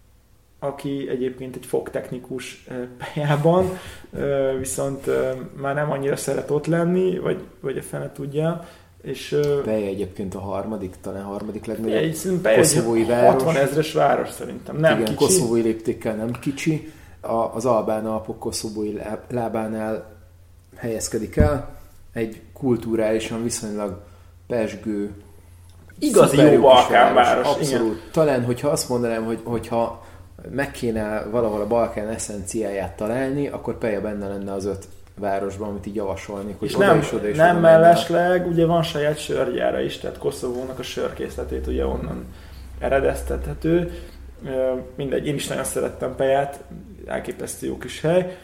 aki egyébként egy fogtechnikus Pejában, viszont már nem annyira szeret ott lenni, vagy, vagy a fene tudja. És, Peja egyébként a harmadik, talán harmadik legnagyobb Peja koszovói város. hatvan ezres város szerintem, nem igen, kicsi. koszovói léptékkel nem kicsi. A, az Albán Alpok koszovói lábánál helyezkedik el. Egy kulturálisan viszonylag pezsgő, igazi jó Balkán város. Abszolút. Igen. Talán, hogyha azt mondanám, hogy, hogyha meg kéne valahol a Balkán eszenciáját találni, akkor Peja benne lenne az öt városban, amit így javasolnék, hogy és oda nem, is oda is nem oda mellesleg, ugye van saját sörgyára is, tehát Koszovónak a sörkészletét ugye onnan eredeztethető. Mindegy, én is nagyon szerettem Peját, elképesztő jó kis hely.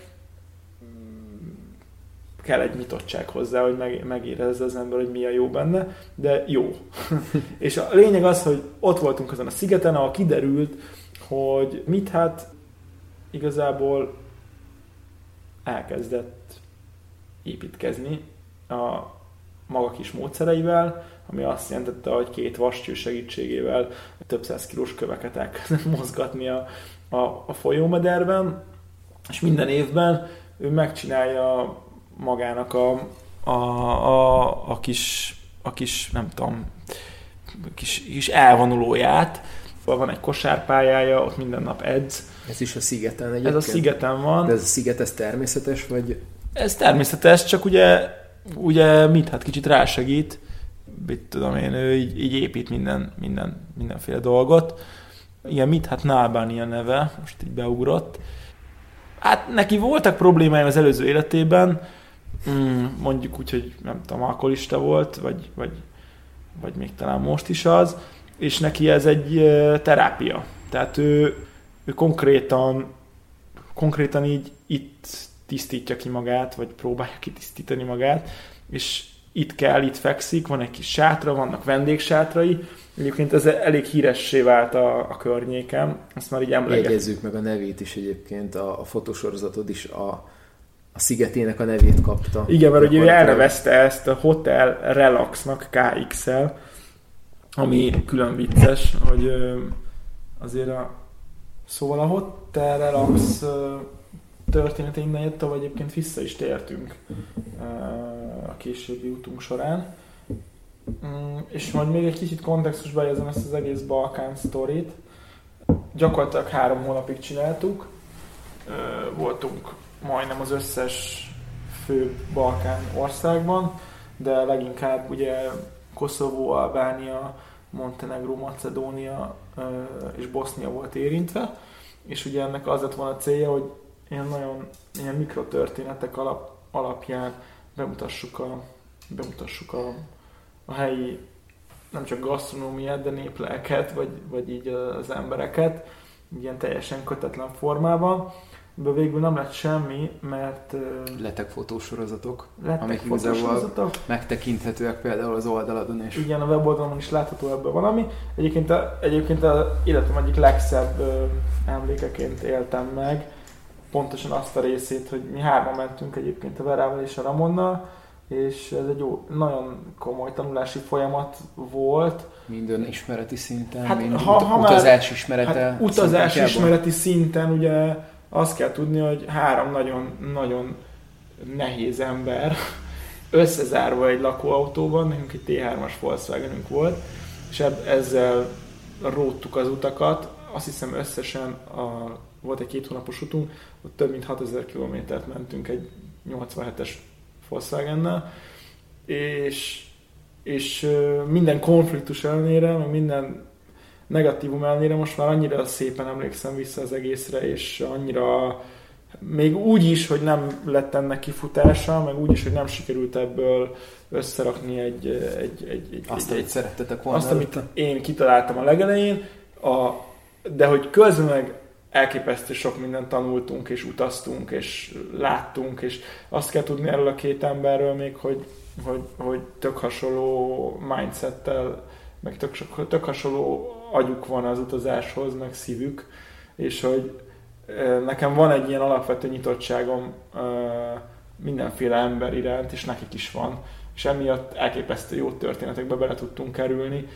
Kell egy nyitottság hozzá, hogy meg, megérezze az ember, hogy mi a jó benne, de jó. És a lényeg az, hogy ott voltunk azon a szigeten, ahol kiderült, hogy Mithát igazából elkezdett építkezni a maga kis módszereivel, ami azt jelentette, hogy két vascső segítségével több száz kilós köveket elkezdett mozgatni a, a, a folyómederben, és minden évben ő megcsinálja magának a, a, a, a, kis, a kis, nem tudom, kis, kis elvonulóját. Van egy kosárpályája, ott minden nap edz. Ez is a szigeten egyébként? Ez a szigeten van. De ez a sziget, ez természetes, vagy? Ez természetes, csak ugye, ugye mit, hát kicsit rásegít. mit tudom én, ő így, így épít minden, minden, mindenféle dolgot. Igen, mit? Hát Nálbáni a neve, most így beugrott. Hát neki voltak problémáim az előző életében, mondjuk úgy, hogy nem tudom, alkoholista volt, vagy, vagy, vagy még talán most is az, és neki ez egy terápia. Tehát ő, ő konkrétan, konkrétan így itt tisztítja ki magát, vagy próbálja kitisztítani magát, és itt kell, itt fekszik, van egy kis sátra, vannak vendégsátrai. Egyébként ez elég híressé vált a, a környéken, azt már így emlegetjük. Jegyezzük meg a nevét is egyébként, a, a fotósorozatod is a, a szigetének a nevét kapta. Igen, mert ugye ő elnevezte ezt a Hotel Relaxnak ká iksz-el, ami külön vicces, hogy azért a... Szóval a Hotel Relax története innen jött, vagy egyébként vissza is tértünk a későbbi utunk során. És majd még egy kicsit kontextusba helyezem ezt az egész Balkán sztorit. Gyakorlatilag három hónapig csináltuk. Voltunk majdnem az összes fő Balkán országban, de leginkább ugye Koszovó, Albánia, Montenegró, Macedónia és Bosznia volt érintve. És ugye ennek az lett volna a célja, hogy ilyen nagyon ilyen mikrotörténetek alap, alapján bemutassuk a, bemutassuk a, a helyi, nem csak gasztronómiát, de néplelket, vagy, vagy így az embereket, ilyen teljesen kötetlen formában. De végül nem lett semmi, mert... Lettek fotósorozatok, lettek amik fotósorozatok. Megtekinthetőek például az oldaladon is. Igen, a weboldalon is látható ebből valami. Egyébként a, egyébként a életem egyik legszebb ö, emlékeként éltem meg pontosan azt a részét, hogy mi hárman mentünk egyébként a Verával és a Ramonnal, és ez egy jó, nagyon komoly tanulási folyamat volt. Minden ismereti szinten, hát, mind ha, ut- ha utazás ismerete. Hát, utazás ismereti szinten ugye azt kell tudni, hogy három nagyon, nagyon nehéz ember összezárva egy lakóautóban, nekünk egy té hármas Volkswagenünk volt, és ezzel róttuk az utakat, azt hiszem összesen a, volt egy két hónapos utunk, ott több mint hatezer kilométert mentünk egy nyolcvanhetes Volkswagennel, és, és minden konfliktus ellenére, meg minden negatívum ellenére most már annyira szépen emlékszem vissza az egészre, és annyira még úgy is, hogy nem lett ennek kifutása, meg úgy is, hogy nem sikerült ebből összerakni egy... egy, egy, egy azt, egy, amit szerettetek volna. Azt, amit én kitaláltam a legelején, a, de hogy közben meg elképesztő sok mindent tanultunk, és utaztunk, és láttunk, és azt kell tudni erről a két emberről még, hogy, hogy, hogy tök hasonló mindsettel, meg tök, tök hasonló agyuk van az utazáshoz, meg szívük, és hogy nekem van egy ilyen alapvető nyitottságom mindenféle ember iránt, és nekik is van, és emiatt elképesztő jó történetekbe bele tudtunk kerülni.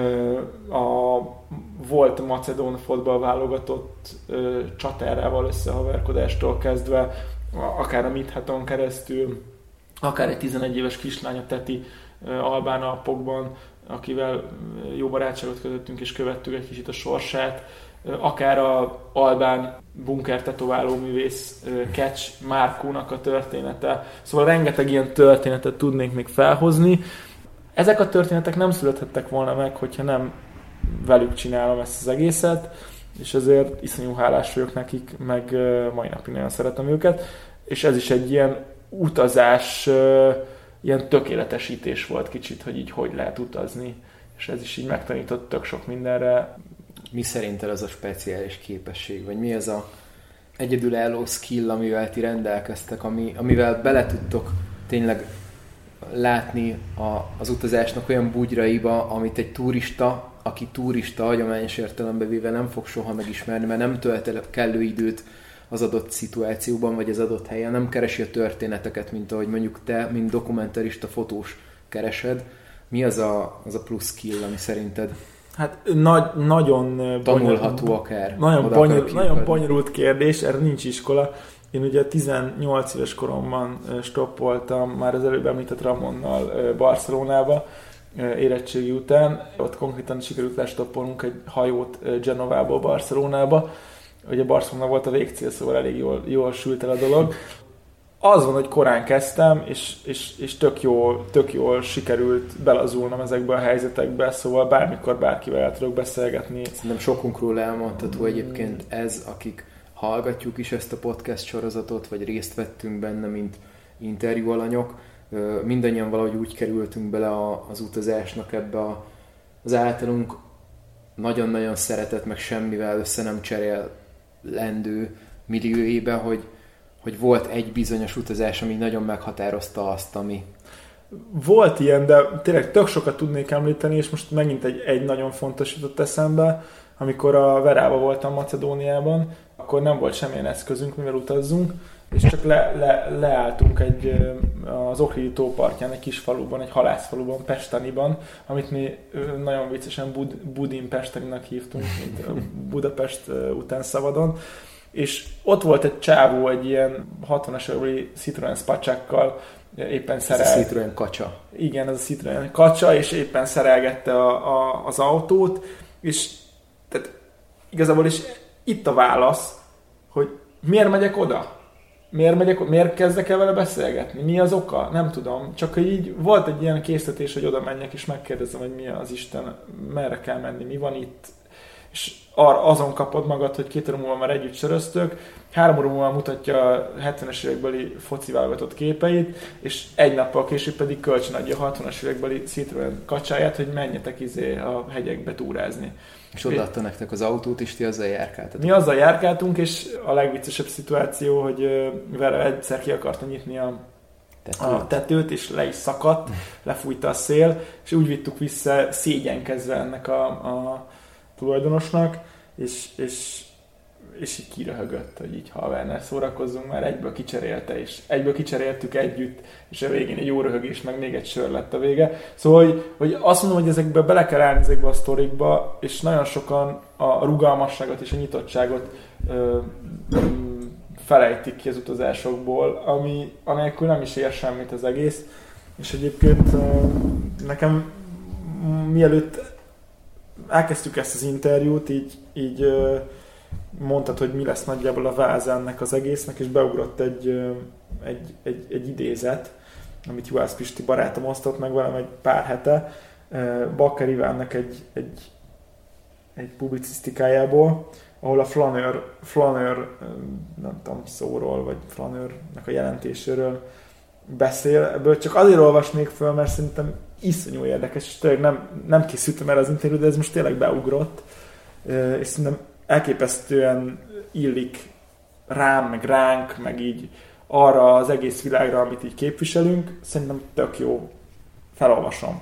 A volt macedón fotballválogatott Csatárával összehaverkodástól kezdve, akár a Midhaton keresztül, akár egy tizenegy éves kislány a Teti albán Alpokban, akivel jó barátságot kötöttünk és követtük egy kicsit a sorsát, akár a albán bunker tetováló művész Kecs Márkónak a története. Szóval rengeteg ilyen történetet tudnénk még felhozni. Ezek a történetek nem születhettek volna meg, hogyha nem velük csinálom ezt az egészet, és ezért iszonyú hálás vagyok nekik, meg mai napig nagyon szeretem őket. És ez is egy ilyen utazás, ilyen tökéletesítés volt kicsit, hogy így hogy lehet utazni. És ez is így megtanított tök sok mindenre. Mi szerinted az a speciális képesség, vagy mi az a egyedülálló skill, amivel ti rendelkeztek, ami, amivel bele tudtok tényleg látni a, az utazásnak olyan bugyraiba, amit egy turista, aki turista hagyományos értelembe véve nem fog soha megismerni, mert nem tölt el kellő időt az adott szituációban, vagy az adott helyen, nem keresi a történeteket, mint ahogy mondjuk te, mint dokumentarista, fotós keresed. Mi az a, az a plusz skill, ami szerinted hát nagy, nagyon tanulható bonyolult, akár? Nagyon, bonyolult, nagyon bonyolult kérdés, erre nincs iskola. Én ugye tizennyolc éves koromban stoppoltam már az előbb említett Ramonnal Barcelonába érettségi után. Ott konkrétan sikerült lestoppolnunk egy hajót Genovából Barcelonába. Ugye Barcelona volt a végcél, szóval elég jól, jól sült el a dolog. az van, hogy korán kezdtem, és, és, és tök, jól, tök jól sikerült belazulnom ezekbe a helyzetekbe, szóval bármikor bárkivel el tudok beszélgetni. Szerintem sokunkról elmondható egyébként ez, akik hallgatjuk is ezt a podcast sorozatot, vagy részt vettünk benne, mint interjú alanyok. Mindannyian valahogy úgy kerültünk bele az utazásnak ebbe a, az általunk nagyon-nagyon szeretett, meg semmivel össze nem cserélendő millióébe, hogy, hogy volt egy bizonyos utazás, ami nagyon meghatározta azt, ami... Volt ilyen, de tényleg tök sokat tudnék említeni, és most megint egy, egy nagyon fontos jutott eszembe, amikor a Verába voltam Macedóniában, akkor nem volt semmilyen eszközünk, mivel utazzunk, és csak le, le, leálltunk egy, az Ohridi tó partján, egy kis faluban, egy halászfaluban, Pestaniban, amit mi nagyon viccesen Bud, Budin Pestaninak hívtunk, mint Budapest után szabadon. És ott volt egy csávó egy ilyen hatvanas évbeli Citroen Spacsákkal, éppen szerel... Ez a Citroen kacsa. Igen, ez a Citroen kacsa, és éppen szerelgette a, a, az autót, és tehát igazából is itt a válasz, hogy miért megyek oda? Miért megyek, miért kezdek el vele beszélgetni? Mi az oka? Nem tudom. Csak így volt egy ilyen késztetés, hogy oda menjek, és megkérdezem, hogy mi az Isten, merre kell menni, mi van itt. És azon kapod magad, hogy két óra múlva már együtt söröztök, három óra múlva mutatja a hetvenes évekbeli foci válogatott képeit, és egy nappal később pedig kölcsönadja a hatvanas évekbeli Citroen kacsáját, hogy menjetek izé a hegyekbe túrázni. És odaadta nektek az autót, és ti azzal járkáltatok. Mi azzal járkáltunk, és a legviccesebb szituáció, hogy Vera egyszer ki akarta nyitni a tetőt. a tetőt, és le is szakadt, lefújta a szél, és úgy vittük vissza szégyenkezve ennek a, a tulajdonosnak, és, és, és így kiröhögött, hogy így haver, szórakozzunk, már egyből kicserélte, és egyből kicseréltük együtt, és a végén egy jó röhögés, meg még egy sör lett a vége. Szóval, hogy, hogy azt mondom, hogy ezekbe bele kell állni ezekbe a sztorikba, és nagyon sokan a rugalmasságot és a nyitottságot ö, ö, felejtik ki az utazásokból, ami anélkül nem is ér semmit az egész. És egyébként ö, nekem mielőtt elkezdtük ezt az interjút, így, így mondtad, hogy mi lesz nagyjából a váz ennek az egésznek, és beugrott egy, egy, egy, egy idézet, amit Juhász Pisti barátom osztott meg velem egy pár hete, Bakker Ivánnak egy, egy, egy publicisztikájából, ahol a flanőr, flanőr nem tudom, szóról, vagy flanőrnek a jelentéséről beszél. Ebből csak azért olvasnék föl, mert szerintem iszonyú érdekes, és tényleg nem, nem készültem erre az interjút, de ez most tényleg beugrott, és szerintem elképesztően illik rám, meg ránk, meg így arra az egész világra, amit így képviselünk. Szerintem tök jó. Felolvasom.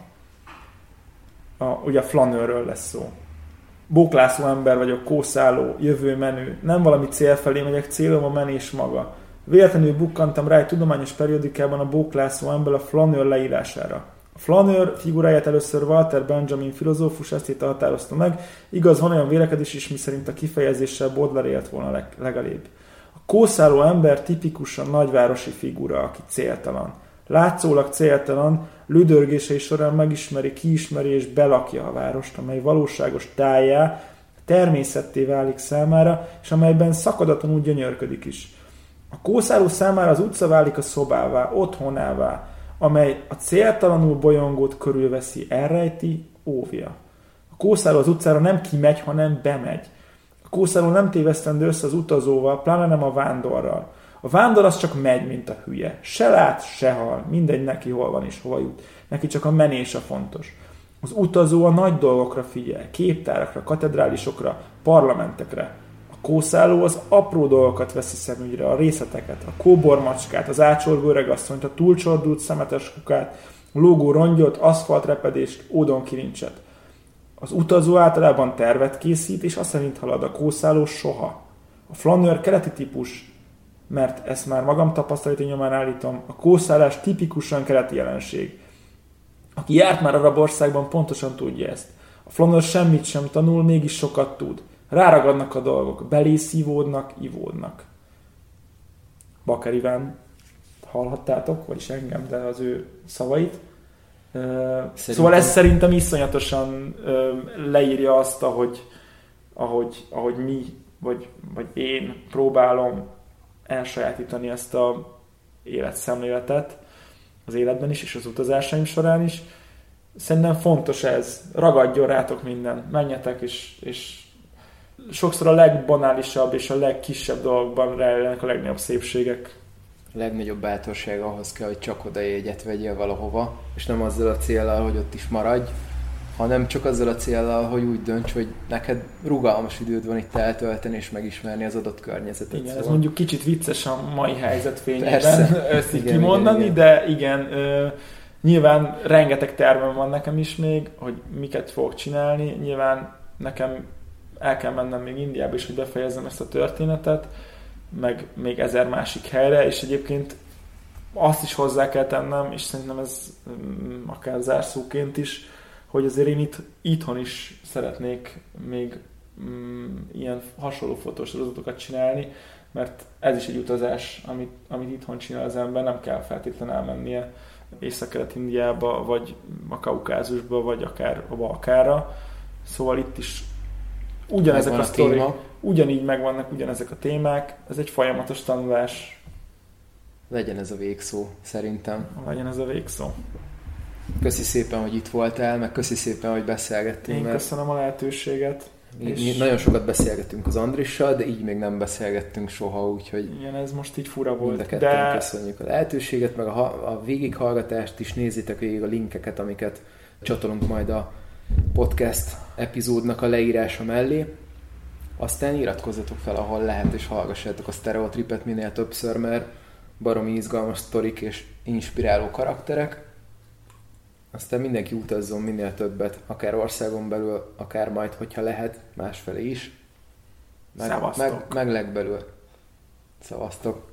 A, ugye a flanőrről lesz szó. Bóklászó ember vagyok, kószáló, jövő menő. Nem valami cél felé megyek, célom a menés maga. Véletlenül bukkantam rá egy tudományos periódikában a bóklászó ember a flanőr leírására. A flanőr figuráját először Walter Benjamin filozófus esztéta határozta meg, igaz, van olyan vélekedés is, miszerint a kifejezéssel Baudelaire élt volna leg- legalébb. A kószáló ember tipikusan nagyvárosi figura, aki céltalan. Látszólag céltalan, lődörgései során megismeri, kiismeri és belakja a várost, amely valóságos tájjá, természetté válik számára, és amelyben szakadatlanul gyönyörködik is. A kószáló számára az utca válik a szobává, otthonává, amely a céltalanul bolyongót körülveszi, elrejti, óvja. A kószáló az utcára nem kimegy, hanem bemegy. A kószáló nem tévesztendő össze az utazóval, pláne nem a vándorral. A vándor az csak megy, mint a hülye. Se lát, se hal, mindegy neki hol van és hova jut. Neki csak a menés a fontos. Az utazó a nagy dolgokra figyel, képtárakra, katedrálisokra, parlamentekre. A kószáló az apró dolgokat veszi szemügyre, a részleteket, a kóbormacskát, az ácsorgó öregasszonyt, a túlcsordult szemetes kukát, a lógó rongyot, aszfaltrepedést, ódon kilincset. Az utazó általában tervet készít, és azt szerint halad, a kószáló soha. A flanőr keleti típus, mert ezt már magam tapasztalati nyomán állítom, a kószálás tipikusan keleti jelenség. Aki járt már arab országban, pontosan tudja ezt. A flanőr semmit sem tanul, mégis sokat tud. Ráragadnak a dolgok, belé szívódnak, ivódnak. Bakker Iván hallhattátok, vagyis engem, de az ő szavait. Szerintem... Szóval ez szerintem iszonyatosan leírja azt, ahogy, ahogy, ahogy mi, vagy, vagy én próbálom elsajátítani ezt a életszemléletet az életben is, és az utazásaim során is. Szerintem fontos ez. Ragadjon rátok minden. Menjetek, és, és sokszor a legbanálisabb és a legkisebb dolgokban rejlenek a legnagyobb szépségek. A legnagyobb bátorság ahhoz kell, hogy csak oda jegyet vegyél valahova, és nem azzal a céllal, hogy ott is maradj, hanem csak azzal a céllal, hogy úgy dönts, hogy neked rugalmas időd van itt eltölteni és megismerni az adott környezetet. Igen, szóval. Ez mondjuk kicsit vicces a mai helyzet fényében ezt így igen, kimondani, igen, igen. de igen, ö, nyilván rengeteg tervem van nekem is még, hogy miket fogok csinálni. Nyilván nekem el kell mennem még Indiába is, hogy befejezzem ezt a történetet, meg még ezer másik helyre, és egyébként azt is hozzá kell tennem, és szerintem ez um, akár zárszóként is, hogy azért én itt, itthon is szeretnék még um, ilyen hasonló fotósorozatokat csinálni, mert ez is egy utazás, amit, amit itthon csinál az ember, nem kell feltétlenül elmennie Észak-Kelet-Indiába, vagy a Kaukázusba, vagy akár a Balkánra. Szóval itt is ugyanezek a sztorik, ugyanígy megvannak ugyanezek a témák, ez egy folyamatos tanulás. Legyen ez a végszó, szerintem. Legyen ez a végszó. Köszi szépen, hogy itt voltál, meg köszi szépen, hogy beszélgettünk. Én mert köszönöm a lehetőséget. Mi, és... nagyon sokat beszélgettünk az Andrissal, de így még nem beszélgettünk soha, úgyhogy igen, ez most így fura volt. De köszönjük a lehetőséget, meg a, a végighallgatást is, nézzétek végig a linkeket, amiket csatolunk majd a podcast epizódnak a leírása mellé. Aztán iratkozzatok fel, ahol lehet, és hallgassátok a Stereotripet minél többször, mert baromi izgalmas sztorik és inspiráló karakterek. Aztán mindenki utazzon minél többet, akár országon belül, akár majd, hogyha lehet, másfelé is. Meg, meg, meg legbelül. Szevasztok!